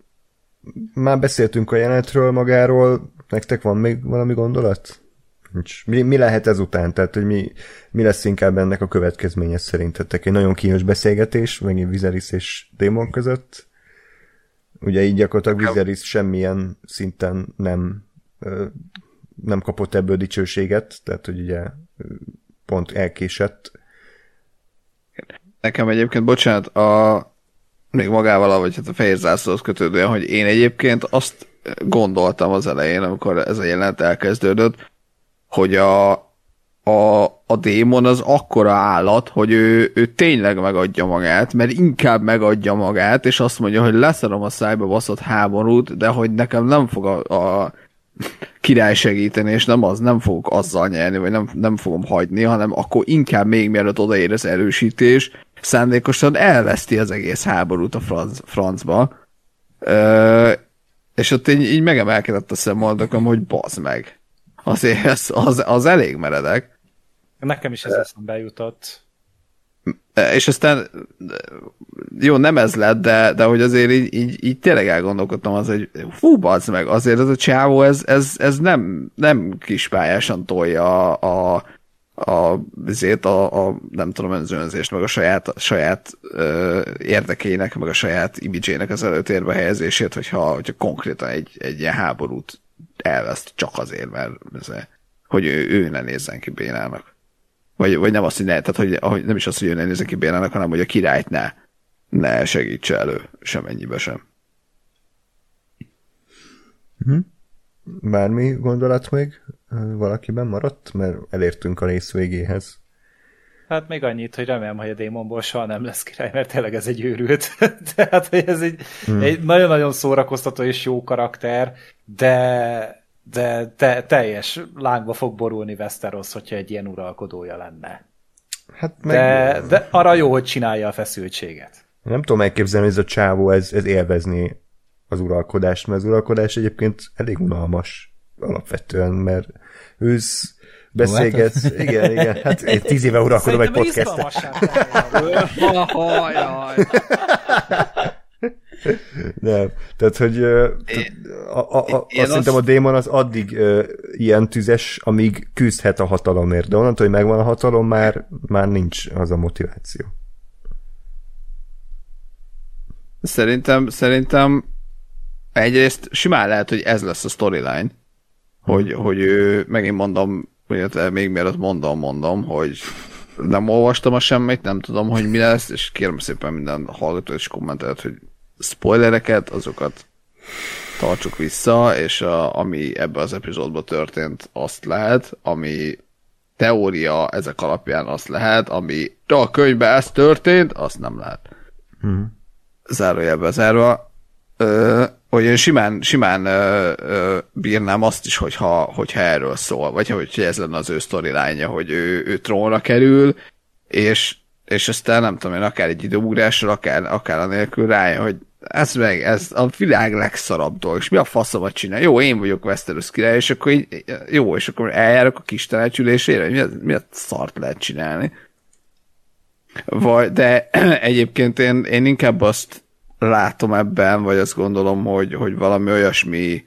már beszéltünk a jelenetről magáról, nektek van még valami gondolat? Mi, mi lehet ezután? Tehát, hogy mi, mi lesz inkább ennek a következménye szerintetek? Egy nagyon kínos beszélgetés, megint Viserys és Daemon között. Ugye így gyakorlatilag Viserys semmilyen szinten nem, nem kapott ebből dicsőséget, tehát, hogy ugye pont elkésett. Nekem egyébként, bocsánat, a még magával, vagy hát a fehér zászlóhoz kötődően, hogy én egyébként azt gondoltam az elején, amikor ez a jelenet elkezdődött, hogy a, a, a démon az akkora állat, hogy ő, ő tényleg megadja magát, mert inkább megadja magát, és azt mondja, hogy leszarom a szájba baszott háborút, de hogy nekem nem fog a, a király segíteni, és nem az, nem fogok azzal nyerni, vagy nem, nem fogom hagyni, hanem akkor inkább még mielőtt odaér az erősítés, szándékosan elveszti az egész háborút a franc, francba. Ö, és ott így, így megemelkedett a szemoldakom, hogy bazd meg. Azért az, az, az elég meredek. Nekem is ez eszembe jutott. És aztán jó, nem ez lett, de, de hogy azért így, így, így tényleg elgondolkodtam az, hogy fú, bazd meg, azért ez a csávó, ez, ez, ez nem, nem kispályásan tolja a, a, a, azért a, a nem tudom, az önzést, meg a saját, a saját ö, érdekének, meg a saját imidzsének az előtérbe helyezését, hogyha, hogyha konkrétan egy, egy ilyen háborút elveszt csak azért, mert ez, hogy ő, ő ne nézzen ki bénának. Vagy, vagy nem azt, hogy ne, tehát hogy, hogy nem is azt, hogy ő ne nézzen ki bénának, hanem hogy a királyt ne, ne segítse elő semennyibe sem. Bármi gondolat még valakiben maradt? Mert elértünk a rész végéhez. Hát még annyit, hogy remélem, hogy a démonból soha nem lesz király, mert tényleg ez egy őrült. Tehát, hogy ez egy, hmm. egy nagyon-nagyon szórakoztató és jó karakter, de, de te, teljes lángba fog borulni Westeros, hogyha egy ilyen uralkodója lenne. Hát meg... de, de arra jó, hogy csinálja a feszültséget. Nem tudom elképzelni, hogy ez a csávó ez, ez élvezni az uralkodást, mert az uralkodás egyébként elég unalmas alapvetően, mert ősz beszélgetsz, hát igen, igen, hát én tíz éve uralkodom egy podcastet. Nem, tehát, hogy a, a, a, azt szerintem a démon az addig uh, ilyen tüzes, amíg küzdhet a hatalomért, de onnantól, hogy megvan a hatalom, már, már nincs az a motiváció. Szerintem, szerintem egyrészt simán lehet, hogy ez lesz a storyline, hogy, hmm. hogy ő, megint mondom, még mielőtt mondom, mondom, hogy nem olvastam a semmit, nem tudom, hogy mi lesz, és kérem szépen minden hallgató és kommentelőt, hogy spoilereket, azokat tartsuk vissza, és a, ami ebben az epizódban történt, azt lehet, ami teória ezek alapján azt lehet, ami a könyvben ez történt, azt nem lehet. Hmm. Zárójelbe zárva, ö, hogy én simán, simán ö, ö, bírnám azt is, hogyha, hogyha erről szól, vagy hogy ez lenne az ő storyline-ja, hogy ő, ő trónra kerül, és, és aztán nem tudom én, akár egy időugrással, akár, akár anélkül rájön, hogy ez meg, ez a világ legszarabb dolog, és mi a faszomat csinál? Jó, én vagyok Westeros király, és akkor így, jó, és akkor eljárok a kis tanácsülésére, mi a, mi a szart lehet csinálni? Vagy, de egyébként én, én inkább azt látom ebben, vagy azt gondolom, hogy, hogy valami olyasmi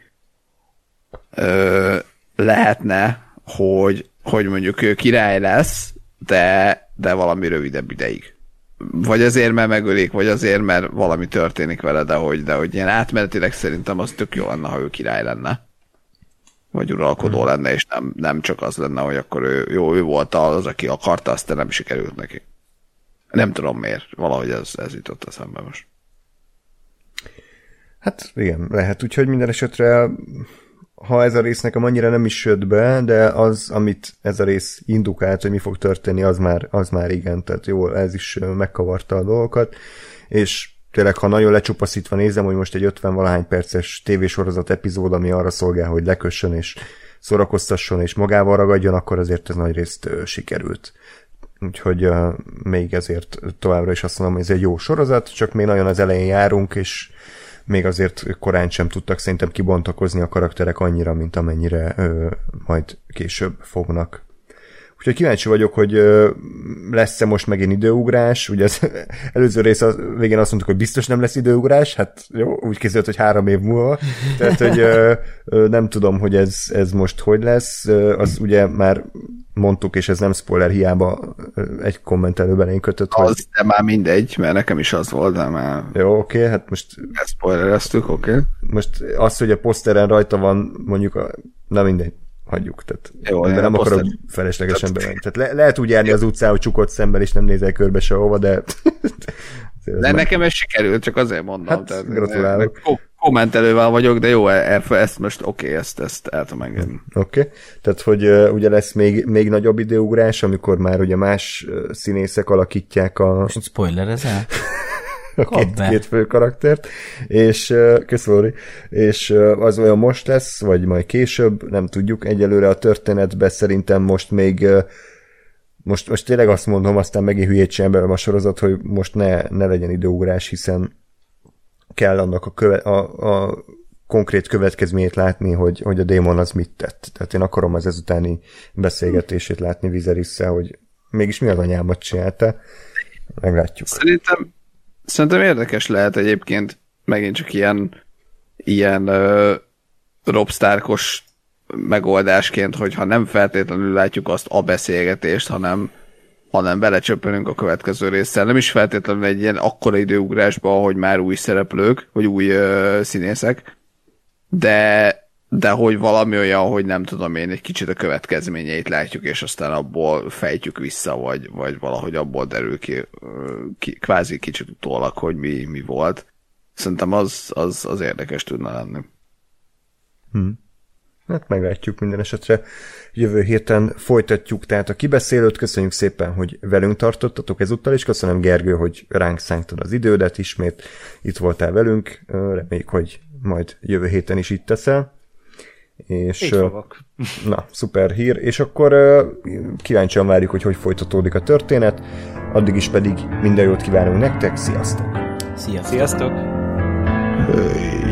ö, lehetne, hogy, hogy mondjuk ő király lesz, de, de valami rövidebb ideig. Vagy azért, mert megölik, vagy azért, mert valami történik vele, de hogy, de hogy ilyen átmenetileg szerintem az tök jó lenne, ha ő király lenne. Vagy uralkodó hmm. lenne, és nem, nem csak az lenne, hogy akkor ő, jó, ő volt az, aki akarta, aztán nem sikerült neki. Nem tudom miért. Valahogy ez, ez jutott eszembe most. Hát igen, lehet. Úgyhogy minden esetre, ha ez a rész nekem annyira nem is jött be, de az, amit ez a rész indukált, hogy mi fog történni, az már, az már igen. Tehát jó, ez is megkavarta a dolgokat. És tényleg, ha nagyon lecsupaszítva nézem, hogy most egy ötven-valahány perces tévésorozat epizód, ami arra szolgál, hogy lekössön és szórakoztasson és magával ragadjon, akkor azért ez nagy részt sikerült. Úgyhogy uh, még ezért továbbra is azt mondom, hogy ez egy jó sorozat, csak még nagyon az elején járunk, és még azért korán sem tudtak szerintem kibontakozni a karakterek annyira, mint amennyire uh, majd később fognak. Úgyhogy kíváncsi vagyok, hogy uh, lesz-e most megint időugrás. Ugye az előző rész a végén azt mondtuk, hogy biztos nem lesz időugrás, hát jó, úgy készült, hogy három év múlva. Tehát, hogy uh, uh, nem tudom, hogy ez, ez most hogy lesz. Uh, az ugye már mondtuk, és ez nem spoiler, hiába egy kommentelőben én kötött, az, hogy... de már mindegy, mert nekem is az volt, de már... Jó, oké, okay, hát most... Ezt spoilereztük, oké. Okay. Most az, hogy a poszteren rajta van, mondjuk, a... na mindegy, hagyjuk, tehát jó, de nem akarok feleslegesen bemenni. Tehát le- lehet úgy járni az utcán, hogy csukott szemben, és nem nézel körbe sehova, de... de már... nekem ez sikerült, csak azért mondom. Hát, tehát, gratulálok. Kommentelővel vagyok, de jó, ezt most oké, okay, ezt, ezt el tudom engedni. Oké, okay. Tehát, hogy uh, ugye lesz még, még nagyobb időugrás, amikor már ugye más uh, színészek alakítják a... Most spoilerezel? a két, két fő karaktert, és uh, köszönöm, és uh, az olyan most lesz, vagy majd később, nem tudjuk, egyelőre a történetben szerintem most még uh, most, most tényleg azt mondom, aztán megint hülyét sem belőle a sorozat, hogy most ne, ne legyen időugrás, hiszen kell annak a, köve, a, a konkrét következményét látni, hogy, hogy a démon az mit tett. Tehát én akarom az ezutáni beszélgetését látni Viserys-szel, hogy mégis mi az anyámat csinálta. Meglátjuk. Szerintem, szerintem érdekes lehet egyébként megint csak ilyen ilyen uh, Robb Starkos megoldásként, hogyha nem feltétlenül látjuk azt a beszélgetést, hanem hanem belecsöppenünk a következő résszel. Nem is feltétlenül egy ilyen akkora időugrásba, hogy már új szereplők, vagy új ö, színészek, de, de hogy valami olyan, hogy nem tudom én, egy kicsit a következményeit látjuk, és aztán abból fejtjük vissza, vagy, vagy valahogy abból derül ki, ki kvázi kicsit utólag, hogy mi, mi volt. Szerintem az, az, az érdekes tudna lenni. Hmm. Hát meglátjuk minden esetre. Jövő héten folytatjuk tehát a kibeszélőt. Köszönjük szépen, hogy velünk tartottatok ezúttal, és köszönöm Gergő, hogy ránk szántad az idődet ismét. Itt voltál velünk. Reméljük, hogy majd jövő héten is itt teszel. És, Így fogok. Na, szuper hír. És akkor kíváncsian várjuk, hogy hogy folytatódik a történet. Addig is pedig minden jót kívánunk nektek. Sziasztok! Sziasztok! Sziasztok! Hey.